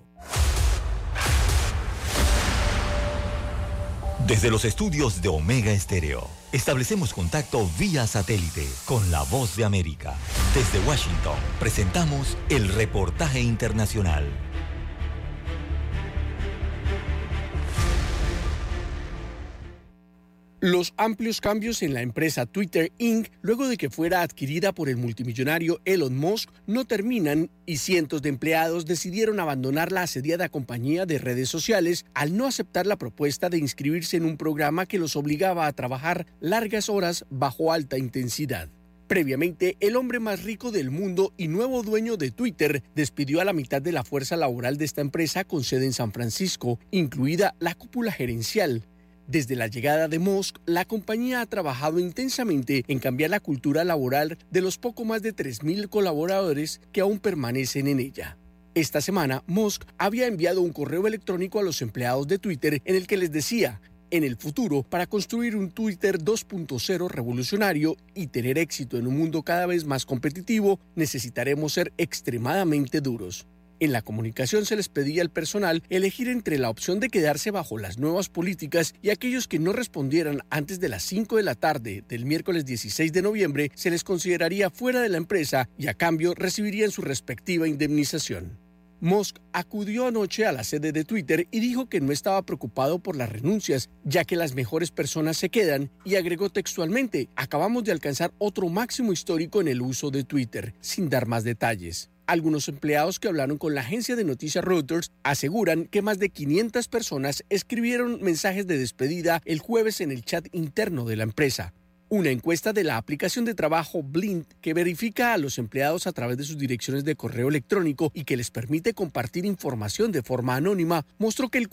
Desde los estudios de Omega Estéreo, establecemos contacto vía satélite con la Voz de América. Desde Washington, presentamos el reportaje internacional. Los amplios cambios en la empresa Twitter Inc., luego de que fuera adquirida por el multimillonario Elon Musk, no terminan y cientos de empleados decidieron abandonar la asediada compañía de redes sociales al no aceptar la propuesta de inscribirse en un programa que los obligaba a trabajar largas horas bajo alta intensidad. Previamente, el hombre más rico del mundo y nuevo dueño de Twitter despidió a la mitad de la fuerza laboral de esta empresa con sede en San Francisco, incluida la cúpula gerencial. Desde la llegada de Musk, la compañía ha trabajado intensamente en cambiar la cultura laboral de los poco más de 3,000 colaboradores que aún permanecen en ella. Esta semana, Musk había enviado un correo electrónico a los empleados de Twitter en el que les decía: en el futuro, para construir un Twitter 2.0 revolucionario y tener éxito en un mundo cada vez más competitivo, necesitaremos ser extremadamente duros. En la comunicación se les pedía al personal elegir entre la opción de quedarse bajo las nuevas políticas y aquellos que no respondieran antes de las 5 de la tarde del miércoles 16 de noviembre se les consideraría fuera de la empresa y a cambio recibirían su respectiva indemnización. Musk acudió anoche a la sede de Twitter y dijo que no estaba preocupado por las renuncias, ya que las mejores personas se quedan, y agregó textualmente: acabamos de alcanzar otro máximo histórico en el uso de Twitter, sin dar más detalles. Algunos empleados que hablaron con la agencia de noticias Reuters aseguran que más de 500 personas escribieron mensajes de despedida el jueves en el chat interno de la empresa. Una encuesta de la aplicación de trabajo Blind, que verifica a los empleados a través de sus direcciones de correo electrónico y que les permite compartir información de forma anónima, mostró que el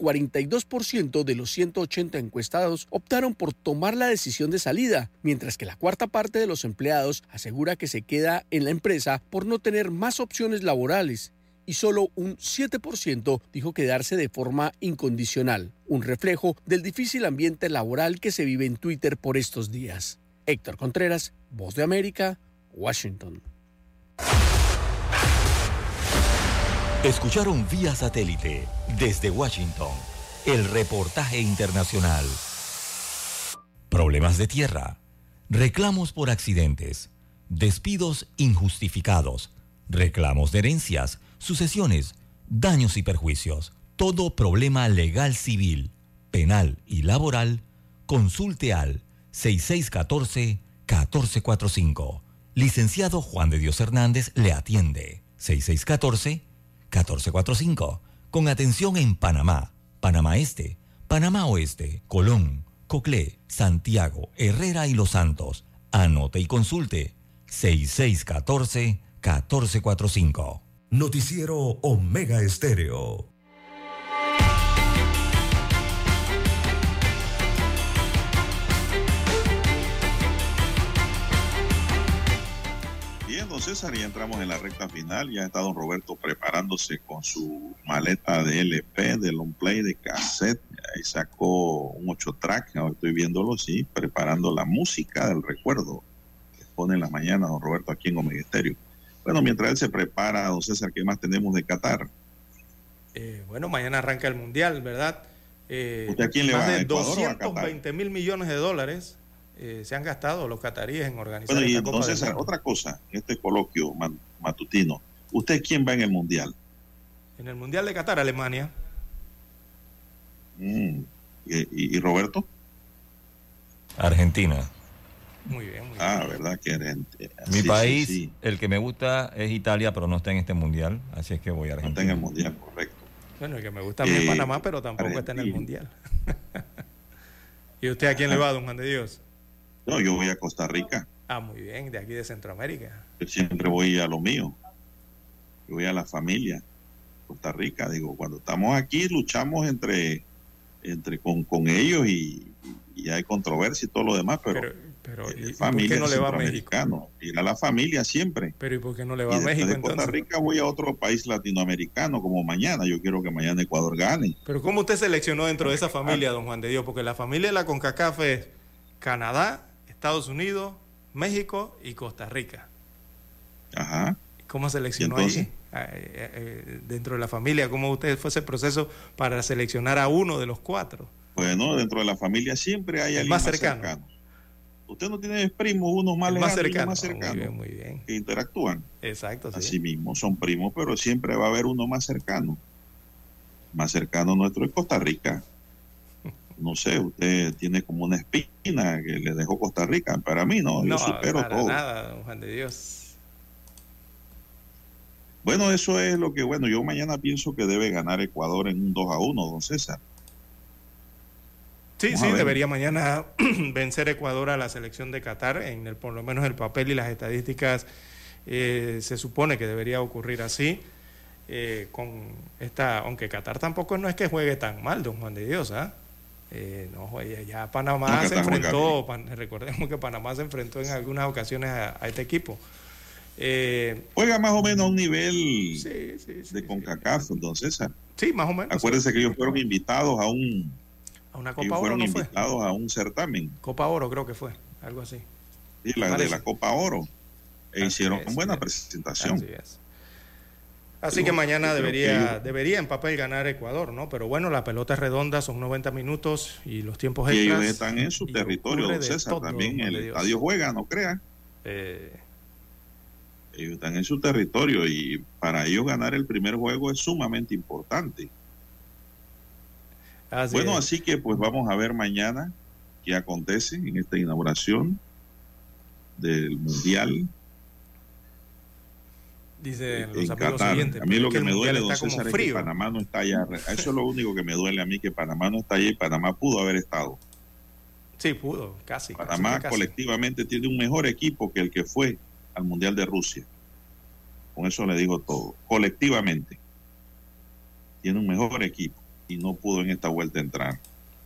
42% de los 180 encuestados optaron por tomar la decisión de salida, mientras que la cuarta parte de los empleados asegura que se queda en la empresa por no tener más opciones laborales. Y solo un 7% dijo quedarse de forma incondicional, un reflejo del difícil ambiente laboral que se vive en Twitter por estos días. Héctor Contreras, Voz de América, Washington. Escucharon vía satélite desde Washington el reportaje internacional. Problemas de tierra, reclamos por accidentes, despidos injustificados, reclamos de herencias, sucesiones, daños y perjuicios. Todo problema legal civil, penal y laboral, consulte al 6614-1445. Licenciado Juan de Dios Hernández le atiende. 6614-1445. Con atención en Panamá, Panamá Este, Panamá Oeste, Colón, Coclé, Santiago, Herrera y Los Santos. Anote y consulte. 6614-1445. Noticiero Omega Estéreo. Bien, don César, ya entramos en la recta final. Ya está don Roberto preparándose con su maleta de LP, de long play, de cassette. Ahí sacó un 8-track, ahora estoy viéndolo, sí, preparando la música del recuerdo que pone en las mañanas don Roberto aquí en Omega Estéreo. Bueno, mientras él se prepara, don César, ¿qué más tenemos de Qatar? Bueno, mañana arranca el Mundial, ¿verdad? ¿Usted a quién le va? Más de ¿A Ecuador o a Qatar? 220,000 millones de dólares se han gastado los cataríes en organizar esta Copa don César, otra cosa, en este coloquio matutino, ¿usted quién va en el Mundial? En el Mundial de Qatar, Alemania. ¿Y Roberto? Argentina. Muy bien, muy bien. Ah, verdad que Mi sí, país, sí, sí. el que me gusta es Italia, pero no está en este mundial, así es que voy a Argentina. No está en el mundial, correcto. Bueno, el que me gusta a mí es Panamá, pero tampoco está en el mundial. ¿Y usted a quién le va, don Juan de Dios? No, yo voy a Costa Rica. Ah, muy bien, de aquí de Centroamérica. Yo siempre voy a lo mío. Yo voy a la familia. Costa Rica, digo, cuando estamos aquí luchamos con ellos y hay controversia y todo lo demás, pero ¿y familia, por qué no le va a México? Ir a la familia siempre. Pero ¿y por qué no le va Y a México de entonces? Costa Rica voy a otro país latinoamericano como mañana. Yo quiero que mañana Ecuador gane. Pero ¿cómo usted seleccionó dentro de esa familia, don Juan de Dios? Porque la familia de la CONCACAF es Canadá, Estados Unidos, México y Costa Rica. Ajá. ¿Cómo seleccionó ahí? Dentro de la familia, ¿cómo usted fue ese proceso para seleccionar a uno de los 4? Bueno, dentro de la familia siempre hay alguien más cercano. Usted no tiene primos, unos más lejanos y unos más cercanos, muy bien. Que interactúan. Exacto, sí. Así mismo, son primos, pero siempre va a haber uno más cercano. Más cercano nuestro es Costa Rica. No sé, usted tiene como una espina que le dejó Costa Rica. Para mí no, yo supero para todo. Nada, don Juan de Dios. Bueno, eso es lo que, yo mañana pienso que debe ganar Ecuador en un 2-1, don César. Sí, debería mañana vencer Ecuador a la selección de Qatar, por lo menos el papel y las estadísticas se supone que debería ocurrir así, aunque Qatar tampoco no es que juegue tan mal, don Juan de Dios, ya Panamá se enfrentó, recordemos que Panamá se enfrentó en algunas ocasiones a este equipo. Juega más o menos a un nivel de CONCACAF, don César. Sí, más o menos. Acuérdense que ellos fueron invitados a una Copa Oro, ¿no fue? Invitados a un certamen. Copa Oro creo que fue, algo así. Sí, de la Copa Oro. Hicieron una buena presentación. Así que mañana debería en papel ganar Ecuador, ¿no? Pero bueno, la pelota es redonda, son 90 minutos y los tiempos extras. Y ellos están en su territorio, don César. También el estadio juega, no crean. Ellos están en su territorio y para ellos ganar el primer juego es sumamente importante. Así que pues vamos a ver mañana qué acontece en esta inauguración del Mundial. Dice los en Qatar. Siguientes, a mí lo que me duele, don César, es que Panamá no está allá. Eso es lo único que me duele a mí, que Panamá no está allá y Panamá pudo haber estado. Sí, pudo, casi. Panamá colectivamente tiene un mejor equipo que el que fue al Mundial de Rusia. Con eso le digo todo. Colectivamente tiene un mejor equipo y no pudo en esta vuelta entrar.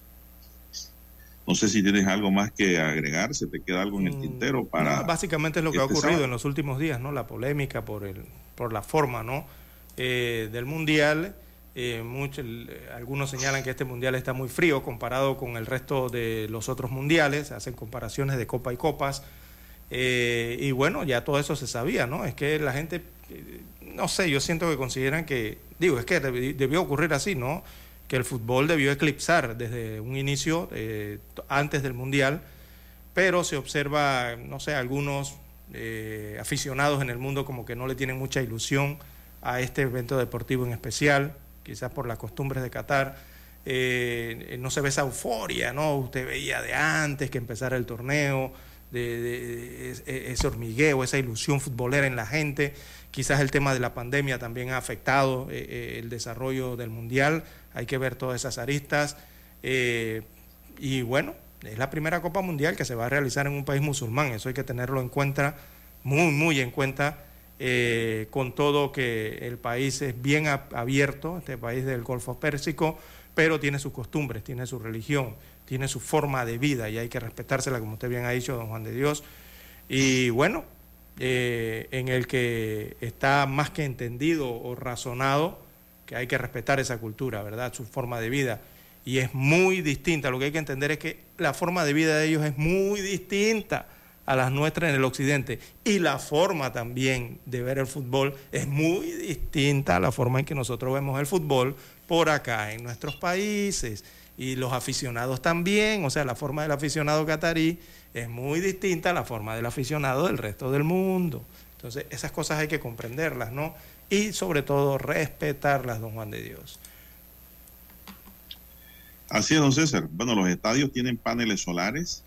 No sé si tienes algo más que agregar, se te queda algo en el tintero para... No, básicamente es lo que ha ocurrido en los últimos días, ¿no? La polémica por la forma, ¿no? Del Mundial. Algunos señalan que este Mundial está muy frío comparado con el resto de los otros mundiales, hacen comparaciones de copa y copas. Y bueno, ya todo eso se sabía, ¿no? Es que la gente, no sé, yo siento que consideran que, es que debió ocurrir así, ¿no? Que el fútbol debió eclipsar desde un inicio, antes del Mundial, pero se observa, no sé, algunos aficionados en el mundo como que no le tienen mucha ilusión a este evento deportivo en especial, quizás por las costumbres de Qatar. No se ve esa euforia, ¿no? Usted veía de antes que empezara el torneo, ese hormigueo, esa ilusión futbolera en la gente. Quizás el tema de la pandemia también ha afectado el desarrollo del Mundial. Hay que ver todas esas aristas. Y bueno, es la primera Copa Mundial que se va a realizar en un país musulmán. Eso hay que tenerlo en cuenta, muy, muy en cuenta, con todo que el país es bien abierto, este país del Golfo Pérsico, pero tiene sus costumbres, tiene su religión, tiene su forma de vida y hay que respetársela, como usted bien ha dicho, don Juan de Dios. Y bueno, en el que está más que entendido o razonado que hay que respetar esa cultura, ¿verdad? Su forma de vida. Y es muy distinta. Lo que hay que entender es que la forma de vida de ellos es muy distinta a las nuestras en el occidente. Y la forma también de ver el fútbol es muy distinta a la forma en que nosotros vemos el fútbol por acá en nuestros países. Y los aficionados también, o sea, la forma del aficionado catarí es muy distinta a la forma del aficionado del resto del mundo. Entonces, esas cosas hay que comprenderlas, ¿no? Y sobre todo respetarlas, don Juan de Dios. Así es, don César. Bueno, los estadios tienen paneles solares,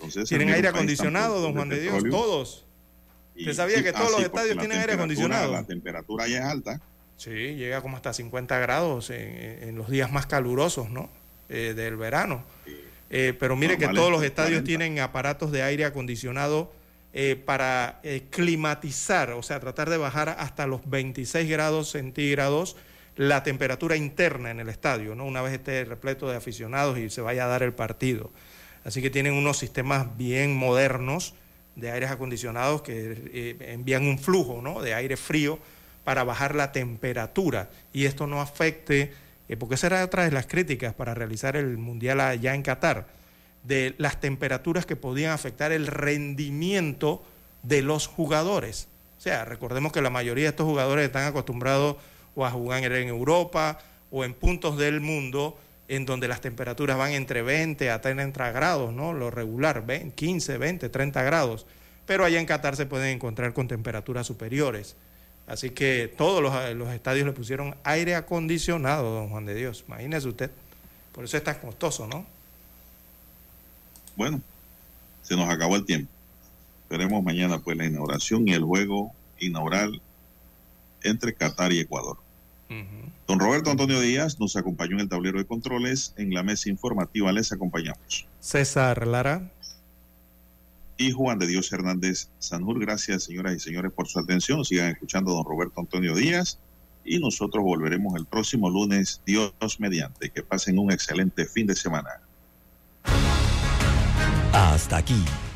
tienen aire acondicionado, don Juan de Dios, todos. ¿Usted sabía que todos los estadios tienen aire acondicionado? La temperatura ya es alta. Sí, llega como hasta 50 grados en los días más calurosos, ¿no? Del verano. Pero mire que todos los estadios tienen aparatos de aire acondicionado para climatizar, o sea, tratar de bajar hasta los 26 grados centígrados la temperatura interna en el estadio, ¿no? Una vez esté repleto de aficionados y se vaya a dar el partido. Así que tienen unos sistemas bien modernos de aires acondicionados que envían un flujo, ¿no?, de aire frío para bajar la temperatura y esto no afecte, porque esa era otra de las críticas para realizar el Mundial allá en Qatar, de las temperaturas que podían afectar el rendimiento de los jugadores. O sea, recordemos que la mayoría de estos jugadores están acostumbrados o a jugar en Europa o en puntos del mundo en donde las temperaturas van entre 20 a 30 grados, ¿no? Lo regular, 15, 20, 30 grados. Pero allá en Qatar se pueden encontrar con temperaturas superiores. Así que todos los estadios le pusieron aire acondicionado, don Juan de Dios. Imagínese usted. Por eso es tan costoso, ¿no? Bueno, se nos acabó el tiempo. Veremos mañana pues la inauguración y el juego inaugural entre Qatar y Ecuador. Don Roberto Antonio Díaz nos acompañó en el tablero de controles. En la mesa informativa les acompañamos César Lara y Juan de Dios Hernández Sanjur. Gracias, señoras y señores, por su atención. Sigan escuchando a don Roberto Antonio Díaz y nosotros volveremos el próximo lunes, Dios mediante. Que pasen un excelente fin de semana. Hasta aquí,